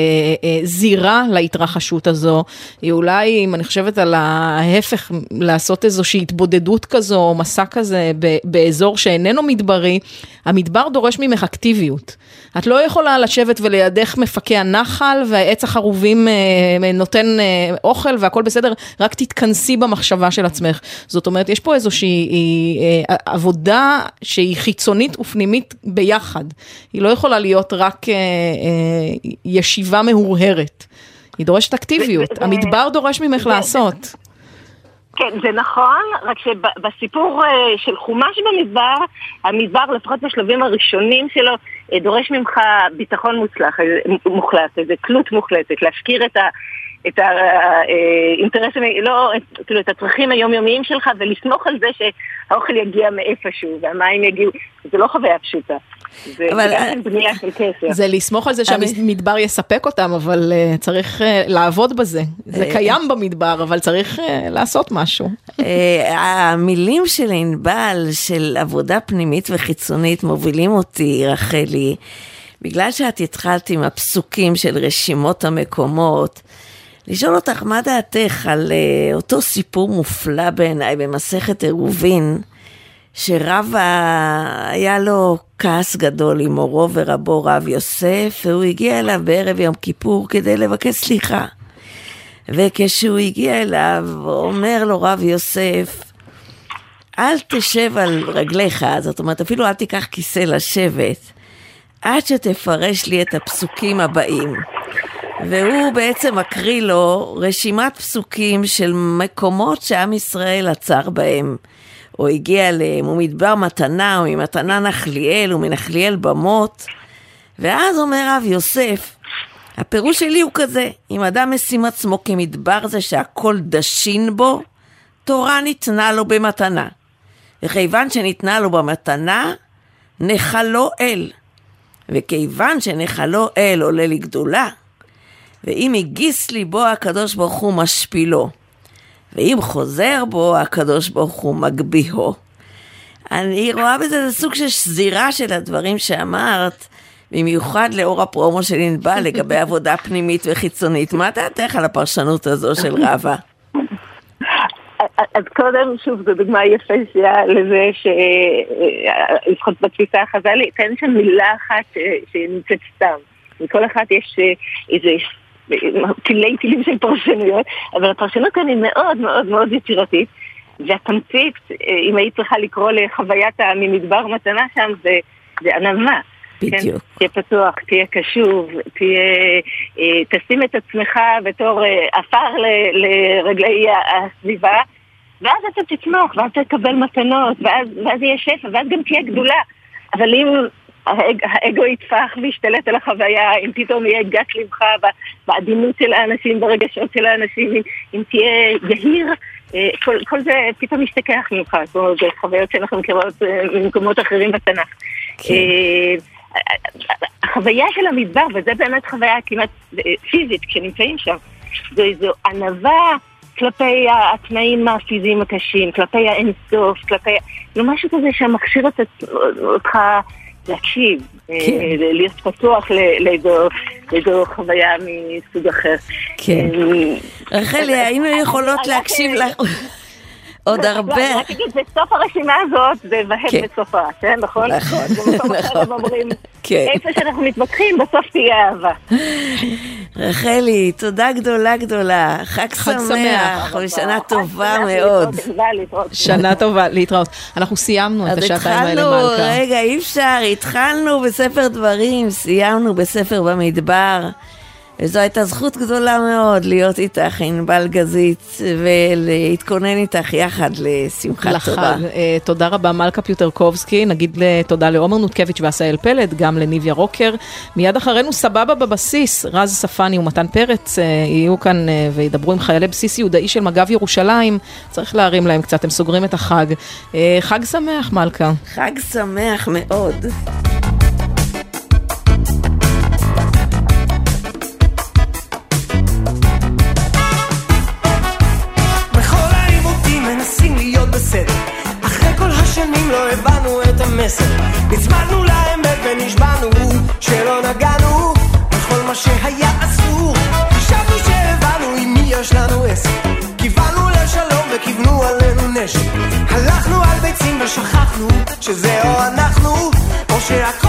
כזירה להתרחשות הזו, היא אולי, אם אני חושבת על ההפך, לעשות איזושהי התבודדות כזו, או מסע כזה באזור שאיננו מדברי, המדבר דורש ממך אקטיביות. את לא יכולה לשבת ולידך מפקי הנחל, והעץ החרובים נותן אוכל והכל בסדר, רק תתכנסי במחשבה של עצמך. זאת אומרת, יש פה איזושהי עבודה שהיא חיצונית ופנימית ביחד. היא לא יכולה להיות רק ישיבה מהורהרת. היא דורשת אקטיביות. המדבר דורש ממך לעשות. כן, זה נכון, רק שבסיפור של חומש במדבר, המדבר לפחות בשלבים הראשונים שלו, דורש ממך ביטחון מוצלח, מוחלט, איזה תלות מוחלטת, להשכיר את ה... את האינטרסים, לא, כאילו, את הצרכים היומיומיים שלך, ולסמוך על זה שהאוכל יגיע מאיפשהו, והמים יגיעו. זה לא חוויה פשוטה. זה גם בנייה של כסף. זה לסמוך על זה שהמדבר יספק אותם, אבל צריך לעבוד בזה. זה קיים במדבר, אבל צריך לעשות משהו. המילים של ענבל, של עבודה פנימית וחיצונית, מובילים אותי, רחלי, בגלל שאת התחלת עם הפסוקים של רשימות המקומות, לשאול אותך מה דעתך על uh, אותו סיפור מופלא בעיניי במסכת עירובין, שרבא היה לו כעס גדול עם מורו ורבו רב יוסף, והוא הגיע אליו בערב יום כיפור כדי לבקש סליחה. וכשהוא הגיע אליו, אומר לו רב יוסף, אל תשב על רגליך, זאת אומרת אפילו אל תיקח כיסא לשבת, עד שתפרש לי את הפסוקים הבאים. והוא בעצם מקריא לו רשימת פסוקים של מקומות שעם ישראל עצר בהם, או הגיע אליהם, הוא מדבר מתנה, או ממתנה נחליאל, ומנחליאל במות. ואז אומר רב יוסף, הפירוש שלי הוא כזה, אם אדם משים עצמו כמדבר זה שהכל דשין בו, תורה ניתנה לו במתנה. וכיוון שניתנה לו במתנה, נחלו אל. וכיוון שנחלו אל עולה לגדולה, ואם הגיס ליבו הקדוש ברוך הוא משפילו, ואם חוזר בו הקדוש ברוך הוא מגביהו. אני רואה בזה סוג של שזירה של הדברים שאמרת, במיוחד לאור הפרומו של ענבל לגבי עבודה פנימית וחיצונית. מה דעתך על הפרשנות הזו של רבא? אז קודם, שוב, זו דוגמה יפהפייה לזה שלפחות בתפיסה החז"לית, אין שם מילה אחת שנמצאת סתם. מכל אחת יש איזה טילי טילים של פרשנויות, אבל הפרשנות כאן היא מאוד מאוד מאוד יצירתית, והתמצית, אם היית צריכה לקרוא לחוויית הממדבר מתנה שם, זה, זה ענווה. בדיוק. כן, תהיה פתוח, תהיה קשוב, תהיה, אה, תשים את עצמך בתור אה, אפר ל, לרגלי הסביבה, ואז אתה תצמח, ואז תקבל מתנות, ואז, ואז יהיה שפע, ואז גם תהיה גדולה. אבל אם האג, האגו יתפח וישתלט על החוויה, אם פתאום יהיה גס לבך בעדינות של האנשים, ברגשות של האנשים, אם, אם תהיה יהיר, כל, כל זה פתאום משתכח ממך. זאת אומרת, זה חוויות שאנחנו מכירות ממקומות אחרים בתנ"ך. כן. החוויה של המדבר, וזה באמת חוויה כמעט פיזית, כשנמצאים שם, זו איזו ענווה כלפי התנאים הפיזיים הקשים, כלפי האינסוף, כלפי... לא משהו כזה שמכשיר אותך להקשיב, להיות פתוח לאיזו חוויה מסוג אחר. כן. רחלי, היינו יכולות להקשיב לך עוד הרבה. אני רק אגיד, בסוף הרשימה הזאת זה והד בסופה, נכון? נכון, נכון. אומרים, איפה שאנחנו מתווכחים, בסוף תהיה אהבה. רחלי, תודה גדולה גדולה, חג שמח, ושנה טובה מאוד. שנה טובה, להתראות. אנחנו סיימנו את השעתיים האלה מלכה. רגע, אי אפשר, התחלנו בספר דברים, סיימנו בספר במדבר. וזו הייתה זכות גדולה מאוד להיות איתך, ענבל גזית, ולהתכונן איתך יחד לשמחת תורה. תודה רבה, מלכה פיוטרקובסקי. נגיד תודה לעומר נותקביץ' ועשאל פלד, גם לניביה רוקר. מיד אחרינו סבבה בבסיס, רז ספני ומתן פרץ יהיו כאן וידברו עם חיילי בסיס יהודאי של מג"ב ירושלים. צריך להרים להם קצת, הם סוגרים את החג. חג שמח, מלכה. חג שמח מאוד. אחרי כל השנים לא הבנו את המסר, נצמדנו לאמת ונשבענו שלא נגענו בכל מה שהיה אסור. חשבנו שהבנו עם מי יש לנו עסק, כיוונו לשלום וכיוונו עלינו נשק. הלכנו על ביצים ושכחנו שזה או אנחנו או שהכל